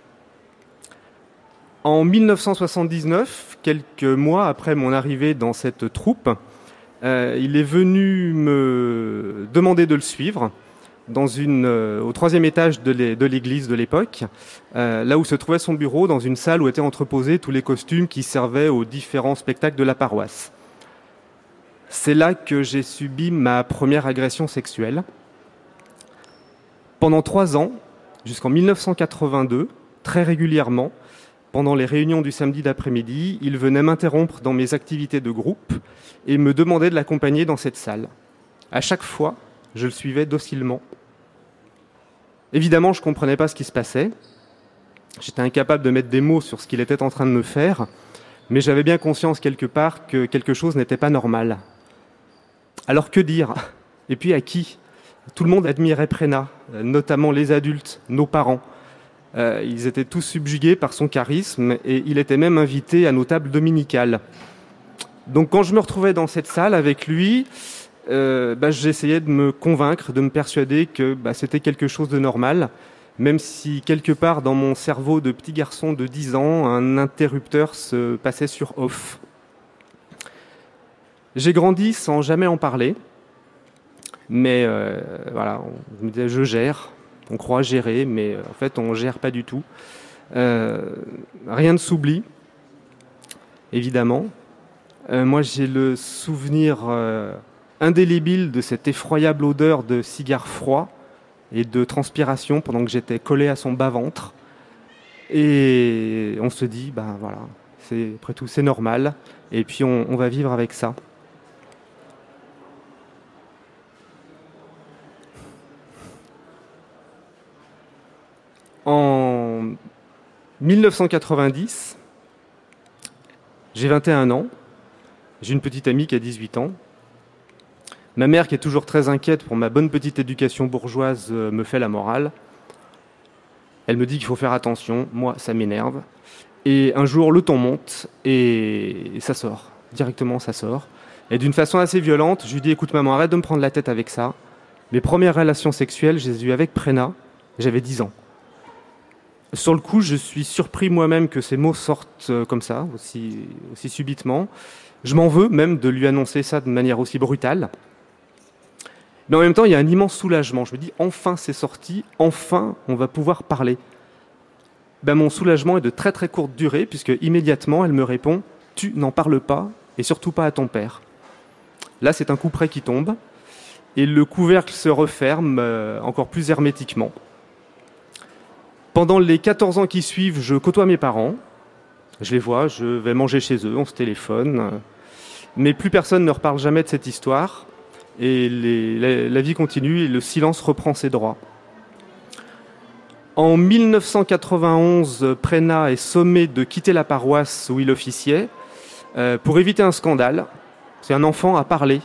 En mille neuf cent soixante-dix-neuf, quelques mois après mon arrivée dans cette troupe, euh, il est venu me demander de le suivre dans une, euh, au troisième étage de, l'é- de l'église de l'époque, euh, là où se trouvait son bureau, dans une salle où étaient entreposés tous les costumes qui servaient aux différents spectacles de la paroisse. C'est là que j'ai subi ma première agression sexuelle. Pendant trois ans, jusqu'en mille neuf cent quatre-vingt-deux, très régulièrement, pendant les réunions du samedi d'après-midi, il venait m'interrompre dans mes activités de groupe et me demandait de l'accompagner dans cette salle. À chaque fois, je le suivais docilement. Évidemment, je ne comprenais pas ce qui se passait. J'étais incapable de mettre des mots sur ce qu'il était en train de me faire, mais j'avais bien conscience quelque part que quelque chose n'était pas normal. Alors que dire ? Et puis à qui ? Tout le monde admirait Prénat, notamment les adultes, nos parents. Euh, ils étaient tous subjugués par son charisme et il était même invité à nos tables dominicales. Donc quand je me retrouvais dans cette salle avec lui, euh, bah, j'essayais de me convaincre, de me persuader que bah, c'était quelque chose de normal, même si quelque part dans mon cerveau de petit garçon de dix ans, un interrupteur se passait sur off. J'ai grandi sans jamais en parler, mais euh, voilà, on me disait je gère. On croit gérer, mais en fait, on ne gère pas du tout. Euh, rien ne s'oublie, évidemment. Euh, moi, j'ai le souvenir euh, indélébile de cette effroyable odeur de cigare froid et de transpiration pendant que j'étais collé à son bas-ventre. Et on se dit, ben voilà, c'est, après tout, c'est normal. Et puis on, on va vivre avec ça. En mille neuf cent quatre-vingt-dix, j'ai vingt et un ans. J'ai une petite amie qui a dix-huit ans. Ma mère, qui est toujours très inquiète pour ma bonne petite éducation bourgeoise, me fait la morale. Elle me dit qu'il faut faire attention. Moi, ça m'énerve. Et un jour, le ton monte et ça sort. Directement, ça sort. Et d'une façon assez violente, je lui dis, écoute maman, arrête de me prendre la tête avec ça. Mes premières relations sexuelles, je les ai eues avec Prena. J'avais dix ans. Sur le coup, je suis surpris moi-même que ces mots sortent comme ça, aussi, aussi subitement. Je m'en veux même de lui annoncer ça de manière aussi brutale. Mais en même temps, il y a un immense soulagement. Je me dis, enfin c'est sorti, enfin on va pouvoir parler. Ben, mon soulagement est de très très courte durée, puisque immédiatement elle me répond, tu n'en parles pas, et surtout pas à ton père. Là, c'est un coup près qui tombe, et le couvercle se referme euh, encore plus hermétiquement. Pendant les quatorze ans qui suivent, je côtoie mes parents. Je les vois, je vais manger chez eux, on se téléphone. Mais plus personne ne reparle jamais de cette histoire. Et les, la, la vie continue et le silence reprend ses droits. En mille neuf cent quatre-vingt-onze, Prena est sommé de quitter la paroisse où il officiait euh, pour éviter un scandale. C'est un enfant à parler.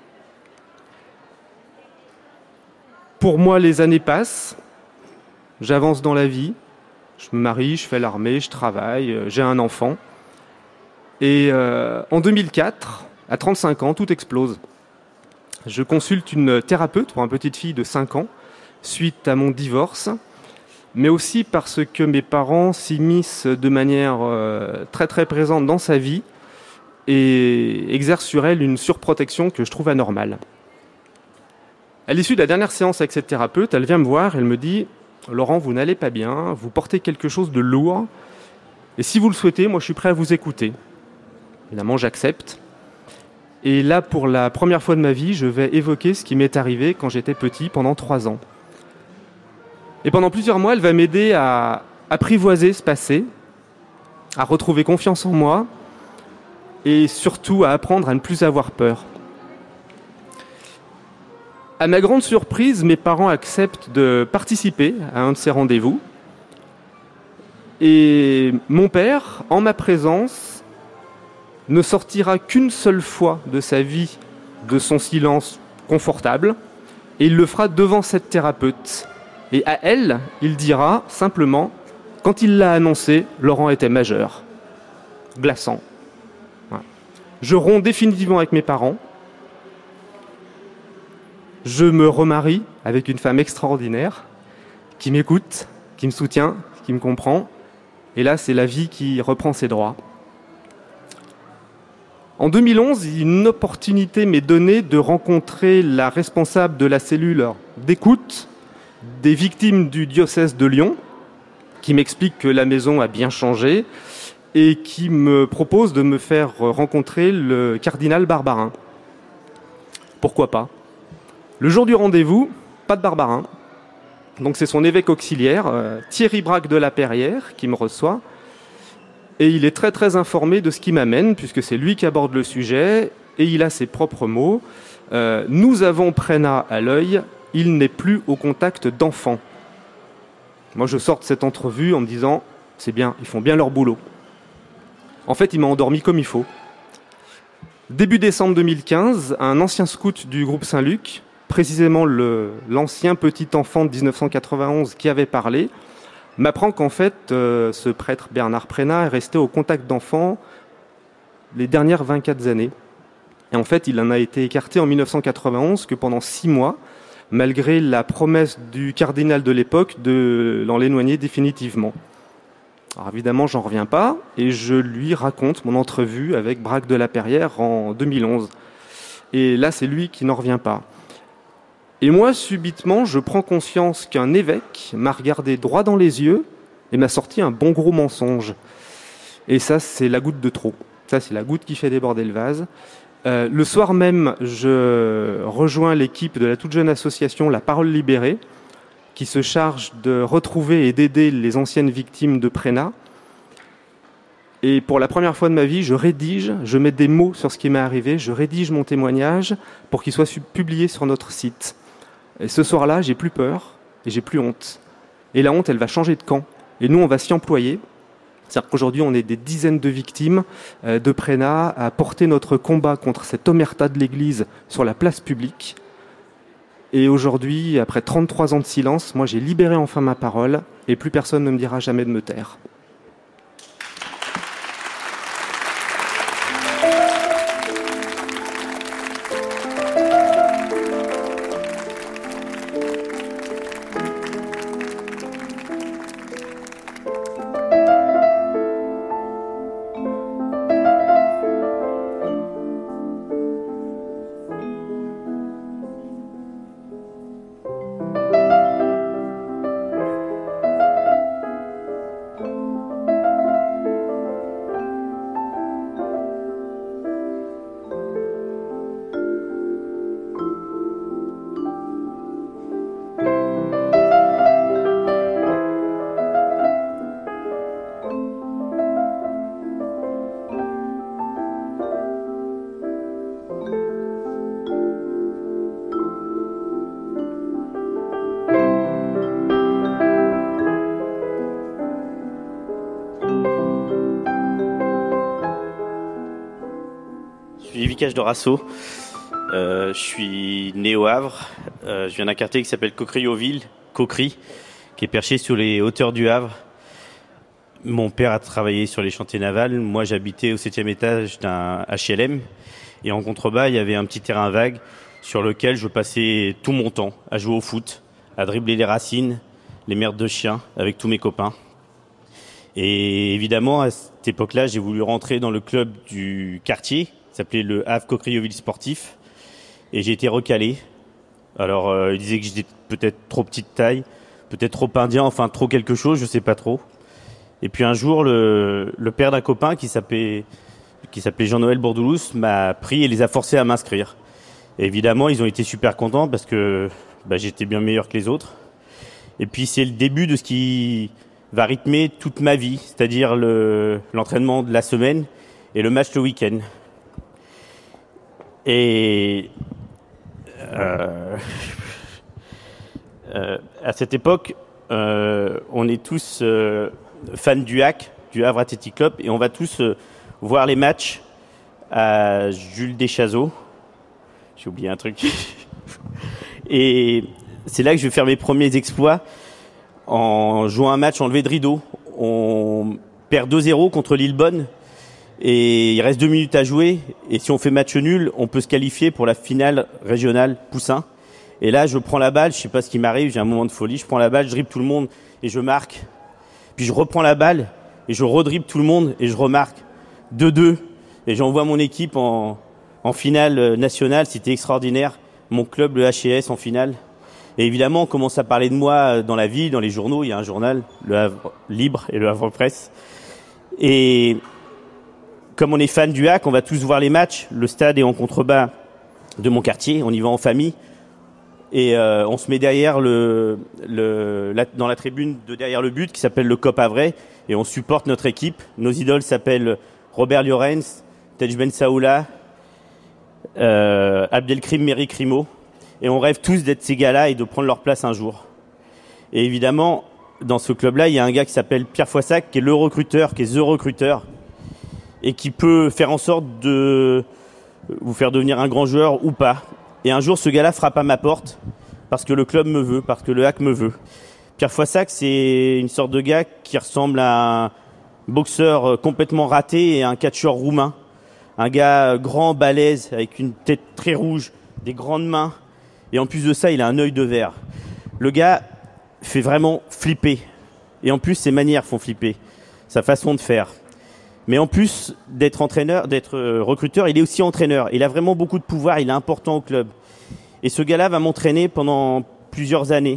Pour moi, les années passent. J'avance dans la vie, je me marie, je fais l'armée, je travaille, j'ai un enfant. Et euh, en deux mille quatre, à trente-cinq ans, tout explose. Je consulte une thérapeute pour une petite fille de cinq ans, suite à mon divorce, mais aussi parce que mes parents s'immiscent de manière euh, très très présente dans sa vie et exercent sur elle une surprotection que je trouve anormale. À l'issue de la dernière séance avec cette thérapeute, elle vient me voir, elle me dit « Laurent, vous n'allez pas bien, vous portez quelque chose de lourd, et si vous le souhaitez, moi je suis prêt à vous écouter. » Évidemment, j'accepte. Et là, pour la première fois de ma vie, je vais évoquer ce qui m'est arrivé quand j'étais petit, pendant trois ans. Et pendant plusieurs mois, elle va m'aider à apprivoiser ce passé, à retrouver confiance en moi, et surtout à apprendre à ne plus avoir peur. À ma grande surprise, mes parents acceptent de participer à un de ces rendez-vous. Et mon père, en ma présence, ne sortira qu'une seule fois de sa vie de son silence confortable, et il le fera devant cette thérapeute. Et à elle, il dira simplement, quand il l'a annoncé, Laurent était majeur. Glaçant. Voilà. Je romps définitivement avec mes parents. Je me remarie avec une femme extraordinaire qui m'écoute, qui me soutient, qui me comprend. Et là, c'est la vie qui reprend ses droits. En deux mille onze, une opportunité m'est donnée de rencontrer la responsable de la cellule d'écoute des victimes du diocèse de Lyon, qui m'explique que la maison a bien changé et qui me propose de me faire rencontrer le cardinal Barbarin. Pourquoi pas ? Le jour du rendez-vous, pas de Barbarin. Donc c'est son évêque auxiliaire, euh, Thierry Braque de la Perrière, qui me reçoit. Et il est très très informé de ce qui m'amène, puisque c'est lui qui aborde le sujet, et il a ses propres mots. Euh, nous avons Prena à l'œil, il n'est plus au contact d'enfants. Moi je sors de cette entrevue en me disant, c'est bien, ils font bien leur boulot. En fait, il m'a endormi comme il faut. Début décembre deux mille quinze, un ancien scout du groupe Saint-Luc, précisément le, l'ancien petit enfant de dix-neuf cent quatre-vingt-onze qui avait parlé, m'apprend qu'en fait, euh, ce prêtre Bernard Prena est resté au contact d'enfants les dernières vingt-quatre années. Et en fait, il en a été écarté en dix-neuf cent quatre-vingt-onze que pendant six mois, malgré la promesse du cardinal de l'époque de l'en éloigner définitivement. Alors évidemment, j'en reviens pas, et je lui raconte mon entrevue avec Braque de la Perrière en deux mille onze. Et là, c'est lui qui n'en revient pas. Et moi, subitement, je prends conscience qu'un évêque m'a regardé droit dans les yeux et m'a sorti un bon gros mensonge. Et ça, c'est la goutte de trop. Ça, c'est la goutte qui fait déborder le vase. Euh, le soir même, je rejoins l'équipe de la toute jeune association La Parole Libérée, qui se charge de retrouver et d'aider les anciennes victimes de Prénat. Et pour la première fois de ma vie, je rédige, je mets des mots sur ce qui m'est arrivé, je rédige mon témoignage pour qu'il soit publié sur notre site. Et ce soir-là, j'ai plus peur et j'ai plus honte. Et la honte, elle va changer de camp. Et nous, on va s'y employer. C'est-à-dire qu'aujourd'hui, on est des dizaines de victimes de Prénat à porter notre combat contre cette omerta de l'Église sur la place publique. Et aujourd'hui, après trente-trois ans de silence, moi, j'ai libéré enfin ma parole et plus personne ne me dira jamais de me taire. De Rasso. Euh, je suis né au Havre. Euh, je viens d'un quartier qui s'appelle Cocriauville, Cocry, qui est perché sur les hauteurs du Havre. Mon père a travaillé sur les chantiers navals. Moi, j'habitais au septième étage d'un H L M. Et en contrebas, il y avait un petit terrain vague sur lequel je passais tout mon temps à jouer au foot, à dribbler les racines, les merdes de chiens avec tous mes copains. Et évidemment, à cette époque-là, j'ai voulu rentrer dans le club du quartier, qui s'appelait le Havre Cocriauville Sportif, et j'ai été recalé. Alors, euh, il disait que j'étais peut-être trop petite taille, peut-être trop indien, enfin trop quelque chose, je sais pas trop. Et puis un jour, le, le père d'un copain qui s'appelait, qui s'appelait Jean-Noël Bourdoulouse m'a pris et les a forcés à m'inscrire. Et évidemment, ils ont été super contents parce que bah, j'étais bien meilleur que les autres. Et puis c'est le début de ce qui va rythmer toute ma vie, c'est-à-dire le, l'entraînement de la semaine et le match le week-end. Et euh, euh, à cette époque, euh, on est tous euh, fans du H A C, du Havre Athletic Club, et on va tous euh, voir les matchs à Jules Deschazos. J'ai oublié un truc. Et c'est là que je vais faire mes premiers exploits en jouant un match en levée de rideau. On perd deux zéro contre Lillebonne. Et il reste deux minutes à jouer. Et si on fait match nul, on peut se qualifier pour la finale régionale Poussin. Et là, je prends la balle. Je sais pas ce qui m'arrive. J'ai un moment de folie. Je prends la balle, je dribble tout le monde et je marque. Puis je reprends la balle et je redribble tout le monde et je remarque. deux deux. Et j'envoie mon équipe en, en finale nationale. C'était extraordinaire. Mon club, le H C S, en finale. Et évidemment, on commence à parler de moi dans la ville, dans les journaux. Il y a un journal, le Havre Libre et le Havre Presse. Et comme on est fan du H A C, on va tous voir les matchs. Le stade est en contrebas de mon quartier. On y va en famille. Et euh, on se met derrière le, le, la, dans la tribune de derrière le but qui s'appelle le Cop Havrais. Et on supporte notre équipe. Nos idoles s'appellent Robert Llorens, Tej Ben Saoula, euh, Abdelkrim Meri Krimo. Et on rêve tous d'être ces gars-là et de prendre leur place un jour. Et évidemment, dans ce club-là, il y a un gars qui s'appelle Pierre Foissac, qui est le recruteur, qui est the recruteur, et qui peut faire en sorte de vous faire devenir un grand joueur ou pas. Et un jour, ce gars-là frappe à ma porte parce que le club me veut, parce que le H A C me veut. Pierre Foissac, c'est une sorte de gars qui ressemble à un boxeur complètement raté et un catcheur roumain. Un gars grand, balèze, avec une tête très rouge, des grandes mains. Et en plus de ça, il a un œil de verre. Le gars fait vraiment flipper. Et en plus, ses manières font flipper. Sa façon de faire. Mais en plus d'être entraîneur, d'être recruteur, il est aussi entraîneur. Il a vraiment beaucoup de pouvoir, il est important au club. Et ce gars-là va m'entraîner pendant plusieurs années.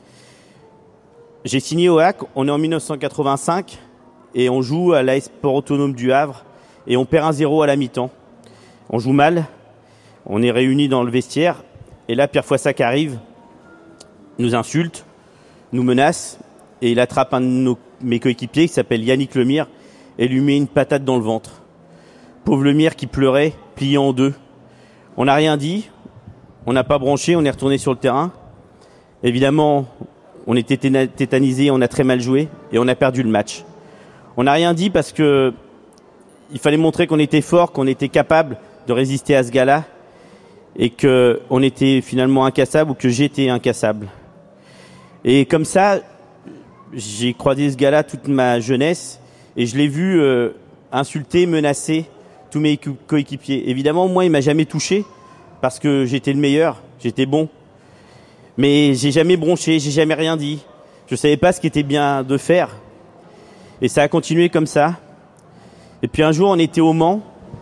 J'ai signé au H A C, on est en dix-neuf cent quatre-vingt-cinq, et on joue à l'A S Sport Autonome du Havre, et on perd un zéro à la mi-temps. On joue mal, on est réunis dans le vestiaire, et là Pierre Foissac arrive, nous insulte, nous menace et il attrape un de nos, mes coéquipiers qui s'appelle Yannick Lemire et lui met une patate dans le ventre. Pauvre Lemire qui pleurait, plié en deux. On n'a rien dit, on n'a pas bronché, on est retourné sur le terrain. Évidemment, on était tétanisé, on a très mal joué et on a perdu le match. On n'a rien dit parce que il fallait montrer qu'on était fort, qu'on était capable de résister à ce gars-là et qu'on était finalement incassable ou que j'étais incassable. Et comme ça, j'ai croisé ce gars-là toute ma jeunesse et je l'ai vu euh, insulter, menacer tous mes coéquipiers. Évidemment, moi, il m'a jamais touché parce que j'étais le meilleur, j'étais bon. Mais j'ai jamais bronché, j'ai jamais rien dit. Je savais pas ce qui était bien de faire. Et ça a continué comme ça. Et puis un jour, on était au Mans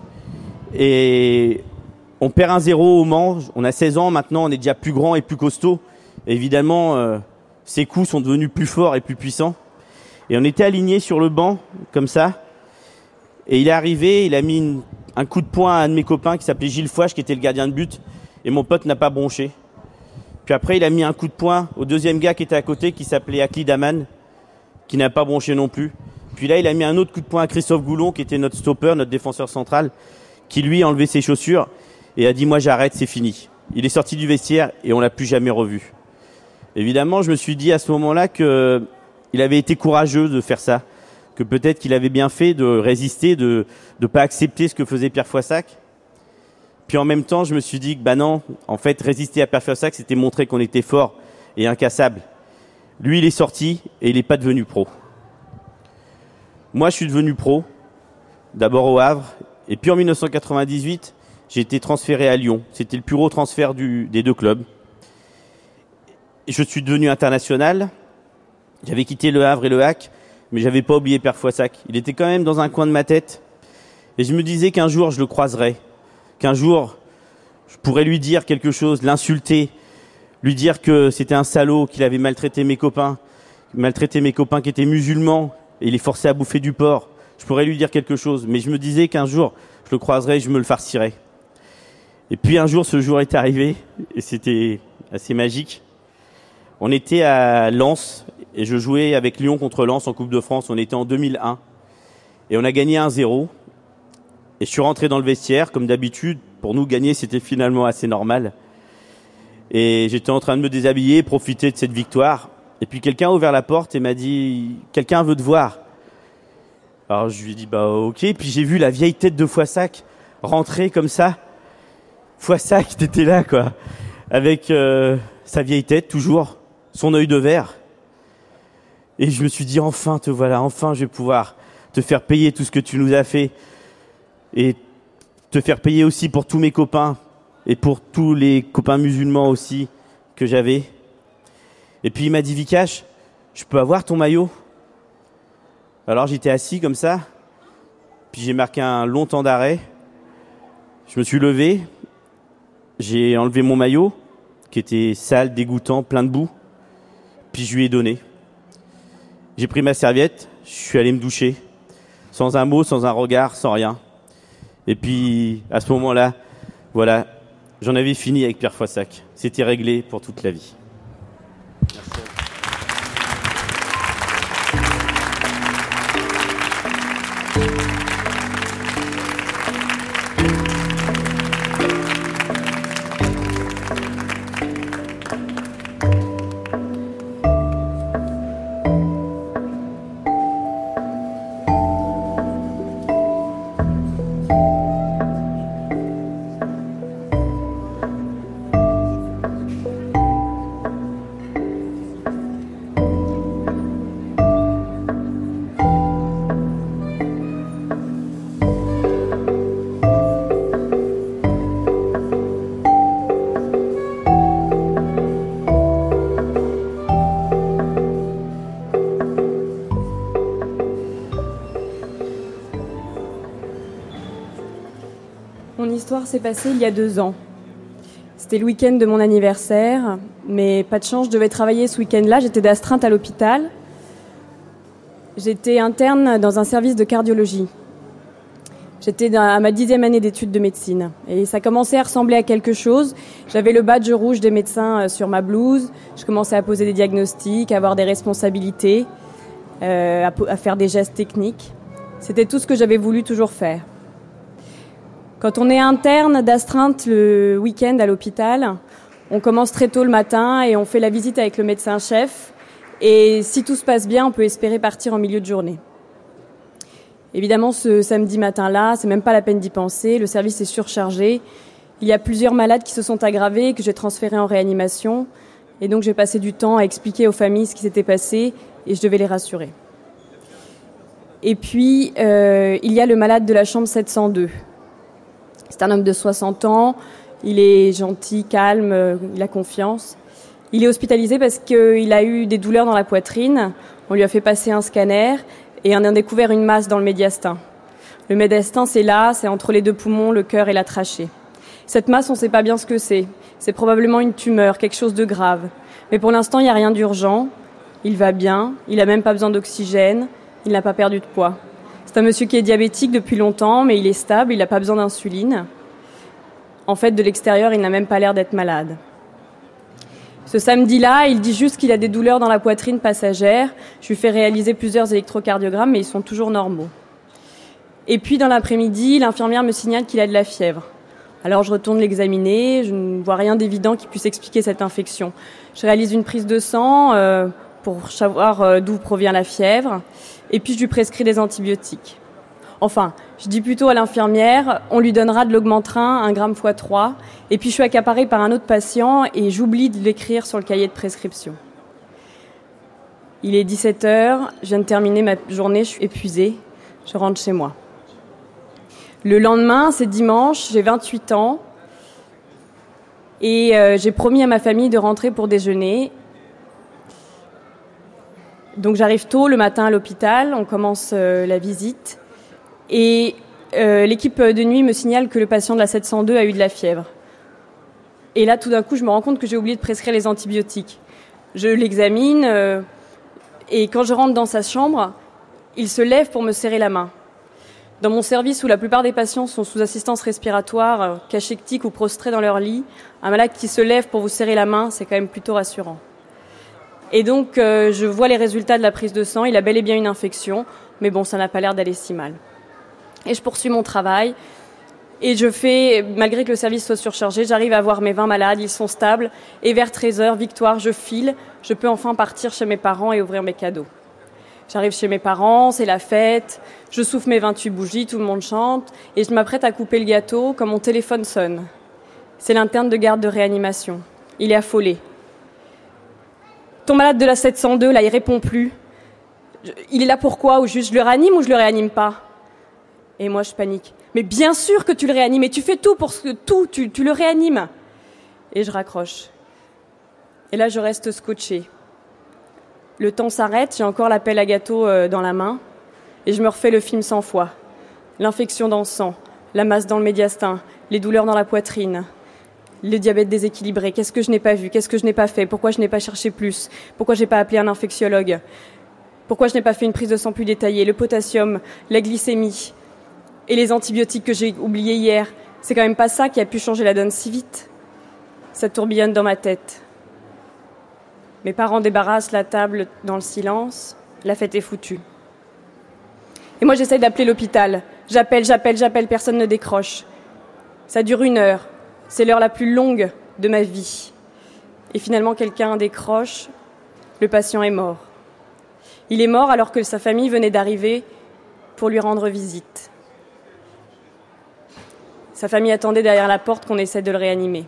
et on perd un zéro au Mans. On a seize ans maintenant, on est déjà plus grand et plus costaud. Et évidemment, euh, ses coups sont devenus plus forts et plus puissants. Et on était alignés sur le banc, comme ça. Et il est arrivé, il a mis une, un coup de poing à un de mes copains qui s'appelait Gilles Fouache, qui était le gardien de but. Et mon pote n'a pas bronché. Puis après, il a mis un coup de poing au deuxième gars qui était à côté, qui s'appelait Akli Daman, qui n'a pas bronché non plus. Puis là, il a mis un autre coup de poing à Christophe Goulon, qui était notre stopper, notre défenseur central, qui lui a enlevé ses chaussures et a dit « Moi, j'arrête, c'est fini ». Il est sorti du vestiaire et on l'a plus jamais revu. Évidemment, je me suis dit à ce moment-là que il avait été courageux de faire ça, que peut-être qu'il avait bien fait de résister, de ne pas accepter ce que faisait Pierre Froissac. Puis en même temps, je me suis dit que bah non, en fait, résister à Pierre Froissac, c'était montrer qu'on était fort et incassable. Lui, il est sorti et il n'est pas devenu pro. Moi, je suis devenu pro, d'abord au Havre, et puis en dix-neuf cent quatre-vingt-dix-huit, j'ai été transféré à Lyon. C'était le plus gros transfert du, des deux clubs. Et je suis devenu international. J'avais quitté le Havre et le Hack, mais j'avais pas oublié Pierre Froissac. Il était quand même dans un coin de ma tête. Et je me disais qu'un jour, je le croiserais. Qu'un jour, je pourrais lui dire quelque chose, l'insulter, lui dire que c'était un salaud, qu'il avait maltraité mes copains, maltraité mes copains qui étaient musulmans, et les forçait à bouffer du porc. Je pourrais lui dire quelque chose, mais je me disais qu'un jour, je le croiserais, je me le farcirais. Et puis un jour, ce jour est arrivé, et c'était assez magique. On était à Lens, et je jouais avec Lyon contre Lens en Coupe de France. On était en deux mille un, et on a gagné un zéro. Et je suis rentré dans le vestiaire, comme d'habitude. Pour nous, gagner, c'était finalement assez normal. Et j'étais en train de me déshabiller, profiter de cette victoire. Et puis quelqu'un a ouvert la porte et m'a dit « Quelqu'un veut te voir ». Alors je lui ai dit « Bah ok ». Puis j'ai vu la vieille tête de Froissac rentrer comme ça. Froissac, t'étais là, quoi. Avec euh, sa vieille tête, toujours, son œil de verre. Et je me suis dit « Enfin, te voilà, enfin, je vais pouvoir te faire payer tout ce que tu nous as fait. » Et te faire payer aussi pour tous mes copains et pour tous les copains musulmans aussi que j'avais. Et puis il m'a dit « Vikash, je peux avoir ton maillot ?» Alors j'étais assis comme ça, puis j'ai marqué un long temps d'arrêt. Je me suis levé, j'ai enlevé mon maillot, qui était sale, dégoûtant, plein de boue, puis je lui ai donné. J'ai pris ma serviette, je suis allé me doucher, sans un mot, sans un regard, sans rien. Et puis, à ce moment-là, voilà, j'en avais fini avec Pierre Froissac. C'était réglé pour toute la vie. L'histoire s'est passée il y a deux ans. C'était le week-end de mon anniversaire, mais pas de chance, je devais travailler ce week-end-là. J'étais d'astreinte à l'hôpital. J'étais interne dans un service de cardiologie. J'étais dans, à ma dixième année d'études de médecine et ça commençait à ressembler à quelque chose. J'avais le badge rouge des médecins sur ma blouse, je commençais à poser des diagnostics, à avoir des responsabilités, euh, à, à faire des gestes techniques. C'était tout ce que j'avais voulu toujours faire. Quand on est interne d'astreinte le week-end à l'hôpital, on commence très tôt le matin et on fait la visite avec le médecin-chef. Et si tout se passe bien, on peut espérer partir en milieu de journée. Évidemment, ce samedi matin-là, c'est même pas la peine d'y penser. Le service est surchargé. Il y a plusieurs malades qui se sont aggravés, que j'ai transférés en réanimation. Et donc, j'ai passé du temps à expliquer aux familles ce qui s'était passé et je devais les rassurer. Et puis, euh, il y a le malade de la chambre sept cent deux. C'est un homme de soixante ans, il est gentil, calme, il a confiance. Il est hospitalisé parce qu'il a eu des douleurs dans la poitrine. On lui a fait passer un scanner et on a découvert une masse dans le médiastin. Le médiastin, c'est là, c'est entre les deux poumons, le cœur et la trachée. Cette masse, on ne sait pas bien ce que c'est. C'est probablement une tumeur, quelque chose de grave. Mais pour l'instant, il n'y a rien d'urgent. Il va bien, il n'a même pas besoin d'oxygène, il n'a pas perdu de poids. C'est un monsieur qui est diabétique depuis longtemps, mais il est stable, il n'a pas besoin d'insuline. En fait, de l'extérieur, il n'a même pas l'air d'être malade. Ce samedi-là, il dit juste qu'il a des douleurs dans la poitrine passagère. Je lui fais réaliser plusieurs électrocardiogrammes, mais ils sont toujours normaux. Et puis, dans l'après-midi, l'infirmière me signale qu'il a de la fièvre. Alors, je retourne l'examiner. Je ne vois rien d'évident qui puisse expliquer cette infection. Je réalise une prise de sang euh, pour savoir euh, d'où provient la fièvre. Et puis, je lui prescris des antibiotiques. Enfin, je dis plutôt à l'infirmière, on lui donnera de l'augmentrin, un gramme fois trois. Et puis, je suis accaparée par un autre patient et j'oublie de l'écrire sur le cahier de prescription. Il est dix-sept heures, je viens de terminer ma journée, je suis épuisée. Je rentre chez moi. Le lendemain, c'est dimanche, j'ai vingt-huit ans. Et euh, j'ai promis à ma famille de rentrer pour déjeuner. Donc j'arrive tôt le matin à l'hôpital, on commence euh, la visite. Et euh, l'équipe de nuit me signale que le patient de la sept cent deux a eu de la fièvre. Et là, tout d'un coup, je me rends compte que j'ai oublié de prescrire les antibiotiques. Je l'examine euh, et quand je rentre dans sa chambre, il se lève pour me serrer la main. Dans mon service où la plupart des patients sont sous assistance respiratoire, euh, cachectique ou prostrés dans leur lit, un malade qui se lève pour vous serrer la main, c'est quand même plutôt rassurant. Et donc, euh, je vois les résultats de la prise de sang. Il a bel et bien une infection, mais bon, ça n'a pas l'air d'aller si mal. Et je poursuis mon travail. Et je fais, malgré que le service soit surchargé, j'arrive à voir mes vingt malades, ils sont stables. Et vers treize heures, victoire, je file. Je peux enfin partir chez mes parents et ouvrir mes cadeaux. J'arrive chez mes parents, c'est la fête. Je souffle mes vingt-huit bougies, tout le monde chante. Et je m'apprête à couper le gâteau quand mon téléphone sonne. C'est l'interne de garde de réanimation. Il est affolé. Ton malade de la sept cent deux, là, il répond plus. Il est là pourquoi? Ou juste je le réanime ou je le réanime pas? Et moi, je panique. Mais bien sûr que tu le réanimes et tu fais tout pour ce que tout, tu, tu le réanimes. Et je raccroche. Et là, je reste scotchée. Le temps s'arrête, j'ai encore l'appel à gâteau euh, dans la main et je me refais le film cent fois. L'infection dans le sang, la masse dans le médiastin, les douleurs dans la poitrine, le diabète déséquilibré. Qu'est-ce que je n'ai pas vu? Qu'est-ce que je n'ai pas fait? Pourquoi je n'ai pas cherché plus? Pourquoi je n'ai pas appelé un infectiologue? Pourquoi je n'ai pas fait une prise de sang plus détaillée? Le potassium, la glycémie et les antibiotiques que j'ai oubliés hier. C'est quand même pas ça qui a pu changer la donne si vite. Ça tourbillonne dans ma tête. Mes parents débarrassent la table dans le silence. La fête est foutue. Et moi, j'essaye d'appeler l'hôpital. J'appelle, j'appelle, j'appelle, personne ne décroche. Ça dure une heure. C'est l'heure la plus longue de ma vie. Et finalement, quelqu'un décroche. Le patient est mort. Il est mort alors que sa famille venait d'arriver pour lui rendre visite. Sa famille attendait derrière la porte qu'on essaie de le réanimer.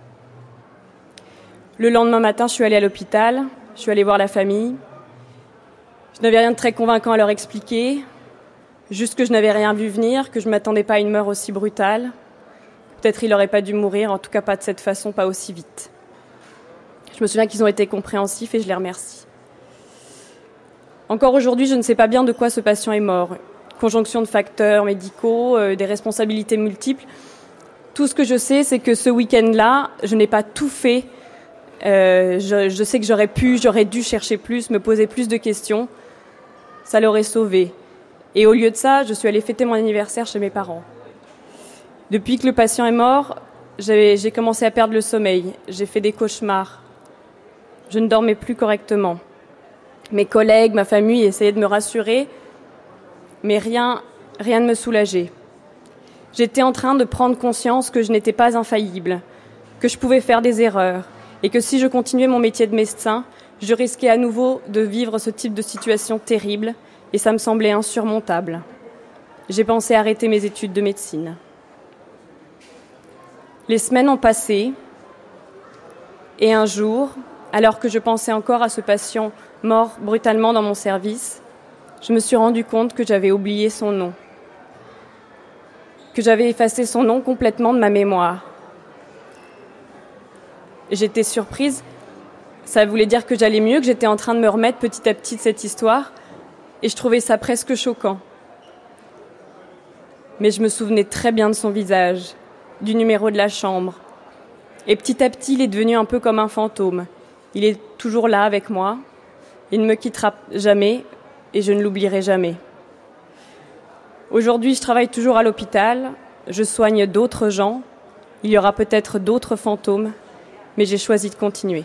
Le lendemain matin, je suis allée à l'hôpital, je suis allée voir la famille. Je n'avais rien de très convaincant à leur expliquer, juste que je n'avais rien vu venir, que je ne m'attendais pas à une mort aussi brutale. Peut-être il n'aurait pas dû mourir, en tout cas pas de cette façon, pas aussi vite. Je me souviens qu'ils ont été compréhensifs et je les remercie. Encore aujourd'hui, je ne sais pas bien de quoi ce patient est mort. Conjonction de facteurs médicaux, euh, des responsabilités multiples. Tout ce que je sais, c'est que ce week-end-là, je n'ai pas tout fait. Euh, je, je sais que j'aurais pu, j'aurais dû chercher plus, me poser plus de questions. Ça l'aurait sauvé. Et au lieu de ça, je suis allée fêter mon anniversaire chez mes parents. Depuis que le patient est mort, j'ai, j'ai commencé à perdre le sommeil. J'ai fait des cauchemars. Je ne dormais plus correctement. Mes collègues, ma famille essayaient de me rassurer, mais rien, rien ne me soulageait. J'étais en train de prendre conscience que je n'étais pas infaillible, que je pouvais faire des erreurs, et que si je continuais mon métier de médecin, je risquais à nouveau de vivre ce type de situation terrible, et ça me semblait insurmontable. J'ai pensé arrêter mes études de médecine. Les semaines ont passé, et un jour, alors que je pensais encore à ce patient mort brutalement dans mon service, je me suis rendu compte que j'avais oublié son nom, que j'avais effacé son nom complètement de ma mémoire. J'étais surprise. Ça voulait dire que j'allais mieux, que j'étais en train de me remettre petit à petit de cette histoire, et je trouvais ça presque choquant. Mais je me souvenais très bien de son visage, du numéro de la chambre. Et petit à petit, il est devenu un peu comme un fantôme. Il est toujours là avec moi. Il ne me quittera jamais et je ne l'oublierai jamais. Aujourd'hui, je travaille toujours à l'hôpital. Je soigne d'autres gens. Il y aura peut-être d'autres fantômes, mais j'ai choisi de continuer.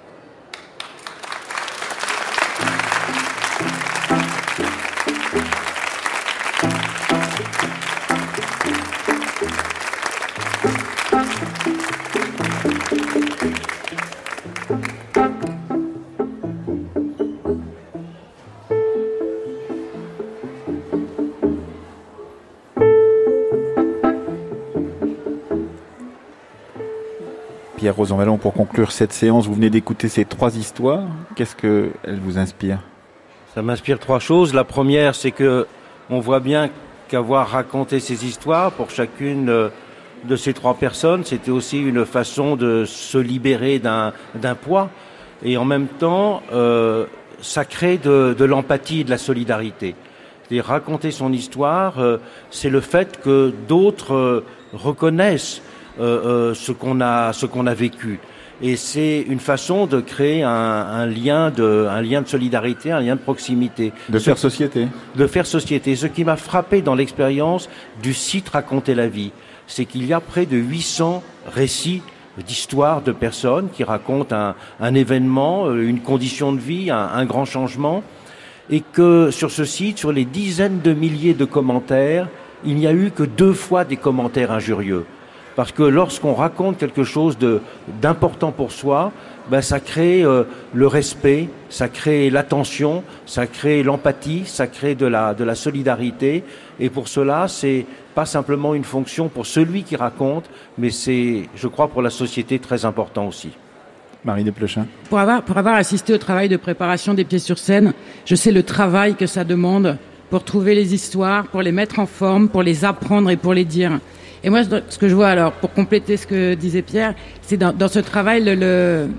Pierre Rosanvallon, pour conclure cette séance, vous venez d'écouter ces trois histoires. Qu'est-ce qu'elles vous inspirent ? Ça m'inspire trois choses. La première, c'est que on voit bien qu'avoir raconté ces histoires pour chacune de ces trois personnes, c'était aussi une façon de se libérer d'un, d'un poids. Et en même temps, euh, ça crée de, de l'empathie et de la solidarité. C'est-à-dire, raconter son histoire, euh, c'est le fait que d'autres euh, reconnaissent Euh, euh, ce qu'on a, ce qu'on a vécu. Et c'est une façon de créer un, un lien de, un lien de solidarité, un lien de proximité. De faire ce, société. De faire société. Ce qui m'a frappé dans l'expérience du site Raconter la vie, c'est qu'il y a près de huit cents récits d'histoires de personnes qui racontent un, un événement, une condition de vie, un, un grand changement, et que sur ce site, sur les dizaines de milliers de commentaires, il n'y a eu que deux fois des commentaires injurieux. Parce que lorsqu'on raconte quelque chose de, d'important pour soi, ben ça crée euh, le respect, ça crée l'attention, ça crée l'empathie, ça crée de la, de la solidarité. Et pour cela, c'est pas simplement une fonction pour celui qui raconte, mais c'est, je crois, pour la société très important aussi. Marie Desplechin. Pour avoir, pour avoir assisté au travail de préparation des pièces sur scène, je sais le travail que ça demande pour trouver les histoires, pour les mettre en forme, pour les apprendre et pour les dire. Et moi, ce que je vois, alors, pour compléter ce que disait Pierre, c'est dans, dans ce travail, le, le,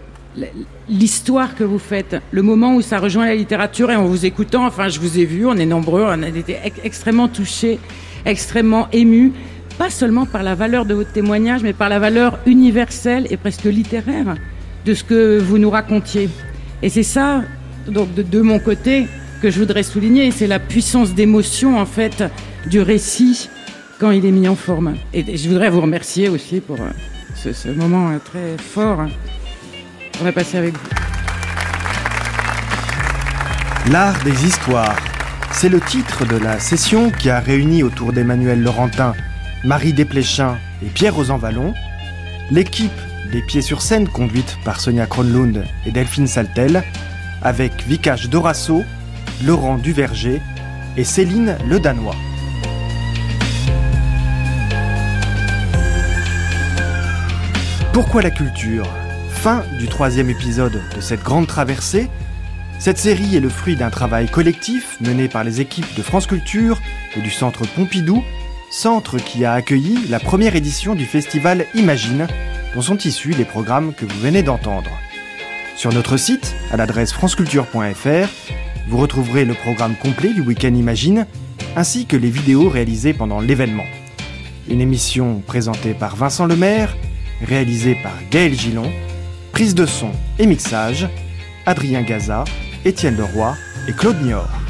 l'histoire que vous faites, le moment où ça rejoint la littérature, et en vous écoutant, enfin, je vous ai vu, on est nombreux, on a été ex- extrêmement touchés, extrêmement émus, pas seulement par la valeur de votre témoignage, mais par la valeur universelle et presque littéraire de ce que vous nous racontiez. Et c'est ça, donc, de, de mon côté, que je voudrais souligner, c'est la puissance d'émotion, en fait, du récit, quand il est mis en forme. Et je voudrais vous remercier aussi pour ce, ce moment très fort qu'on a passé avec vous. L'art des histoires, c'est le titre de la session qui a réuni autour d'Emmanuel Laurentin, Marie Desplechin et Pierre Rosanvallon, l'équipe des Pieds sur scène conduite par Sonia Kronlund et Delphine Saltel, avec Vikash Dorasso, Laurent Duverger et Céline Le Danois. Pourquoi la culture ? Fin du troisième épisode de cette grande traversée. Cette série est le fruit d'un travail collectif mené par les équipes de France Culture et du Centre Pompidou, centre qui a accueilli la première édition du festival Imagine, dont sont issus les programmes que vous venez d'entendre. Sur notre site, à l'adresse franceculture point f r, vous retrouverez le programme complet du week-end Imagine, ainsi que les vidéos réalisées pendant l'événement. Une émission présentée par Vincent Lemaire, réalisée par Gaël Gillon, prise de son et mixage, Adrien Gaza, Étienne Leroy et Claude Niort.